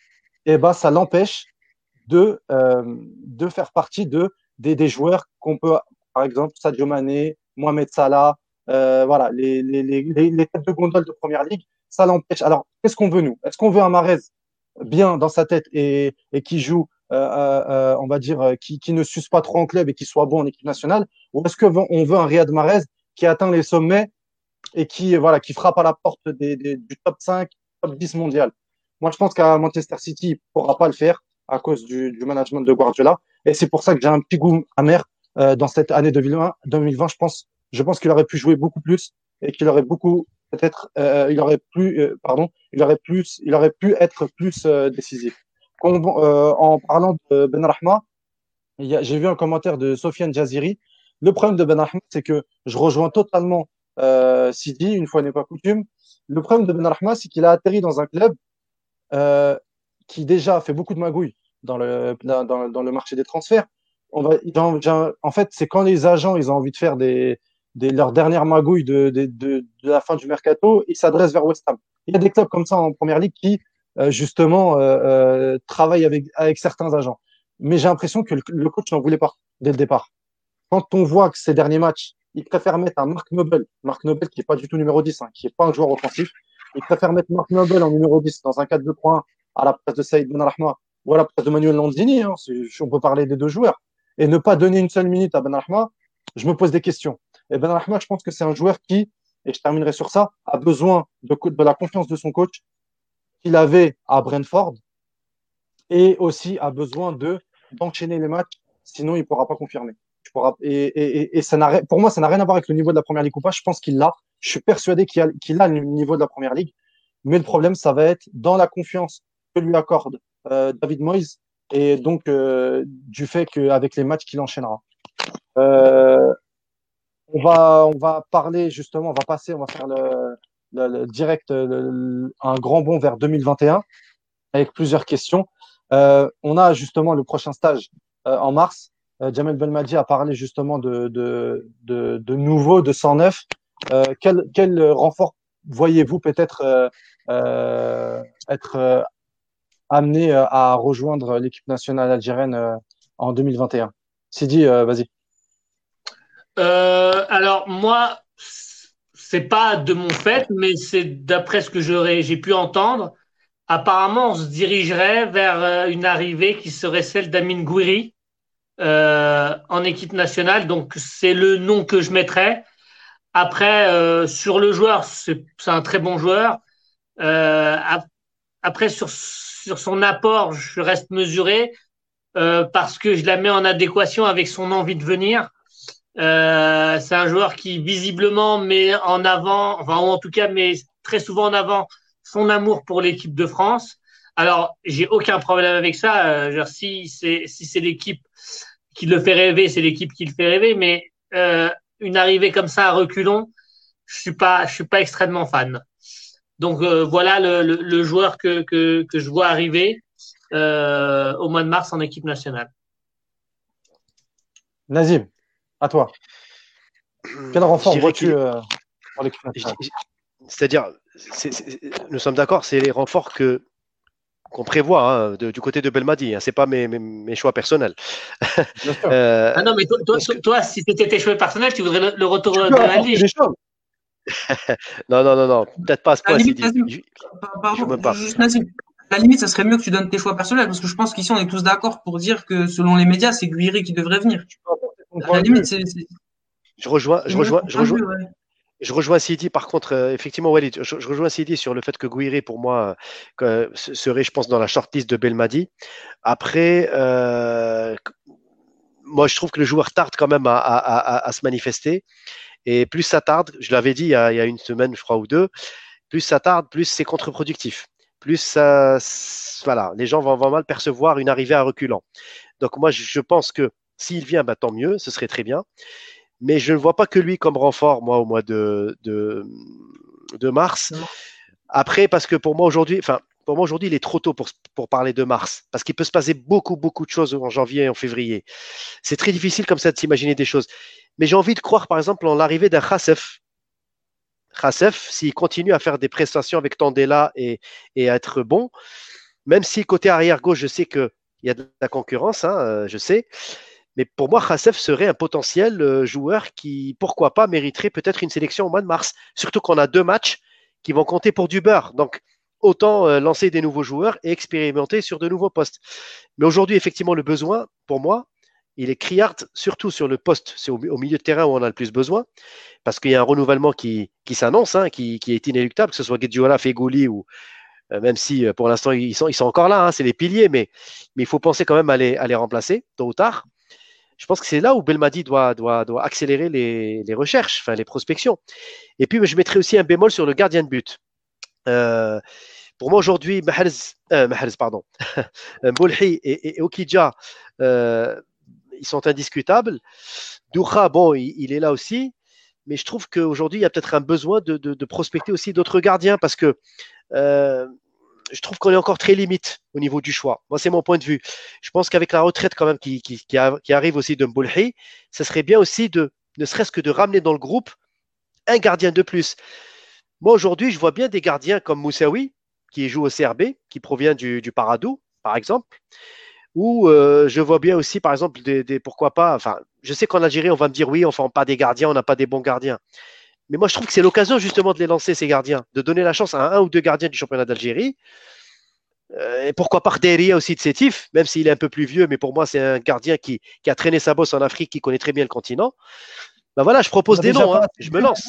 eh ben, ça l'empêche de, euh, de faire partie de, des, des joueurs qu'on peut, par exemple, Sadio Mané, Mohamed Salah, euh, voilà, les, les, les, les têtes de gondole de première ligue, ça l'empêche. Alors, qu'est-ce qu'on veut, nous? Est-ce qu'on veut un Mahrez bien dans sa tête et, et qui joue, euh, euh, on va dire, euh, qui, qui ne suce pas trop en club et qui soit bon en équipe nationale? Ou est-ce qu'on veut un Riyad Mahrez qui atteint les sommets et qui, voilà, qui frappe à la porte des, des, du top cinq, top dix mondial? Moi, je pense qu'à Manchester City, il ne pourra pas le faire à cause du, du management de Guardiola. Et c'est pour ça que j'ai un petit goût amer euh, dans cette année deux mille vingt. deux mille vingt, je pense, je pense qu'il aurait pu jouer beaucoup plus et qu'il aurait beaucoup, peut-être, euh, il aurait plus, euh, pardon, il aurait plus, il aurait pu être plus euh, décisif. Quand, euh, en parlant de Benrahma, j'ai vu un commentaire de Sofiane Jaziri. Le problème de Benrahma, c'est que je rejoins totalement euh, Sidi, une fois n'est pas coutume. Le problème de Benrahma, c'est qu'il a atterri dans un club euh, qui déjà fait beaucoup de magouilles dans le, dans, dans le marché des transferts. On va, dans, dans, en fait, c'est quand les agents ils ont envie de faire des, des, leur dernière magouille de, de, de, de la fin du mercato, ils s'adressent vers West Ham. Il y a des clubs comme ça en première ligue qui, euh, justement, euh, euh, travaillent avec, avec certains agents. Mais j'ai l'impression que le, le coach n'en voulait pas dès le départ. Quand on voit que ces derniers matchs, il préfère mettre un Mark Noble, Mark Noble qui n'est pas du tout numéro dix, hein, qui n'est pas un joueur offensif, il préfère mettre Mark Noble en numéro dix dans un quatre deux trois un à la place de Saïd Benrahma ou à la place de Manuel Lanzini, hein, on peut parler des deux joueurs, et ne pas donner une seule minute à Benrahma, je me pose des questions. Et Benrahma, je pense que c'est un joueur qui, et je terminerai sur ça, a besoin de, de la confiance de son coach qu'il avait à Brentford et aussi a besoin de d'enchaîner les matchs, sinon il ne pourra pas confirmer. Et, et, et ça n'a, pour moi, ça n'a rien à voir avec le niveau de la première ligue ou pas. Je pense qu'il l'a. Je suis persuadé qu'il a, qu'il a le niveau de la première ligue. Mais le problème, ça va être dans la confiance que lui accorde euh, David Moyes et donc euh, du fait qu'avec les matchs qu'il enchaînera. Euh, on va, on va parler justement, on va passer, on va faire le, le, le direct, le, un grand bond vers deux mille vingt et un avec plusieurs questions. Euh, on a justement le prochain stage euh, en mars. Euh, Jamel Belmadi a parlé justement de, de, de, de nouveau, de cent neuf. Euh, quel, quel renfort voyez-vous peut-être euh, euh, être euh, amené à rejoindre l'équipe nationale algérienne euh, en deux mille vingt et un? Sidi, euh, vas-y. Euh, alors moi, c'est pas de mon fait, mais c'est d'après ce que j'aurais, j'ai pu entendre. Apparemment, on se dirigerait vers une arrivée qui serait celle d'Amine Gouiri euh, en équipe nationale. Donc, c'est le nom que je mettrais. Après, euh, sur le joueur, c'est un très bon joueur. Euh, après, sur, sur son apport, je reste mesuré euh, parce que je la mets en adéquation avec son envie de venir. Euh, c'est un joueur qui visiblement met en avant, enfin en tout cas met très souvent en avant son amour pour l'équipe de France. Alors, j'ai aucun problème avec ça. Euh, genre, si c'est si c'est l'équipe qui le fait rêver, c'est l'équipe qui le fait rêver. Mais euh, une arrivée comme ça à reculons, je suis pas je suis pas extrêmement fan. Donc euh, voilà le, le, le joueur que, que que je vois arriver euh, au mois de mars en équipe nationale. Nazim, à toi. Quel renfort vois-tu euh, pour l'équipe nationale? C'est-à-dire, c'est, c'est, nous sommes d'accord, c'est les renforts que qu'on prévoit hein, de, du côté de Belmadi. Hein, c'est pas mes, mes, mes choix personnels. euh, ah non, mais toi, toi, que... toi si c'était tes choix personnels, tu voudrais le, le retour de la Ligue. non, non, non, non, peut-être pas à ce point. Limite, Nazim, je, pardon, je pas. Juste Nazim, à la limite, ça serait mieux que tu donnes tes choix personnels parce que je pense qu'ici on est tous d'accord pour dire que selon les médias, c'est Gouiri qui devrait venir. À la limite, c'est, c'est... Je rejoins, je rejoins, je rejoins. Ouais. Je rejoins Sidi, par contre, euh, effectivement, Walid, je, je rejoins Sidi sur le fait que Gouiri, pour moi, euh, serait, je pense, dans la shortlist de Belmadi. Après, euh, moi, je trouve que le joueur tarde quand même à, à, à, à se manifester. Et plus ça tarde, je l'avais dit il y, a, il y a une semaine, je crois, ou deux, plus ça tarde, plus c'est contre-productif. Plus ça, voilà, les gens vont, vont mal percevoir une arrivée à reculant. Donc moi, je pense que S'il vient, bah, tant mieux, ce serait très bien. Mais je ne vois pas que lui comme renfort, moi, au mois de, de, de mars. Après, parce que pour moi aujourd'hui, enfin, pour moi aujourd'hui, il est trop tôt pour, pour parler de mars, parce qu'il peut se passer beaucoup, beaucoup de choses en janvier et en février. C'est très difficile comme ça de s'imaginer des choses. Mais j'ai envie de croire, par exemple, en l'arrivée d'un Khassef. Khassef, s'il continue à faire des prestations avec Tandela et, et à être bon, même si côté arrière gauche, je sais qu'il y a de la concurrence, hein, je sais. Mais pour moi, Khassef serait un potentiel euh, joueur qui, pourquoi pas, mériterait peut-être une sélection au mois de mars. Surtout qu'on a deux matchs qui vont compter pour du beurre. Donc, autant euh, lancer des nouveaux joueurs et expérimenter sur de nouveaux postes. Mais aujourd'hui, effectivement, le besoin, pour moi, il est criard, surtout sur le poste. C'est au, au, milieu de terrain où on a le plus besoin, parce qu'il y a un renouvellement qui, qui s'annonce, hein, qui, qui, est inéluctable, que ce soit Guediola, Fegouli ou euh, même si euh, pour l'instant ils sont, ils sont encore là, hein, c'est les piliers, mais, mais il faut penser quand même à les, à les remplacer, tôt ou tard. Je pense que c'est là où Belmadi doit, doit, doit accélérer les, les recherches, enfin les prospections. Et puis, je mettrai aussi un bémol sur le gardien de but. Euh, pour moi, aujourd'hui, Mahrez, euh, Mahrez, pardon, Mbolhi et, et, et Okidja, euh, ils sont indiscutables. Doukha, bon, il, il, est là aussi. Mais je trouve qu'aujourd'hui, il y a peut-être un besoin de, de, de prospecter aussi d'autres gardiens parce que euh, je trouve qu'on est encore très limite au niveau du choix. Moi, c'est mon point de vue. Je pense qu'avec la retraite quand même qui, qui, qui, a, qui arrive aussi de Mbolhi, ça serait bien aussi de, ne serait-ce que de ramener dans le groupe un gardien de plus. Moi, aujourd'hui, je vois bien des gardiens comme Moussaoui, qui joue au C R B, qui provient du, du Paradou, par exemple, ou euh, je vois bien aussi, par exemple, des, des pourquoi pas, enfin, je sais qu'en Algérie, on va me dire oui, on ne forme pas des gardiens, on n'a pas des bons gardiens. Mais moi, je trouve que c'est l'occasion justement de les lancer, ces gardiens, de donner la chance à un ou deux gardiens du championnat d'Algérie. Euh, et pourquoi pas Khderia aussi de Sétif, même s'il est un peu plus vieux, mais pour moi, c'est un gardien qui, qui a traîné sa bosse en Afrique, qui connaît très bien le continent. Ben voilà, je propose des noms, hein. Je me lance.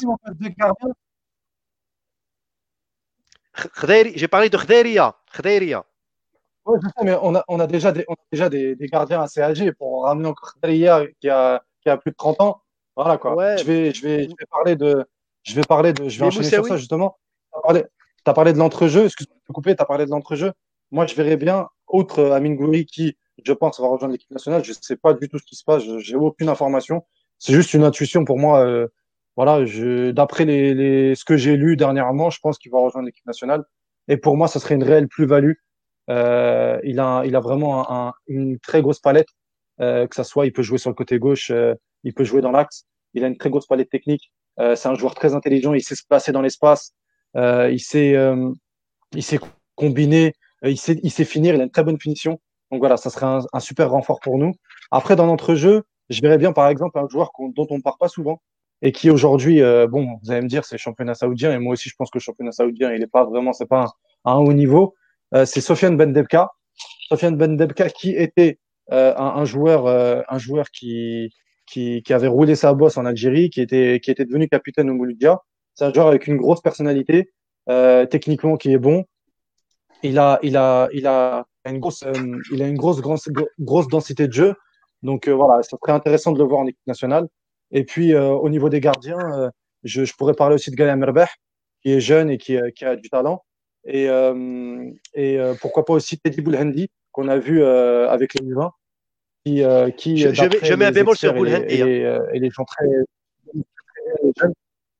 Khderia, j'ai parlé de Khderia. Khderia. Oui, je sais, mais on a, on a déjà, des, on a déjà des, des gardiens assez âgés pour ramener encore Khderia qui a, qui a plus de trente ans. Voilà quoi. Ouais. Je, vais, je, vais, je vais parler de. Je vais parler de. Je vais mais enchaîner Moussaoui. Sur ça justement. Tu as parlé, t'as parlé de l'entrejeu. Excuse-moi de te couper. Tu as parlé de l'entrejeu. Moi, je verrais bien, autre Amine Gouiri qui, je pense, va rejoindre l'équipe nationale. Je ne sais pas du tout ce qui se passe. Je n'ai aucune information. C'est juste une intuition pour moi. Euh, voilà, je, d'après les, les, ce que j'ai lu dernièrement, je pense qu'il va rejoindre l'équipe nationale. Et pour moi, ça serait une réelle plus-value. Euh, il a, il a vraiment un, un, une très grosse palette. Euh, que ça soit, il peut jouer sur le côté gauche, euh, il peut jouer dans l'axe. Il a une très grosse palette technique. Euh, c'est un joueur très intelligent. Il sait se placer dans l'espace. Euh, il sait, euh, il sait combiner. Euh, il sait, il sait finir. Il a une très bonne finition. Donc voilà, ça serait un, un super renfort pour nous. Après, dans notre jeu, je verrais bien, par exemple, un joueur dont on ne parle pas souvent et qui aujourd'hui, euh, bon, vous allez me dire, c'est le championnat saoudien. Et moi aussi, je pense que le championnat saoudien, il n'est pas vraiment, c'est pas un, un haut niveau. Euh, c'est Sofiane Bendebka. Sofiane Bendebka qui était euh, un, un joueur, euh, un joueur qui, qui, qui avait roulé sa bosse en Algérie, qui était, qui était devenu capitaine au Mouloudia. C'est un joueur avec une grosse personnalité, euh, techniquement qui est bon. Il a, il a, il a une grosse, euh, il a une grosse, grosse, grosse densité de jeu. Donc euh, voilà, ça serait intéressant de le voir en équipe nationale. Et puis euh, au niveau des gardiens, euh, je, je pourrais parler aussi de Gaël Merbeh, qui est jeune et qui, qui a du talent. Et, euh, et euh, pourquoi pas aussi Teddy Boulhendi, qu'on a vu euh, avec les U vingt, qui, euh, qui je, je, mets, je mets un bémol sur Boulhendi. Et, et, hein. et, et les gens très, très jeunes.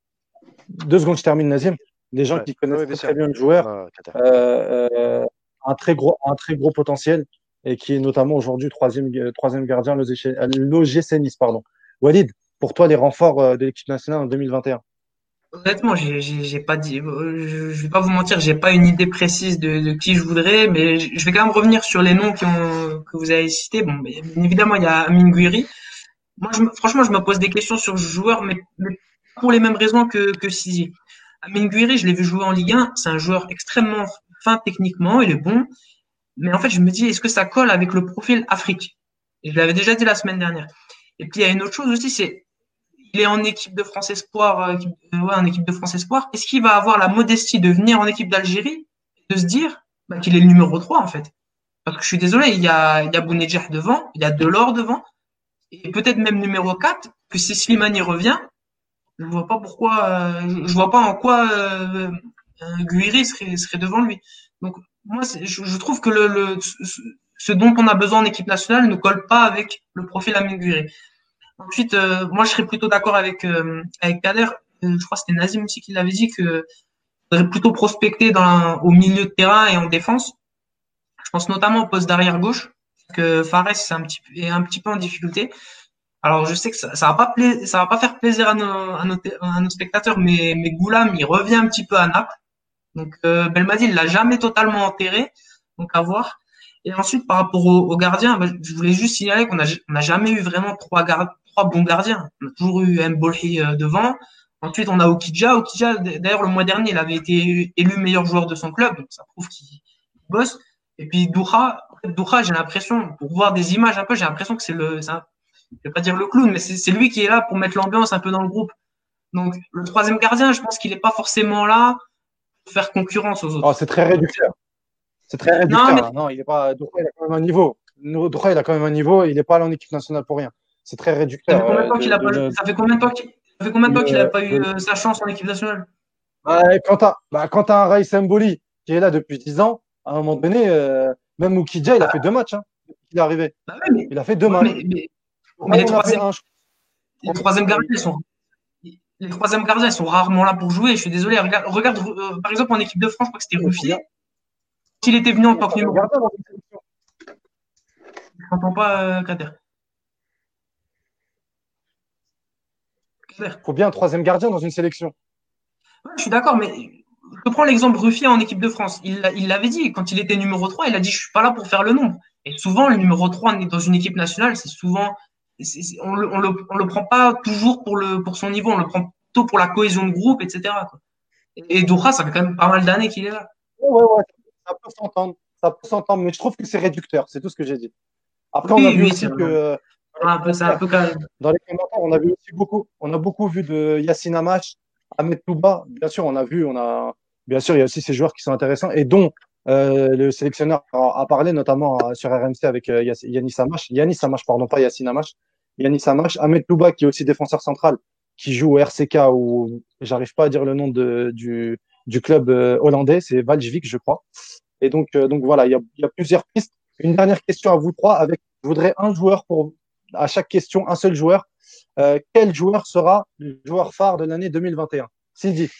Deux secondes, je termine, Nazim. Les gens ouais. qui connaissent ouais, bien très, très bien le joueur, ah, euh, euh, un, très gros, un très gros potentiel, et qui est notamment aujourd'hui troisième, troisième gardien, l'O G C Nice, pardon. Walid, pour toi, les renforts de l'équipe nationale en deux mille vingt et un? Honnêtement, j'ai, j'ai, j'ai pas dit, je, je vais pas vous mentir, j'ai pas une idée précise de, de qui je voudrais, mais je vais quand même revenir sur les noms qui ont, que vous avez cités. Bon, bien évidemment, il y a Amine Gouiri. Moi, je, franchement, je me pose des questions sur ce joueur, mais, mais pour les mêmes raisons que, que Sisi. Amine Gouiri, je l'ai vu jouer en Ligue un, c'est un joueur extrêmement fin techniquement, il est bon, mais en fait, je me dis, est-ce que ça colle avec le profil Afrique? Je l'avais déjà dit la semaine dernière. Et puis, il y a une autre chose aussi, c'est, il est en équipe de France Espoir, euh, ouais, en équipe de France Espoir. Est-ce qu'il va avoir la modestie de venir en équipe d'Algérie, de se dire bah, qu'il est le numéro trois en fait? Parce que je suis désolé, il y a, il y a Bounedjah devant, il y a Delors devant, et peut-être même numéro quatre, que si Slimani revient, je vois pas pourquoi, euh, je vois pas en quoi euh, Gouiri serait, serait devant lui. Donc moi, je, je trouve que le, le ce dont on a besoin en équipe nationale ne colle pas avec le profil Amine Gouiri. Ensuite, euh, moi, je serais plutôt d'accord avec euh, avec Kader. Euh, je crois que c'était Nazim aussi qui l'avait dit que faudrait plutôt prospecter dans au milieu de terrain et en défense. Je pense notamment au poste d'arrière gauche, que Fares est un petit est un petit peu en difficulté. Alors, je sais que ça, ça va pas pla- ça va pas faire plaisir à nos, à nos, à nos spectateurs, mais, mais Goulam, il revient un petit peu à Naples. Donc, euh, Belmadi, il l'a jamais totalement enterré. Donc, à voir. Et ensuite, par rapport au, au gardien, bah, je voulais juste signaler qu'on a, on n'a jamais eu vraiment trois gardes, trois bons gardiens. On a toujours eu Mbolhi euh, devant. Ensuite, on a Okidja. Okidja, d'ailleurs, le mois dernier, il avait été élu meilleur joueur de son club. Donc, ça prouve qu'il bosse. Et puis, Doura, Doura, j'ai l'impression, pour voir des images un peu, j'ai l'impression que c'est le, c'est un, je vais pas dire le clown, mais c'est lui qui est là pour mettre l'ambiance un peu dans le groupe. Donc, le troisième gardien, je pense qu'il n'est pas forcément là pour faire concurrence aux autres. Oh, c'est très réducteur. C'est très réducteur. Non, mais... non, il est pas. Doura, il a quand même un niveau. Doura, il a quand même un niveau. Il n'est pas allé en équipe nationale pour rien. C'est très réducteur. Ça fait combien de temps qu'il n'a pas eu euh, sa chance en équipe nationale? Bah, quand tu as, bah, as un Raïs Mboli qui est là depuis dix ans, à un moment donné, euh, même Moukidja, il a fait deux matchs. Hein, il est arrivé. Bah ouais, mais... Il a fait deux ouais, matchs. Mais, mais... mais les troisièmes un... les troisième gardiens, ils sont les troisième gardiens, ils sont rarement là pour jouer. Je suis désolé. Regarde, regarde euh, par exemple en équipe de France, je crois que c'était Ruffier. S'il était venu en tant que numéro. Je n'entends pas euh, Kader. Il faut bien un troisième gardien dans une sélection. Ouais, je suis d'accord, mais je prends l'exemple Ruffier en équipe de France. Il l'avait dit quand il était numéro trois, il a dit je suis pas là pour faire le nombre. Et souvent, le numéro trois dans une équipe nationale, c'est souvent c'est, c'est, on le, on le, on le prend pas toujours pour le, pour son niveau, on le prend plutôt pour la cohésion de groupe, et cetera, quoi. Et, et Doura, ça fait quand même pas mal d'années qu'il est là. Ouais, ouais, ça peut s'entendre, ça peut s'entendre, mais je trouve que c'est réducteur, c'est tout ce que j'ai dit. Après, oui, on a vu oui, aussi que euh, un peu, c'est un peu quand même. Dans les commentaires, on a vu aussi beaucoup, on a beaucoup vu de Yassine Amash, Ahmed Touba. Bien sûr, on a vu, on a, bien sûr, il y a aussi ces joueurs qui sont intéressants et dont euh, le sélectionneur a, a parlé, notamment euh, sur R M C avec euh, Yanis Amash, Yanis Amash, pardon, pas Yassine Amash, Yanis Amash, Ahmed Touba qui est aussi défenseur central, qui joue au R C K ou j'arrive pas à dire le nom de, du, du club euh, hollandais, c'est Valjvik, je crois. Et donc, euh, donc voilà, il y, a, il y a plusieurs pistes. Une dernière question à vous trois, avec, je voudrais un joueur pour à chaque question, un seul joueur. Euh, quel joueur sera le joueur phare de l'année deux mille vingt et un? Sylvie.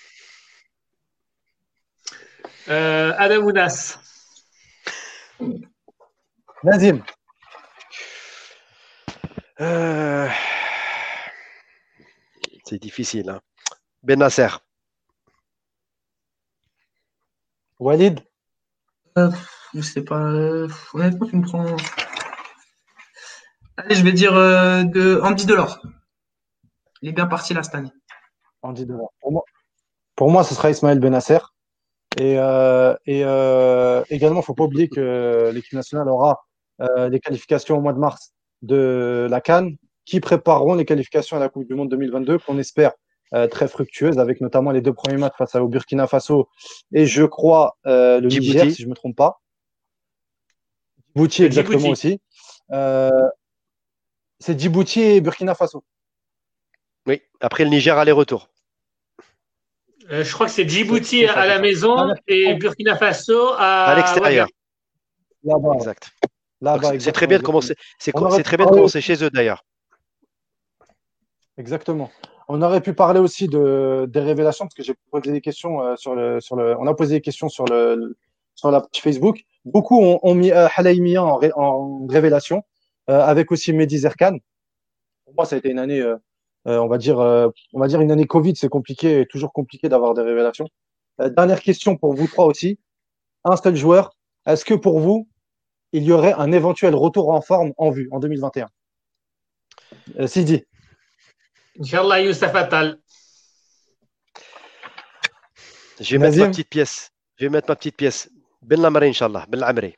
Euh, Adam Ounas. Nazim. Euh... C'est difficile. Hein. Ben Nasser. Walid. Euh, je sais pas. Euh, honnêtement, tu me prends. Allez, je vais dire euh, de Andy Delors. Il est bien parti là cette année. Andy Delors. Pour moi, pour moi, ce sera Ismaël Benasser. Et, euh, et euh, également, il ne faut pas oublier que l'équipe nationale aura euh, les qualifications au mois de mars de la CAN, qui prépareront les qualifications à la Coupe du Monde deux mille vingt-deux, qu'on espère euh, très fructueuses, avec notamment les deux premiers matchs face au Burkina Faso et je crois euh, le Djibouti. Niger, si je ne me trompe pas. Djibouti, exactement Djibouti. aussi. Euh, c'est Djibouti et Burkina Faso. Oui, après le Niger, aller-retour. Euh, je crois que c'est Djibouti à la maison et Burkina Faso à, à l'extérieur. Là-bas. Exact. Là-bas, c'est très bien de commencer. C'est aurait... très bien de commencer chez eux d'ailleurs. Exactement. On aurait pu parler aussi de, des révélations parce que j'ai posé des questions euh, sur le, sur le. On a posé des questions sur le, sur la page Facebook. Beaucoup ont, ont mis euh, Halaimi en, ré, en révélation, euh, avec aussi Mehdi Zerkan. Pour moi, ça a été une année. Euh, Euh, on va dire, euh, on va dire une année Covid, c'est compliqué, toujours compliqué d'avoir des révélations. Euh, dernière question pour vous trois aussi. Un seul joueur. Est-ce que pour vous, il y aurait un éventuel retour en forme en vue en deux mille vingt et un? euh, Sidi. Inch'Allah, Youssef Attal. Je vais mettre ma petite pièce. Je vais mettre ma petite pièce. Ben Lamri, Inch'Allah. Ben Lamri.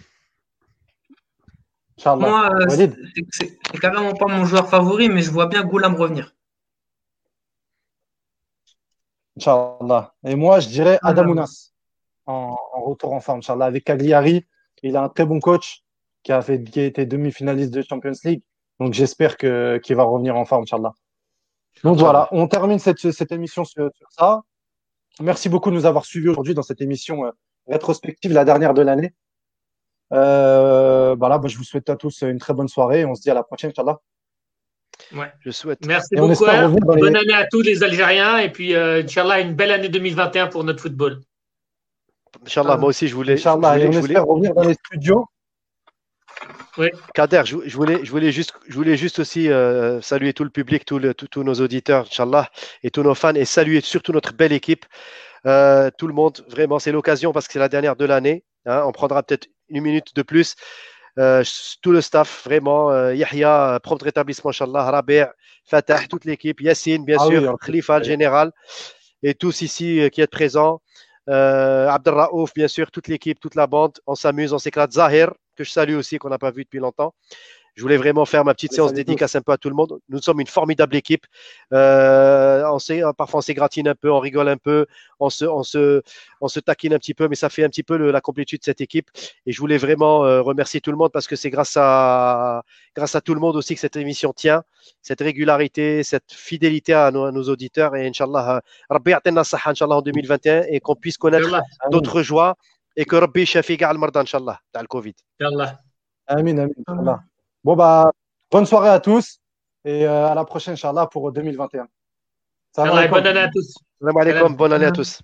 Moi, euh, c'est carrément pas mon joueur favori, mais je vois bien Goulam revenir. Inch'Allah. Et moi, je dirais Adam Ounas en, en retour en forme, Inch'Allah. Avec Cagliari, il a un très bon coach qui a, fait, qui a été demi-finaliste de Champions League. Donc, j'espère que, qu'il va revenir en forme, Inch'Allah. Donc, voilà, on termine cette, cette émission sur, sur ça. Merci beaucoup de nous avoir suivis aujourd'hui dans cette émission euh, rétrospective, la dernière de l'année. Euh, voilà, bah, je vous souhaite à tous une très bonne soirée. On se dit à la prochaine, Inch'Allah. Ouais. Je souhaite. Merci Et on beaucoup. espère Hein. revenir dans les... Bonne année à tous les Algériens et puis, euh, Inch'Allah, une belle année deux mille vingt et un pour notre football. Inch'Allah, moi aussi, je voulais, je Inch'Allah, et voulais, on je voulais, espère revenir dans les studios. Oui. Kader, je, je voulais, je voulais juste, je voulais juste aussi euh, saluer tout le public, tout le- tout- tous nos auditeurs, Inch'Allah, et tous nos fans, et saluer surtout notre belle équipe, euh, tout le monde. Vraiment, c'est l'occasion parce que c'est la dernière de l'année. Hein, on prendra peut-être une minute de plus. Euh, tout le staff, vraiment, euh, Yahya, euh, prompt rétablissement, Inch'Allah, Rabi', Fatah, toute l'équipe, Yassine, bien Ah oui, sûr, en plus, Khalifa, le ouais. général, et tous ici euh, qui êtes présents. Euh, Abdelraouf, bien sûr, toute l'équipe, toute la bande. On s'amuse, on s'éclate. Zahir, que je salue aussi, qu'on n'a pas vu depuis longtemps. Je voulais vraiment faire ma petite Allez, séance salut tous. dédicace un peu à tout le monde. Nous sommes une formidable équipe. Euh, on sait, parfois, on s'égratine un peu, on rigole un peu, on se, on se, on se taquine un petit peu, mais ça fait un petit peu le- la complétude de cette équipe. Et je voulais vraiment euh, remercier tout le monde parce que c'est grâce à, grâce à tout le monde aussi que cette émission tient, cette régularité, cette fidélité à nos, à nos auditeurs. Et Inch'Allah, euh, Rabbi ya'tina saha, Inch'Allah, en deux mille vingt et un, et qu'on puisse connaître Inch'Allah. Amin, d'autres joies et que Rabbi shafi ka'al marda, Inch'Allah, dans le Covid. Inch'Allah. amin, amin, Inch'Allah. Bon, bah, bonne soirée à tous et euh, à la prochaine, Inch'Allah, pour deux mille vingt et un. Salam Inch'Allah et alaikum. bonne année à tous. Salam alaikum, Salam. bonne année à tous.